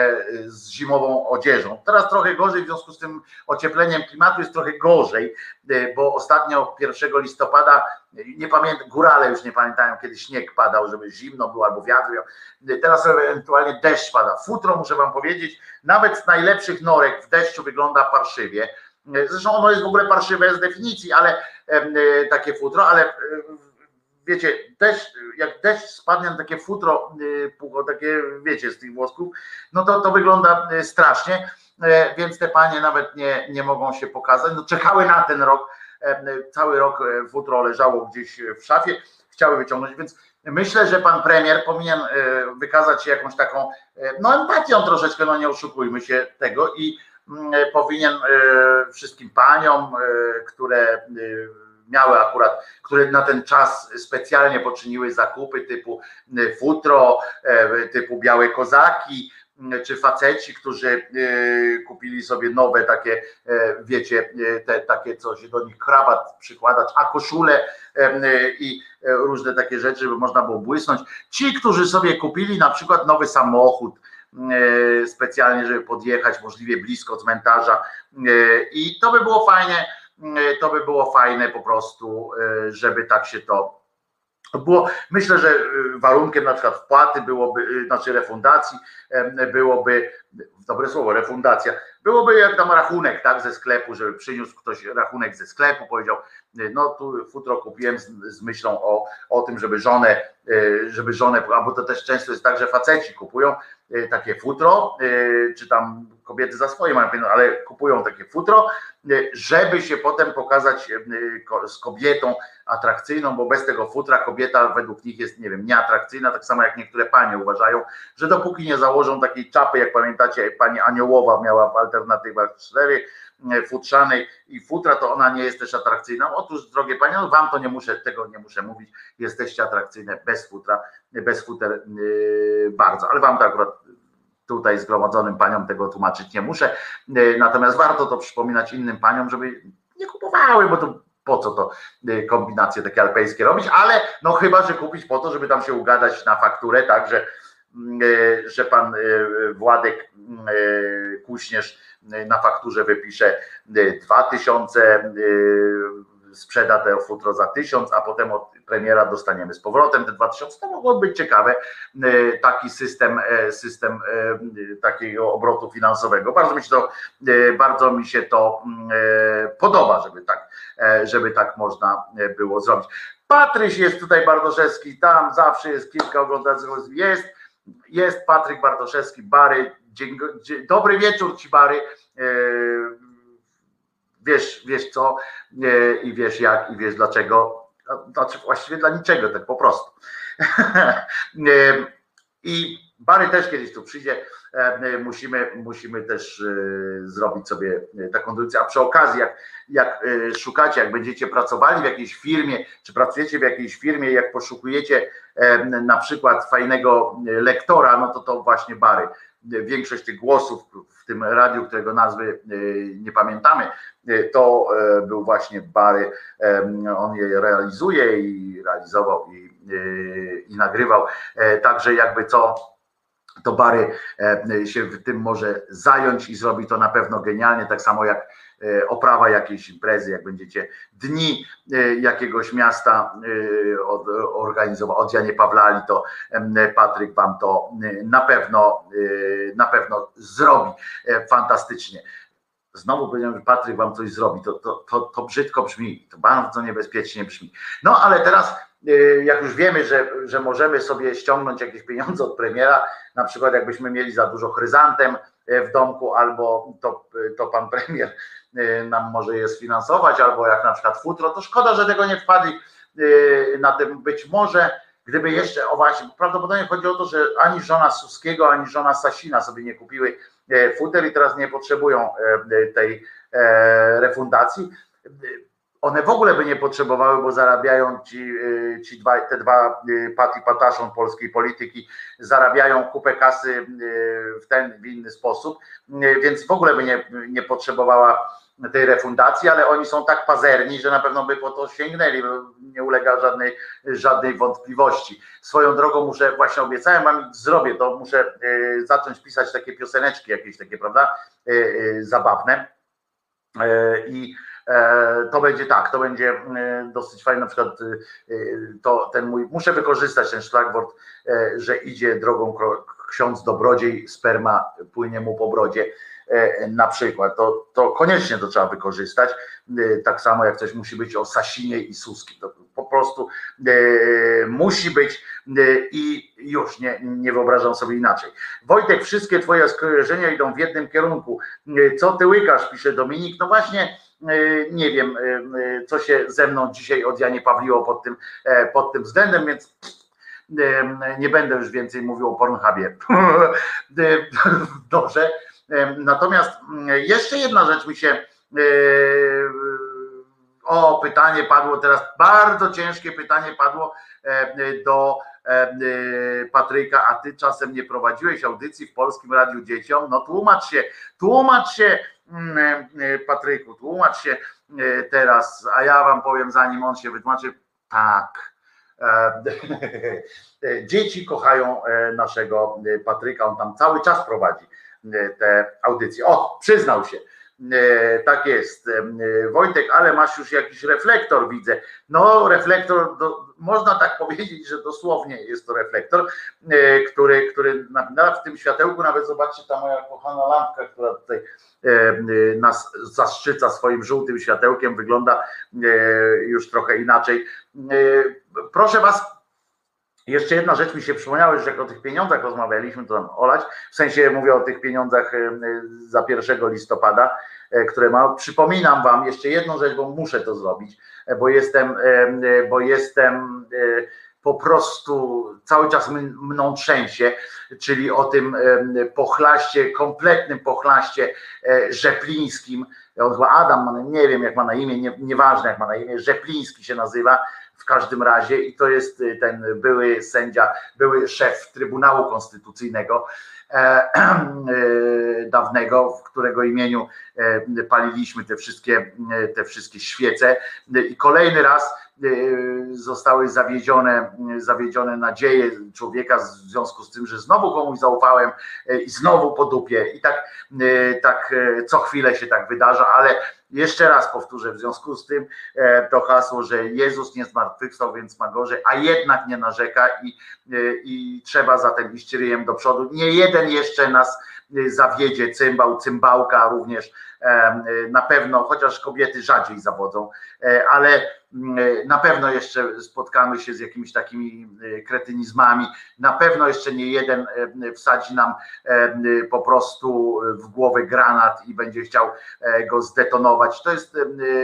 [SPEAKER 1] z zimową odzieżą. Teraz trochę gorzej, w związku z tym ociepleniem klimatu jest trochę gorzej, bo ostatnio pierwszego listopada, nie pamiętam, górale już nie pamiętają, kiedy śnieg padał, żeby zimno było albo wiatr miał. Teraz ewentualnie deszcz pada. Futro, muszę wam powiedzieć, nawet z najlepszych norek w deszczu wygląda parszywie. Zresztą ono jest w ogóle parszywe z definicji, ale takie futro, ale wiecie, deszcz, jak deszcz spadnie na takie futro, takie wiecie, z tych włosków, no to to wygląda strasznie, więc te panie nawet nie, nie mogą się pokazać. No czekały na ten rok, cały rok futro leżało gdzieś w szafie, chciały wyciągnąć, więc myślę, że pan premier powinien wykazać się jakąś taką, no empatią troszeczkę, no nie oszukujmy się tego, i powinien wszystkim paniom, które miały akurat, które na ten czas specjalnie poczyniły zakupy typu futro, typu białe kozaki, czy faceci, którzy kupili sobie nowe takie, wiecie, te, takie co się do nich krawat przykładać, a koszule i różne takie rzeczy, żeby można było błysnąć. Ci, którzy sobie kupili na przykład nowy samochód, specjalnie, żeby podjechać możliwie blisko cmentarza, i to by było fajnie, to by było fajne po prostu, żeby tak się to było. Myślę, że warunkiem na przykład wpłaty byłoby, znaczy refundacji, byłoby, dobre słowo, refundacja, byłoby jak tam rachunek, tak, ze sklepu, żeby przyniósł ktoś rachunek ze sklepu, powiedział, no tu futro kupiłem z, z myślą o, o tym, żeby żonę, żeby żonę, albo to też często jest tak, że faceci kupują takie futro, czy tam kobiety za swoje mają pieniądze, ale kupują takie futro, żeby się potem pokazać z kobietą atrakcyjną, bo bez tego futra kobieta według nich jest, nie wiem, nieatrakcyjna, tak samo jak niektóre panie uważają, że dopóki nie założą takiej czapy, jak pamiętacie, pani Aniołowa miała w alternatywach cztery, futrzanej i futra, to ona nie jest też atrakcyjna. Otóż, drogie panie, no wam to nie muszę, tego nie muszę mówić, jesteście atrakcyjne bez futra, bez futer yy, bardzo, ale wam to akurat tutaj zgromadzonym paniom tego tłumaczyć nie muszę, yy, natomiast warto to przypominać innym paniom, żeby nie kupowały, bo to po co to yy, kombinacje takie alpejskie robić, ale no chyba, że kupić po to, żeby tam się ugadać na fakturę, tak, że, yy, że pan yy, Władek yy, Kuśnierz na fakturze wypisze dwa tysiące, sprzeda te futro za tysiąc, a potem od premiera dostaniemy z powrotem te dwa tysiące. To mogło być ciekawe, taki system, system takiego obrotu finansowego. Bardzo mi się to, bardzo mi się to podoba, żeby tak, żeby tak można było zrobić. Patryś jest tutaj Bartoszewski, tam zawsze jest kilka oglądających, jest, jest Patryk Bartoszewski, Bary. Dzień, dzień, dobry wieczór ci, Bary. Wiesz, wiesz co i wiesz jak i wiesz dlaczego. Znaczy właściwie dla niczego, tak po prostu. I Bary też kiedyś tu przyjdzie. Musimy, musimy też zrobić sobie taką audycję. A przy okazji, jak, jak szukacie, jak będziecie pracowali w jakiejś firmie, czy pracujecie w jakiejś firmie, jak poszukujecie na przykład fajnego lektora, no to to właśnie Bary. Większość tych głosów w tym radiu, którego nazwy nie pamiętamy, to był właśnie Bary. On je realizuje i realizował i, i nagrywał. Także jakby co, to Bary się w tym może zająć i zrobi to na pewno genialnie, tak samo jak oprawa jakiejś imprezy, jak będziecie dni jakiegoś miasta organizował od Janie Pawlali, to Patryk wam to na pewno na pewno zrobi fantastycznie. Znowu powiedziałem, że Patryk wam coś zrobi, to, to, to, to brzydko brzmi, to bardzo niebezpiecznie brzmi. No ale teraz jak już wiemy, że, że możemy sobie ściągnąć jakieś pieniądze od premiera, na przykład jakbyśmy mieli za dużo chryzantem w domku, albo to, to pan premier nam może je sfinansować, albo jak na przykład futro, to szkoda, że tego nie wpadli na tym. Być może gdyby jeszcze, o właśnie, prawdopodobnie chodzi o to, że ani żona Suskiego, ani żona Sasina sobie nie kupiły futer i teraz nie potrzebują tej refundacji. one w ogóle by nie potrzebowały, bo zarabiają ci, ci dwa, te dwa Pati Pataszon polskiej polityki, zarabiają kupę kasy w ten, w inny sposób, więc w ogóle by nie, nie potrzebowała tej refundacji, ale oni są tak pazerni, że na pewno by po to sięgnęli, nie ulega żadnej, żadnej wątpliwości. Swoją drogą muszę, właśnie obiecałem wam, zrobię to, muszę zacząć pisać takie pioseneczki jakieś takie, prawda, zabawne i to będzie tak, to będzie dosyć fajne, na przykład to ten mój, muszę wykorzystać ten szlagwort, że idzie drogą ksiądz dobrodziej, sperma płynie mu po brodzie, na przykład, to, to koniecznie to trzeba wykorzystać, tak samo jak coś musi być o Sasinie i Suskim, to po prostu e, musi być e, i już nie, nie wyobrażam sobie inaczej. Wojtek, wszystkie twoje skojarzenia idą w jednym kierunku, e, co ty łykasz, pisze Dominik, no właśnie e, nie wiem, e, co się ze mną dzisiaj od Janie Pawliło pod tym, e, pod tym względem, więc e, nie będę już więcej mówił o Pornhubie. Dobrze. Natomiast jeszcze jedna rzecz mi się, o pytanie padło teraz, bardzo ciężkie pytanie padło do Patryka, a ty czasem nie prowadziłeś audycji w Polskim Radiu Dzieciom? No tłumacz się, tłumacz się Patryku, tłumacz się teraz, a ja wam powiem zanim on się wytłumaczy, tak. Dzieci kochają naszego Patryka, on tam cały czas prowadzi te audycje. O, przyznał się. Tak jest. Wojtek, ale masz już jakiś reflektor, widzę. No, reflektor, do, można tak powiedzieć, że dosłownie jest to reflektor, który, który w tym światełku, nawet zobaczcie, ta moja kochana lampka, która tutaj nas zaszczyca swoim żółtym światełkiem, wygląda już trochę inaczej. Proszę was, jeszcze jedna rzecz mi się przypomniała, że jak o tych pieniądzach rozmawialiśmy, to tam olać, w sensie mówię o tych pieniądzach za pierwszego listopada, które ma. Przypominam wam jeszcze jedną rzecz, bo muszę to zrobić, bo jestem, bo jestem po prostu cały czas mną trzęsie, czyli o tym pochlaście, kompletnym pochlaście Rzeplińskim. On chyba Adam, nie wiem jak ma na imię, nie, nieważne jak ma na imię, Rzepliński się nazywa. W każdym razie i to jest ten były sędzia, były szef Trybunału Konstytucyjnego e, e, dawnego, w którego imieniu e, paliliśmy te wszystkie, te wszystkie świece i kolejny raz e, zostały zawiedzione, zawiedzione nadzieje człowieka w związku z tym, że znowu komuś zaufałem e, i znowu po dupie i tak, e, tak e, co chwilę się tak wydarza, ale jeszcze raz powtórzę, w związku z tym to hasło, że Jezus nie zmartwychwstał, więc ma gorzej, a jednak nie narzeka i, i trzeba zatem iść ryjem do przodu. Nie jeden jeszcze nas zawiedzie, cymbał, cymbałka również na pewno, chociaż kobiety rzadziej zawodzą, ale na pewno jeszcze spotkamy się z jakimiś takimi kretynizmami, na pewno jeszcze nie jeden wsadzi nam po prostu w głowę granat i będzie chciał go zdetonować. To jest,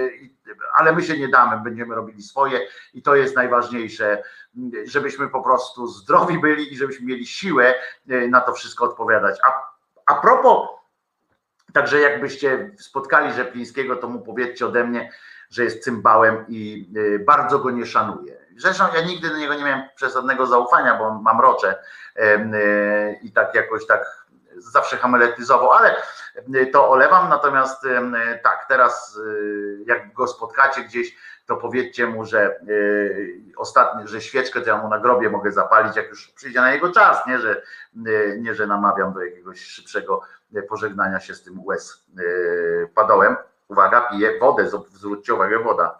[SPEAKER 1] ale my się nie damy, będziemy robili swoje i to jest najważniejsze, żebyśmy po prostu zdrowi byli i żebyśmy mieli siłę na to wszystko odpowiadać. A, a propos, także jakbyście spotkali Rzeplińskiego, to mu powiedzcie ode mnie, że jest cymbałem i bardzo go nie szanuję. Zresztą ja nigdy do niego nie miałem przesadnego zaufania, bo on ma mrocze i tak jakoś tak zawsze hameletyzował, ale to olewam. Natomiast tak, teraz jak go spotkacie gdzieś, to powiedzcie mu, że ostatni, że świeczkę to ja mu na grobie mogę zapalić, jak już przyjdzie na jego czas, nie, że, nie, że namawiam do jakiegoś szybszego pożegnania się z tym łez padołem. Uwaga, piję wodę, zwróćcie uwagę, woda.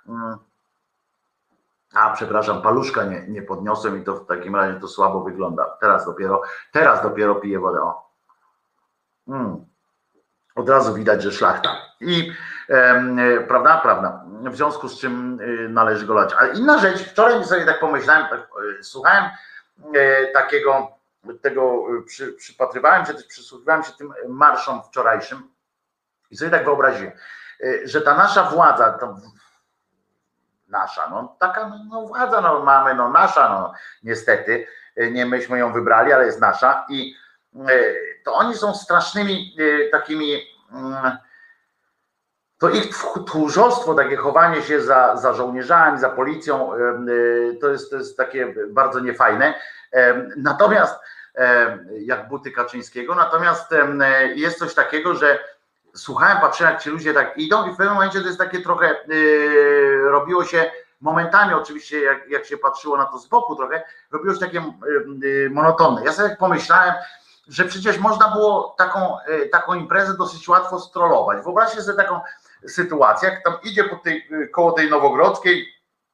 [SPEAKER 1] A, przepraszam, paluszka nie, nie podniosłem i to w takim razie to słabo wygląda. Teraz dopiero, teraz dopiero piję wodę. O. Mm. Od razu widać, że szlachta. I e, prawda, prawda. W związku z czym e, należy go lać. Ale inna rzecz, wczoraj sobie tak pomyślałem, tak, e, słuchałem e, takiego, tego przy, przypatrywałem się, też przysłuchiwałem się tym marszom wczorajszym i sobie tak wyobraziłem, e, że ta nasza władza, to nasza, no taka no, władza no, mamy, no nasza, no niestety, nie myśmy ją wybrali, ale jest nasza i to oni są strasznymi takimi to ich tchórzostwo, takie chowanie się za, za żołnierzami, za policją, to jest, to jest takie bardzo niefajne. Natomiast jak buty Kaczyńskiego, natomiast jest coś takiego, że słuchałem, patrzyłem, jak ci ludzie tak idą i w pewnym momencie to jest takie trochę, robiło się momentami oczywiście, jak, jak się patrzyło na to z boku trochę, robiło się takie monotonne. Ja sobie pomyślałem, że przecież można było taką, taką imprezę dosyć łatwo strollować. Wyobraźcie sobie taką sytuację, jak tam idzie po tej, koło tej Nowogrodzkiej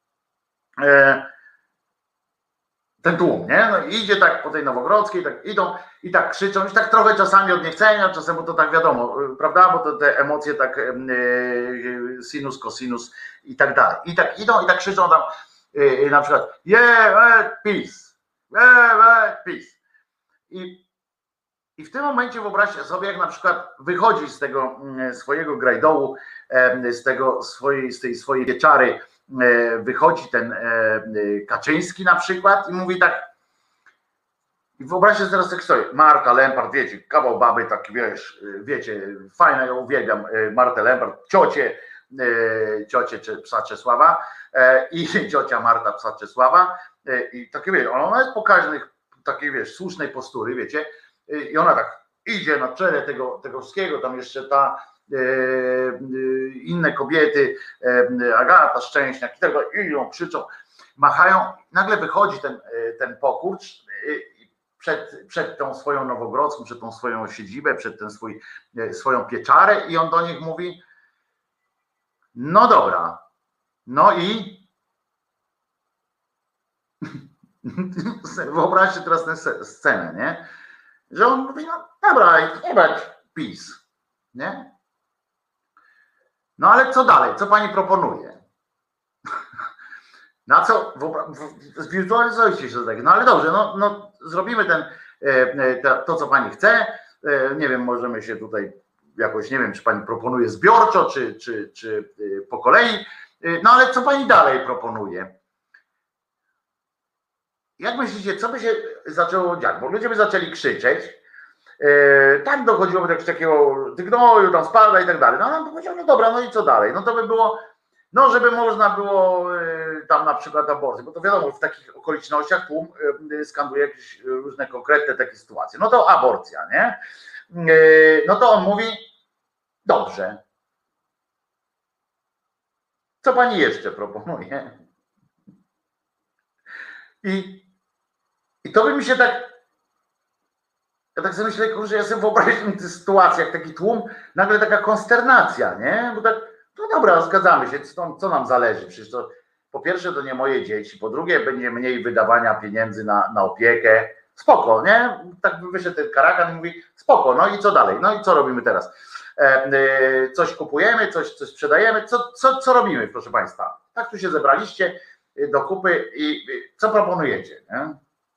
[SPEAKER 1] ten tłum, nie? No idzie tak po tej Nowogrodzkiej, tak idą i tak krzyczą, i tak trochę czasami od niechcenia, czasem, bo to tak wiadomo, prawda, bo to te emocje tak sinus, cosinus i tak dalej. I tak idą i tak krzyczą tam na przykład yeah, peace, yeah, peace. I I w tym momencie wyobraźcie sobie, jak na przykład wychodzi z tego swojego grajdołu, z, tego swojej, z tej swojej wieczary, wychodzi ten Kaczyński na przykład i mówi tak, i wyobraźcie sobie teraz, jak stoi Marta Lempart, wiecie, kawał baby, taki wiesz, wiecie, fajna, ja uwielbiam Martę Lempart, ciocie, ciocie psa Czesława i ciocia Marta psa Czesława i takie, wiecie, ona jest pokaźnych, takiej, wiesz, słusznej postury, wiecie, i ona tak idzie na czele tego, tego wszystkiego, tam jeszcze ta e, inne kobiety, e, Agata Szczęśniak i tak dalej, idą, krzyczą, machają, nagle wychodzi ten, ten pokurcz e, przed, przed tą swoją Nowogrodzką, przed tą swoją siedzibę, przed ten swój, e, swoją pieczarę i on do nich mówi, no dobra, no i wyobraźcie teraz tę scenę, nie? Że on mówi, no dobra, nie bać PiS, nie? No ale co dalej? Co pani proponuje? Na co? Zwizualizujcie się tak. No ale dobrze, no, no zrobimy ten, to, co pani chce. Nie wiem, możemy się tutaj jakoś, nie wiem, czy pani proponuje zbiorczo, czy, czy, czy po kolei. No ale co pani dalej proponuje? Jak myślicie, co by się zaczęło dziać? Bo ludzie by zaczęli krzyczeć, yy, tak dochodziłoby do jakiegoś takiego tygnoju, tam spada i tak dalej. No on by powiedział, no dobra, no i co dalej? No to by było, no żeby można było yy, tam na przykład aborcję, bo to wiadomo, w takich okolicznościach tłum yy, skanduje jakieś różne konkretne takie sytuacje. No to aborcja, nie? Yy, no to on mówi, dobrze. Co pani jeszcze proponuje? I I to by mi się tak, ja tak sobie myślę, że ja sobie wyobraziłem tę sytuację, jak taki tłum, nagle taka konsternacja, nie? Bo tak, no dobra, zgadzamy się, co, co nam zależy, przecież to po pierwsze to nie moje dzieci, po drugie będzie mniej wydawania pieniędzy na, na opiekę, spoko, nie? Tak by wyszedł ten karakan i mówi, spoko, no i co dalej, no i co robimy teraz? E, e, coś kupujemy, coś, coś sprzedajemy, co, co, co robimy, proszę państwa? Tak tu się zebraliście do kupy i co proponujecie, nie?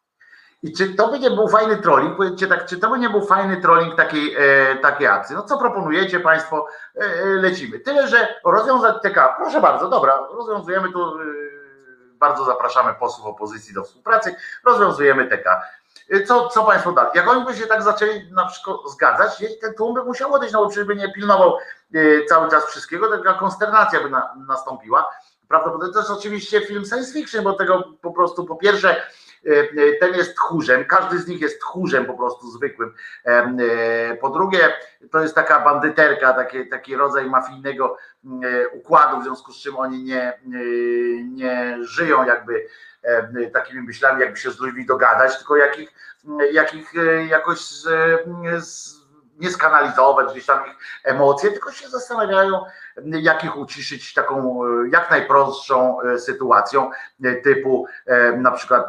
[SPEAKER 1] I czy to by nie był fajny trolling? Powiedzcie tak, czy to by nie był fajny trolling takiej, e, takiej akcji? No co proponujecie państwo? E, lecimy. Tyle, że rozwiązać T K. Proszę bardzo, dobra, rozwiązujemy tu, e, bardzo zapraszamy posłów opozycji do współpracy, rozwiązujemy T K. E, co, co państwo dalej? Jak oni by się tak zaczęli na przykład zgadzać, ten tłum by musiał odejść, no bo przecież by nie pilnował e, cały czas wszystkiego, taka konsternacja by na, nastąpiła. Prawdopodobnie to jest oczywiście film science fiction, bo tego po prostu po pierwsze ten jest tchórzem, każdy z nich jest tchórzem po prostu zwykłym. Po drugie, to jest taka bandyterka, taki, taki rodzaj mafijnego układu, w związku z czym oni nie, nie żyją jakby takimi myślami, jakby się z ludźmi dogadać, tylko jakich, jakich jakoś z, z, nie skanalizować gdzieś tam ich emocje, tylko się zastanawiają, jak ich uciszyć taką jak najprostszą sytuacją typu na przykład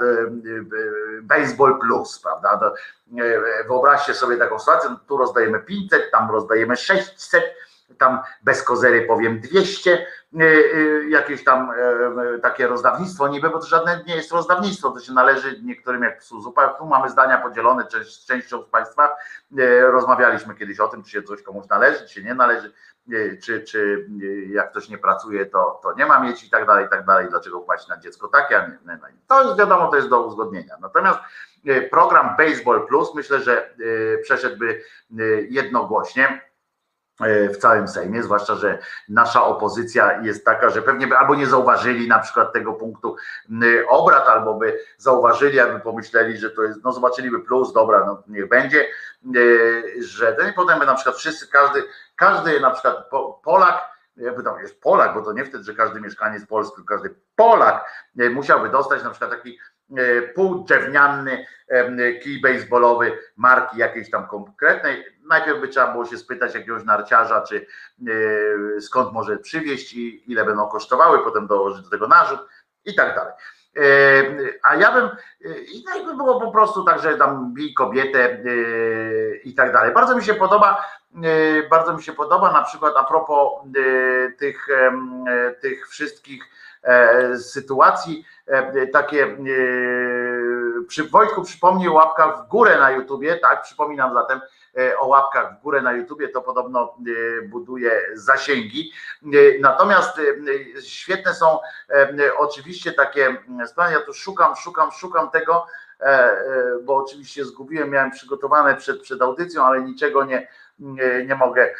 [SPEAKER 1] baseball plus, prawda? Wyobraźcie sobie taką sytuację, tu rozdajemy pięćset, tam rozdajemy sześćset, tam bez kozery powiem dwieście, jakieś tam takie rozdawnictwo niby, bo to żadne nie jest rozdawnictwo, to się należy niektórym jak psu zupa. Tu mamy zdania podzielone z częścią z państwa, rozmawialiśmy kiedyś o tym, czy się coś komuś należy, czy się nie należy, czy, czy jak ktoś nie pracuje, to, to nie ma mieć i tak dalej, i tak dalej, dlaczego płacić na dziecko takie, a nie, nie, nie. To jest wiadomo, to jest do uzgodnienia. Natomiast program Baseball Plus myślę, że przeszedłby jednogłośnie. w całym Sejmie, zwłaszcza, że nasza opozycja jest taka, że pewnie by albo nie zauważyli na przykład tego punktu obrad, albo by zauważyli, albo pomyśleli, że to jest, no zobaczyliby plus, dobra, no niech będzie, że ten i potem by na przykład wszyscy, każdy, każdy na przykład Polak, jakby tam jest Polak, bo to nie wtedy, że każdy mieszkaniec Polski, tylko każdy Polak musiałby dostać na przykład taki półdrewniany kij baseballowy marki jakiejś tam konkretnej. Najpierw by trzeba było się spytać jakiegoś narciarza, czy skąd może przywieźć i ile będą kosztowały, potem dołożyć do tego narzut i tak dalej. A ja bym, i tak by było po prostu tak, że tam bij kobietę i tak dalej. Bardzo mi się podoba, bardzo mi się podoba na przykład a propos tych, tych wszystkich sytuacji, takie przy Wojtku przypomnij o łapkach w górę na YouTubie, tak, przypominam zatem o łapkach w górę na YouTubie, to podobno buduje zasięgi, natomiast świetne są oczywiście takie, ja tu szukam, szukam, szukam tego, bo oczywiście zgubiłem, miałem przygotowane przed, przed audycją, ale niczego nie, nie, nie mogę.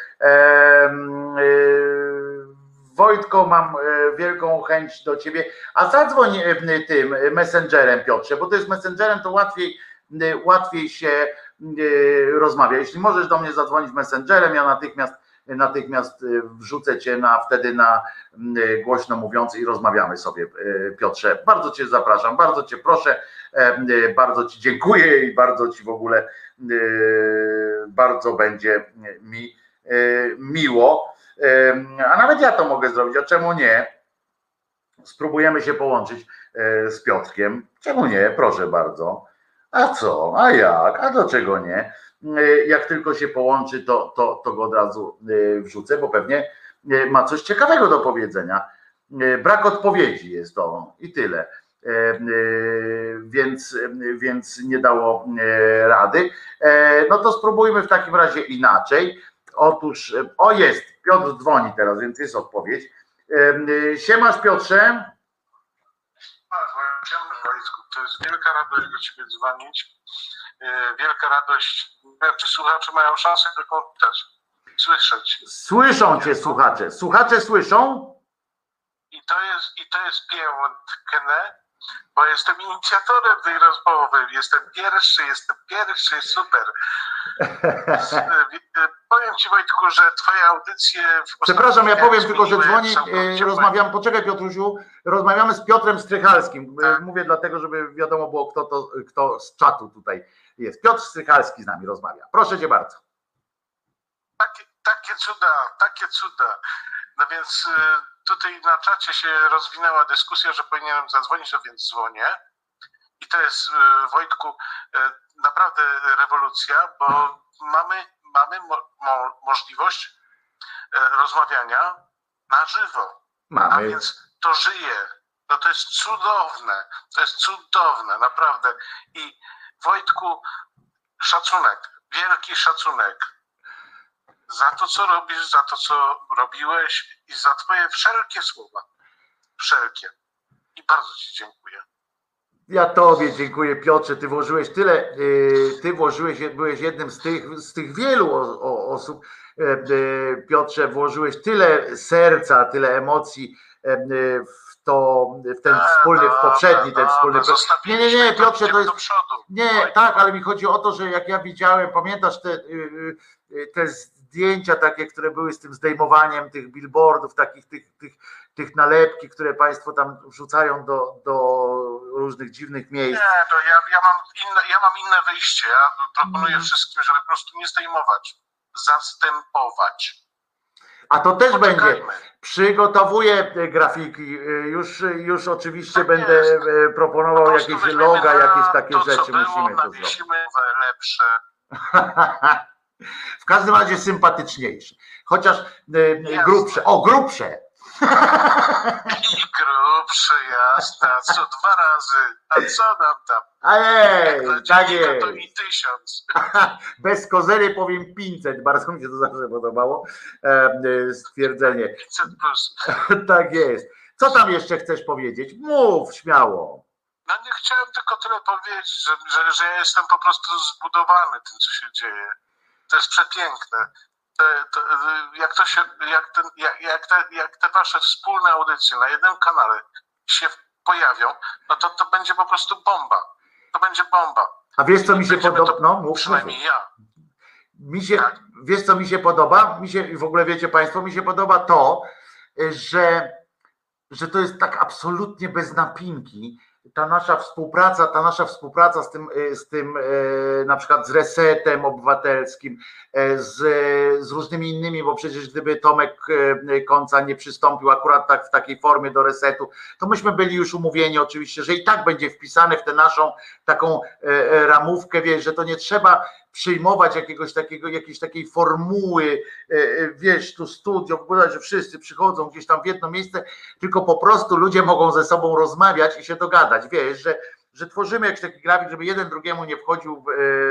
[SPEAKER 1] Wojtko, mam wielką chęć do ciebie, a zadzwoń tym messengerem, Piotrze, bo to jest messengerem, to łatwiej, łatwiej się rozmawia. Jeśli możesz do mnie zadzwonić messengerem, ja natychmiast, natychmiast wrzucę cię na, wtedy na głośno mówiący i rozmawiamy sobie, Piotrze. Bardzo cię zapraszam, bardzo cię proszę, bardzo ci dziękuję i bardzo ci w ogóle bardzo będzie mi miło. A nawet ja to mogę zrobić, a czemu nie? Spróbujemy się połączyć z Piotrkiem. Czemu nie? Proszę bardzo. A co? A jak? A dlaczego nie? Jak tylko się połączy, to, to, to go od razu wrzucę, bo pewnie ma coś ciekawego do powiedzenia. Brak odpowiedzi jest to i tyle. Więc, więc nie dało rady. No to spróbujmy w takim razie inaczej. Otóż, o jest, Piotr dzwoni teraz, więc jest odpowiedź. Siemasz, Piotrze?
[SPEAKER 4] Wojtku, to jest wielka radość do ciebie dzwonić. Wielka radość, nie wiem, czy słuchacze mają szansę tylko też słyszeć.
[SPEAKER 1] Słyszą cię słuchacze, słuchacze słyszą?
[SPEAKER 4] I to jest, i to jest piękne, bo jestem inicjatorem tej rozmowy, jestem pierwszy, jestem pierwszy, super. Powiem ci, Wojtku, że twoje audycje...
[SPEAKER 1] Przepraszam, ja powiem tylko, że dzwoni, rozmawiam, poczekaj Piotrusiu, rozmawiamy z Piotrem Strychalskim. Tak. Mówię dlatego, żeby wiadomo było, kto, to, kto z czatu tutaj jest. Piotr Strychalski z nami rozmawia. Proszę cię bardzo.
[SPEAKER 4] Takie, takie cuda, takie cuda. No więc tutaj na czacie się rozwinęła dyskusja, że powinienem zadzwonić, no więc dzwonię. I to jest, Wojtku, naprawdę rewolucja, bo mamy, mamy mo, mo, możliwość rozmawiania na żywo.
[SPEAKER 1] Mamy.
[SPEAKER 4] A więc to żyje. No to jest cudowne. To jest cudowne, naprawdę. I Wojtku, szacunek, wielki szacunek za to, co robisz, za to, co robiłeś i za twoje wszelkie słowa. Wszelkie. I bardzo ci dziękuję.
[SPEAKER 1] Ja tobie dziękuję, Piotrze, ty włożyłeś tyle, ty włożyłeś, byłeś jednym z tych, z tych wielu osób, Piotrze, włożyłeś tyle serca, tyle emocji w to, w ten wspólny, w poprzedni, ten wspólny. Nie, nie, nie, Piotrze, to jest, nie, tak, ale mi chodzi o to, że jak ja widziałem, pamiętasz te, te zdjęcia takie, które były z tym zdejmowaniem tych billboardów, takich tych, tych, tych nalepki, które państwo tam wrzucają do, do różnych dziwnych miejsc.
[SPEAKER 4] Nie, to ja, ja, mam inne, ja mam inne wyjście. Ja proponuję wszystkim, żeby po prostu nie zdejmować, zastępować.
[SPEAKER 1] A to też
[SPEAKER 4] Poczekajmy.
[SPEAKER 1] będzie. Przygotowuję grafiki. Już, już oczywiście tak będę jest. proponował jakieś loga, jakieś takie
[SPEAKER 4] to,
[SPEAKER 1] rzeczy.
[SPEAKER 4] Było,
[SPEAKER 1] musimy to zrobić.
[SPEAKER 4] Lepsze.
[SPEAKER 1] W każdym razie sympatyczniejsze. Chociaż Jasne. grubsze. O, grubsze.
[SPEAKER 4] I grubsze, jasne. A co dwa razy? A co nam tam?
[SPEAKER 1] Ej, tak jest.
[SPEAKER 4] To i tysiąc.
[SPEAKER 1] Bez kozery powiem pięćset. Bardzo mi się to zawsze podobało. Stwierdzenie.
[SPEAKER 4] pięćset plus.
[SPEAKER 1] Tak jest. Co tam jeszcze chcesz powiedzieć? Mów śmiało.
[SPEAKER 4] No nie chciałem tylko tyle powiedzieć, że, że, że ja jestem po prostu zbudowany tym, co się dzieje. To jest przepiękne. te, te, jak to się, jak, ten, jak, jak, te, jak te wasze wspólne audycje na jednym kanale się pojawią, no to to będzie po prostu bomba. To będzie bomba.
[SPEAKER 1] A wiesz, co mi się
[SPEAKER 4] Będziemy
[SPEAKER 1] podoba?
[SPEAKER 4] to-
[SPEAKER 1] No, mów,
[SPEAKER 4] Przynajmniej
[SPEAKER 1] mów.
[SPEAKER 4] ja.
[SPEAKER 1] Mi się,
[SPEAKER 4] Tak.
[SPEAKER 1] wiesz, co mi się podoba? Mi się, w ogóle wiecie Państwo, mi się podoba to, że, że to jest tak absolutnie bez napinki. Ta nasza współpraca, ta nasza współpraca z tym, z tym e, na przykład z Resetem Obywatelskim, e, z, z różnymi innymi, bo przecież gdyby Tomek e, Końca nie przystąpił akurat tak w takiej formie do Resetu, to myśmy byli już umówieni oczywiście, że i tak będzie wpisane w tę naszą taką e, ramówkę, wiesz, że to nie trzeba przyjmować jakiegoś takiego, jakiejś takiej formuły, wiesz, tu studio, w ogóle, że wszyscy przychodzą gdzieś tam w jedno miejsce, tylko po prostu ludzie mogą ze sobą rozmawiać i się dogadać, wiesz, że, że tworzymy jakiś taki grafik, żeby jeden drugiemu nie wchodził w,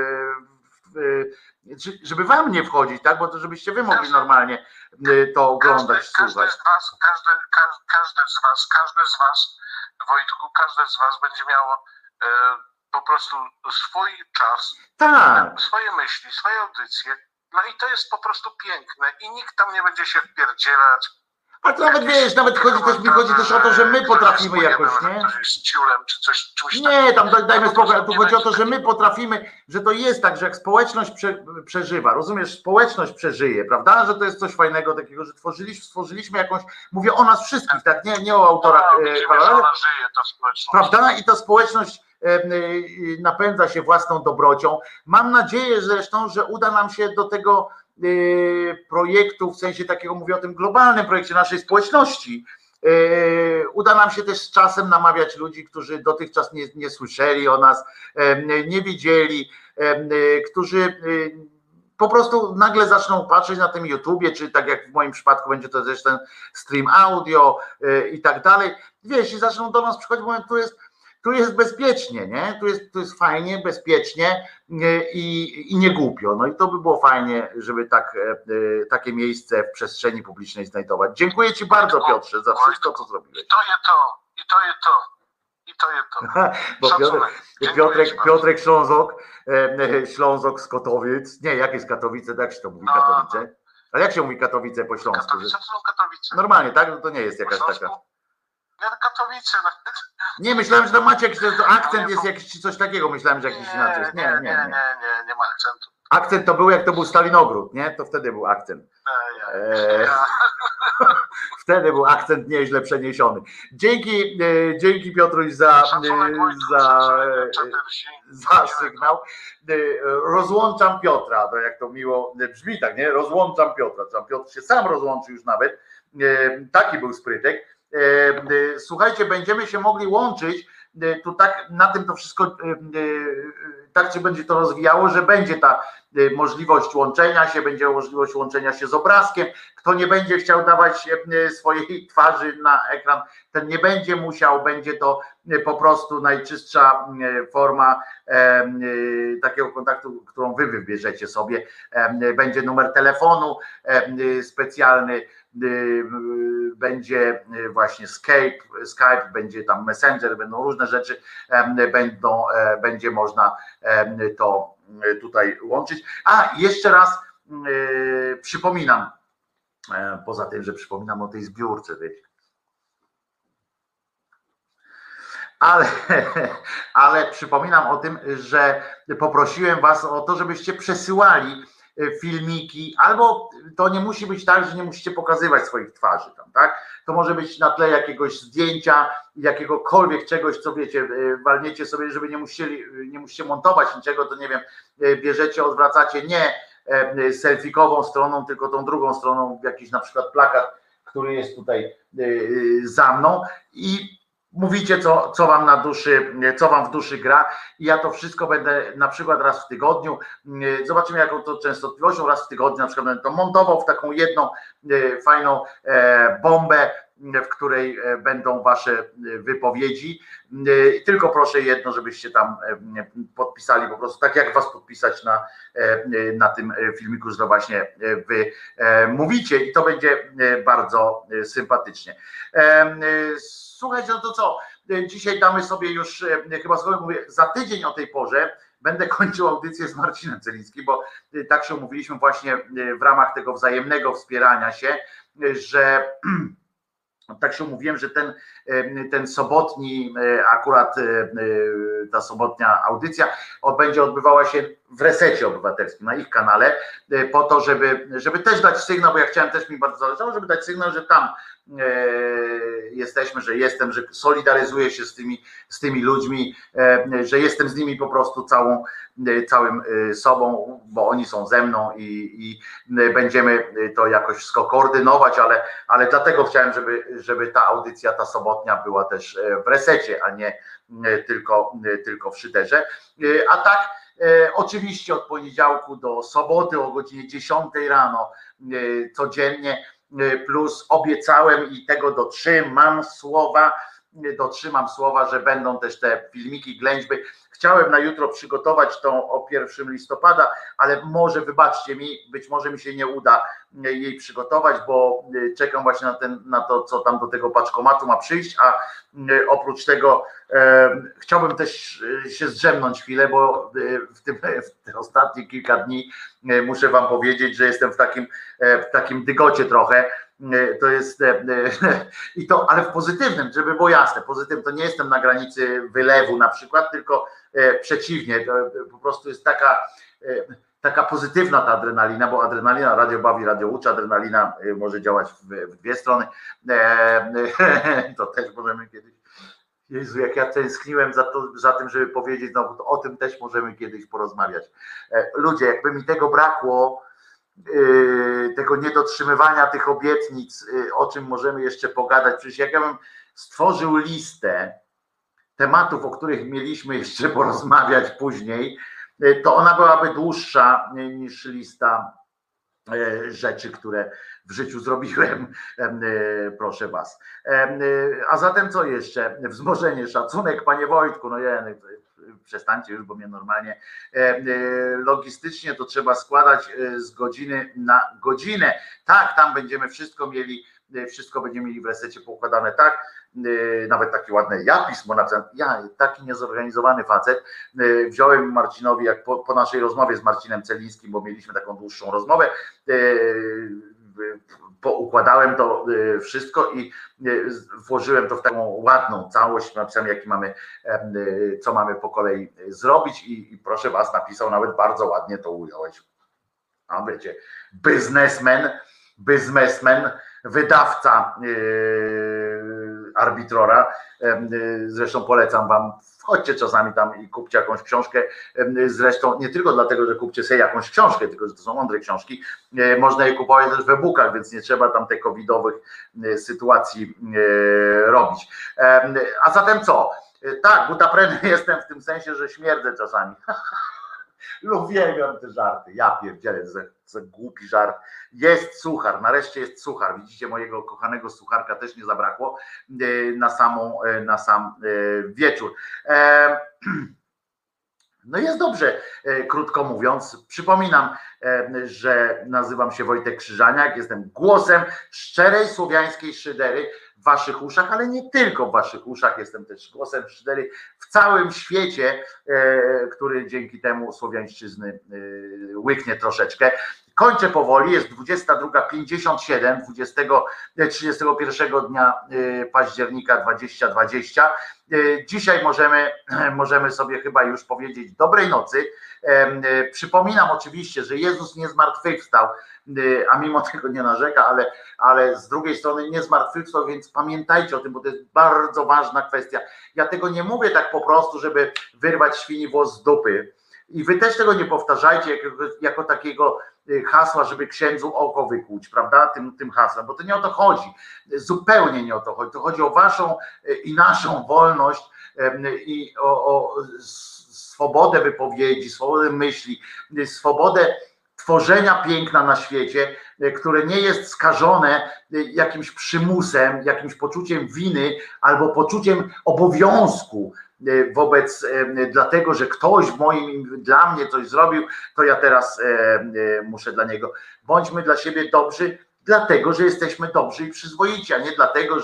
[SPEAKER 1] w, w, żeby wam nie wchodzić, tak, bo to żebyście wy mogli normalnie to oglądać,
[SPEAKER 4] każdy, każdy
[SPEAKER 1] słuchać.
[SPEAKER 4] z was, każdy, każdy, każdy z was, każdy z was, Wojtku, każdy z was będzie miało e, po prostu swój czas,
[SPEAKER 1] Tak.
[SPEAKER 4] swoje myśli, swoje audycje. No i to jest po prostu piękne i nikt tam nie będzie się wpierdzielać.
[SPEAKER 1] A to nawet wiesz, nawet chodzi też, mi chodzi też o to, że my potrafimy jakoś, nie?
[SPEAKER 4] Ktoś jest ciulem czy coś, czymś
[SPEAKER 1] Nie, tam daj- dajmy spokój, tu chodzi o to, że my potrafimy, że to jest tak, że jak społeczność prze, przeżywa, rozumiesz, społeczność przeżyje, prawda, że to jest coś fajnego takiego, że tworzyliśmy, stworzyliśmy jakąś, mówię o nas wszystkich, tak, nie, nie o autorach,
[SPEAKER 4] no, widzimy, że ona żyje, ta społeczność.
[SPEAKER 1] prawda, i ta społeczność napędza się własną dobrocią. Mam nadzieję zresztą, że uda nam się do tego projektu, w sensie takiego, mówię o tym globalnym projekcie naszej społeczności, uda nam się też z czasem namawiać ludzi, którzy dotychczas nie, nie słyszeli o nas, nie widzieli, którzy po prostu nagle zaczną patrzeć na tym YouTubie, czy tak jak w moim przypadku będzie to też ten stream audio i tak dalej, wiesz, i zaczną do nas przychodzić, mówią, tu jest Tu jest bezpiecznie, nie? Tu jest, tu jest fajnie, bezpiecznie i, i nie głupio. No i to by było fajnie, żeby tak, takie miejsce w przestrzeni publicznej znajdować. Dziękuję Ci bardzo, Piotrze, za wszystko, co zrobiłeś.
[SPEAKER 4] I to je to, i to je to, i to je to.
[SPEAKER 1] Bo Piotrek, Piotrek, Piotrek Ślązok, Ślązok z Katowic, nie, jakie z Katowice, tak się to mówi, Katowice? Ale jak się mówi Katowice po śląsku?
[SPEAKER 4] Katowice to są Katowice.
[SPEAKER 1] Normalnie, tak? No to nie jest jakaś taka...
[SPEAKER 4] Nie, Katowice. No.
[SPEAKER 1] Nie, myślałem, że to macie jakiś to akcent jest jakiś czy coś takiego, myślałem, że jakiś inaczej jest.
[SPEAKER 4] Nie, nie, nie, nie, nie, nie ma akcentu.
[SPEAKER 1] Akcent to był jak to był Stalinogród, nie? To wtedy był akcent. Eee, wtedy był akcent nieźle przeniesiony. Dzięki, e, dzięki Piotruś za, e, za, e, za sygnał. E, rozłączam Piotra, to jak to miło brzmi, tak, nie? Rozłączam Piotra. Sam Piotr się sam rozłączył już nawet. E, taki był sprytek. Słuchajcie, będziemy się mogli łączyć, tu tak na tym to wszystko tak się będzie to rozwijało, że będzie ta możliwość łączenia się, będzie możliwość łączenia się z obrazkiem. Kto nie będzie chciał dawać swojej twarzy na ekran, ten nie będzie musiał, będzie to po prostu najczystsza forma takiego kontaktu, którą wy wybierzecie sobie. Będzie numer telefonu specjalny, będzie właśnie Skype, Skype, będzie tam Messenger, będą różne rzeczy, będą, będzie można to tutaj łączyć. A jeszcze raz przypominam, poza tym, że przypominam o tej zbiórce, wiecie. Ale, ale przypominam o tym, że poprosiłem was o to, żebyście przesyłali filmiki, albo to nie musi być tak, że nie musicie pokazywać swoich twarzy tam, tak? To może być na tle jakiegoś zdjęcia, jakiegokolwiek czegoś, co wiecie, walniecie sobie, żeby nie musieli, nie musicie montować niczego, to nie wiem, bierzecie, odwracacie nie selfikową stroną, tylko tą drugą stroną, jakiś na przykład plakat, który jest tutaj za mną i mówicie, co, co wam na duszy, co wam w duszy gra i ja to wszystko będę na przykład raz w tygodniu, zobaczymy jaką to częstotliwością, raz w tygodniu na przykład będę to montował w taką jedną fajną bombę, w której będą wasze wypowiedzi. Tylko proszę jedno, żebyście tam podpisali po prostu, tak jak was podpisać na, na tym filmiku, że to właśnie wy mówicie i to będzie bardzo sympatycznie. Słuchajcie, no to co? Dzisiaj damy sobie już, chyba sobie mówię, za tydzień o tej porze będę kończył audycję z Marcinem Celińskim, bo tak się umówiliśmy właśnie w ramach tego wzajemnego wspierania się, że tak się umówiłem, że ten, ten sobotni, akurat ta sobotnia audycja będzie odbywała się w Resecie Obywatelskim, na ich kanale, po to, żeby, żeby też dać sygnał, bo ja chciałem, też mi bardzo zależało, żeby dać sygnał, że tam jesteśmy, że jestem, że solidaryzuję się z tymi, z tymi ludźmi, że jestem z nimi po prostu całą, całym sobą, bo oni są ze mną i, i będziemy to jakoś wszystko koordynować, ale, ale dlatego chciałem, żeby, żeby ta audycja, ta sobotnia była też w Resecie, a nie tylko, tylko w Szyderze. A tak oczywiście od poniedziałku do soboty o godzinie dziesiątej rano codziennie, plus obiecałem i tego dotrzymam słowa, dotrzymam słowa, że będą też te filmiki, ględźby. Chciałem na jutro przygotować to o pierwszego listopada, ale może wybaczcie mi, być może mi się nie uda jej przygotować, bo czekam właśnie na, ten, na to, co tam do tego paczkomatu ma przyjść, a oprócz tego e, chciałbym też się zdrzemnąć chwilę, bo w, tym, w te ostatnie kilka dni muszę wam powiedzieć, że jestem w takim, w takim dygocie trochę. To jest i to, ale w pozytywnym, żeby było jasne, pozytywnym, to nie jestem na granicy wylewu na przykład, tylko przeciwnie, to po prostu jest taka, taka pozytywna ta adrenalina, bo adrenalina radio bawi, radio uczy, adrenalina może działać w, w dwie strony, to też możemy kiedyś, Jezu, jak ja tęskniłem za, to, za tym, żeby powiedzieć, no o tym też możemy kiedyś porozmawiać. Ludzie, jakby mi tego brakło, tego niedotrzymywania tych obietnic, o czym możemy jeszcze pogadać. Przecież jak ja bym stworzył listę tematów, o których mieliśmy jeszcze porozmawiać później, to ona byłaby dłuższa niż lista rzeczy, które w życiu zrobiłem, proszę was. A zatem co jeszcze? Wzmożenie, szacunek, panie Wojtku, no ja, przestańcie już, bo mnie normalnie logistycznie to trzeba składać z godziny na godzinę. Tak, tam będziemy wszystko mieli, wszystko będziemy mieli w Resecie poukładane tak, nawet taki ładny ja pismo napisałem, ja taki niezorganizowany facet, wziąłem Marcinowi, jak po, po naszej rozmowie z Marcinem Celińskim, bo mieliśmy taką dłuższą rozmowę, poukładałem to wszystko i włożyłem to w taką ładną całość, napisałem jaki mamy, co mamy po kolei zrobić i, i proszę was, napisał, nawet bardzo ładnie to ująłeś. A wiecie, biznesmen, biznesmen, wydawca yy, Arbitrora, yy, zresztą polecam wam, wchodźcie czasami tam i kupcie jakąś książkę, yy, zresztą nie tylko dlatego, że kupcie sobie jakąś książkę, tylko że to są mądre książki, yy, można je kupować też w e-bookach, więc nie trzeba tam tych covidowych yy, sytuacji yy, robić. Yy, a zatem co? Yy, tak, butaprenny jestem w tym sensie, że śmierdzę czasami. Uwielbiam te żarty, ja pierdzielę, za, za głupi żart. Jest suchar, nareszcie jest suchar. Widzicie, mojego kochanego sucharka też nie zabrakło na samą, na sam wieczór. No jest dobrze, krótko mówiąc. Przypominam, że nazywam się Wojtek Krzyżaniak, jestem głosem szczerej słowiańskiej szydery w waszych uszach, ale nie tylko w waszych uszach, jestem też głosem szydery w całym świecie, który dzięki temu słowiańszczyzny łyknie troszeczkę. Kończę powoli, jest dwudziesta druga pięćdziesiąt siedem, trzydziestego pierwszego dnia października dwa tysiące dwudziestego. Dzisiaj możemy, możemy sobie chyba już powiedzieć dobrej nocy. Przypominam oczywiście, że Jezus nie zmartwychwstał, a mimo tego nie narzeka, ale, ale z drugiej strony nie zmartwychwstał, więc pamiętajcie o tym, bo to jest bardzo ważna kwestia. Ja tego nie mówię tak po prostu, żeby wyrwać świni włos z dupy. I wy też tego nie powtarzajcie jako, jako takiego hasła, żeby księdzu oko wykłuć, prawda, tym, tym hasłem, bo to nie o to chodzi, zupełnie nie o to chodzi, to chodzi o waszą i naszą wolność i o, o swobodę wypowiedzi, swobodę myśli, swobodę tworzenia piękna na świecie, które nie jest skażone jakimś przymusem, jakimś poczuciem winy albo poczuciem obowiązku wobec, dlatego, że ktoś w moim, dla mnie coś zrobił, to ja teraz muszę dla niego. Bądźmy dla siebie dobrzy, dlatego, że jesteśmy dobrzy i przyzwoici, a nie dlatego, że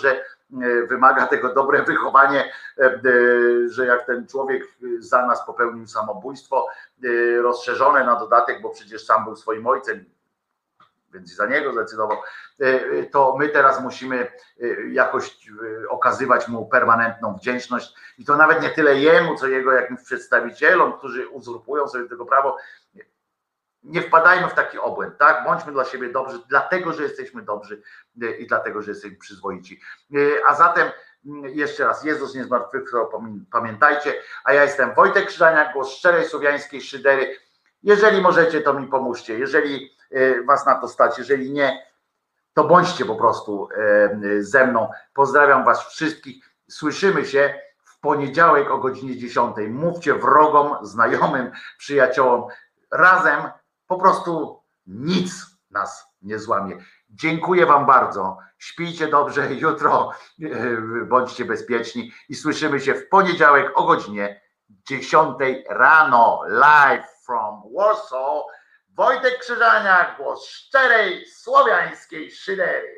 [SPEAKER 1] wymaga tego dobre wychowanie, że jak ten człowiek za nas popełnił samobójstwo, rozszerzone na dodatek, bo przecież sam był swoim ojcem, więc za niego zdecydował, to my teraz musimy jakoś okazywać mu permanentną wdzięczność i to nawet nie tyle jemu, co jego jakimś przedstawicielom, którzy uzurpują sobie tego prawo. Nie wpadajmy w taki obłęd, tak? Bądźmy dla siebie dobrzy, dlatego, że jesteśmy dobrzy i dlatego, że jesteśmy przyzwoici. A zatem jeszcze raz, Jezus nie zmartwychwstał, pamiętajcie, a ja jestem Wojtek Krzyżaniak, głos szczerej słowiańskiej szydery. Jeżeli możecie, to mi pomóżcie, jeżeli was na to stać, jeżeli nie, to bądźcie po prostu ze mną. Pozdrawiam was wszystkich, słyszymy się w poniedziałek o godzinie dziesiątej. Mówcie wrogom, znajomym, przyjaciołom, razem po prostu nic nas nie złamie. Dziękuję wam bardzo. Śpijcie dobrze jutro, bądźcie bezpieczni i słyszymy się w poniedziałek o godzinie dziesiątej rano. Live from Warsaw. Wojtek Krzyżaniak, głos szczerej słowiańskiej szydery.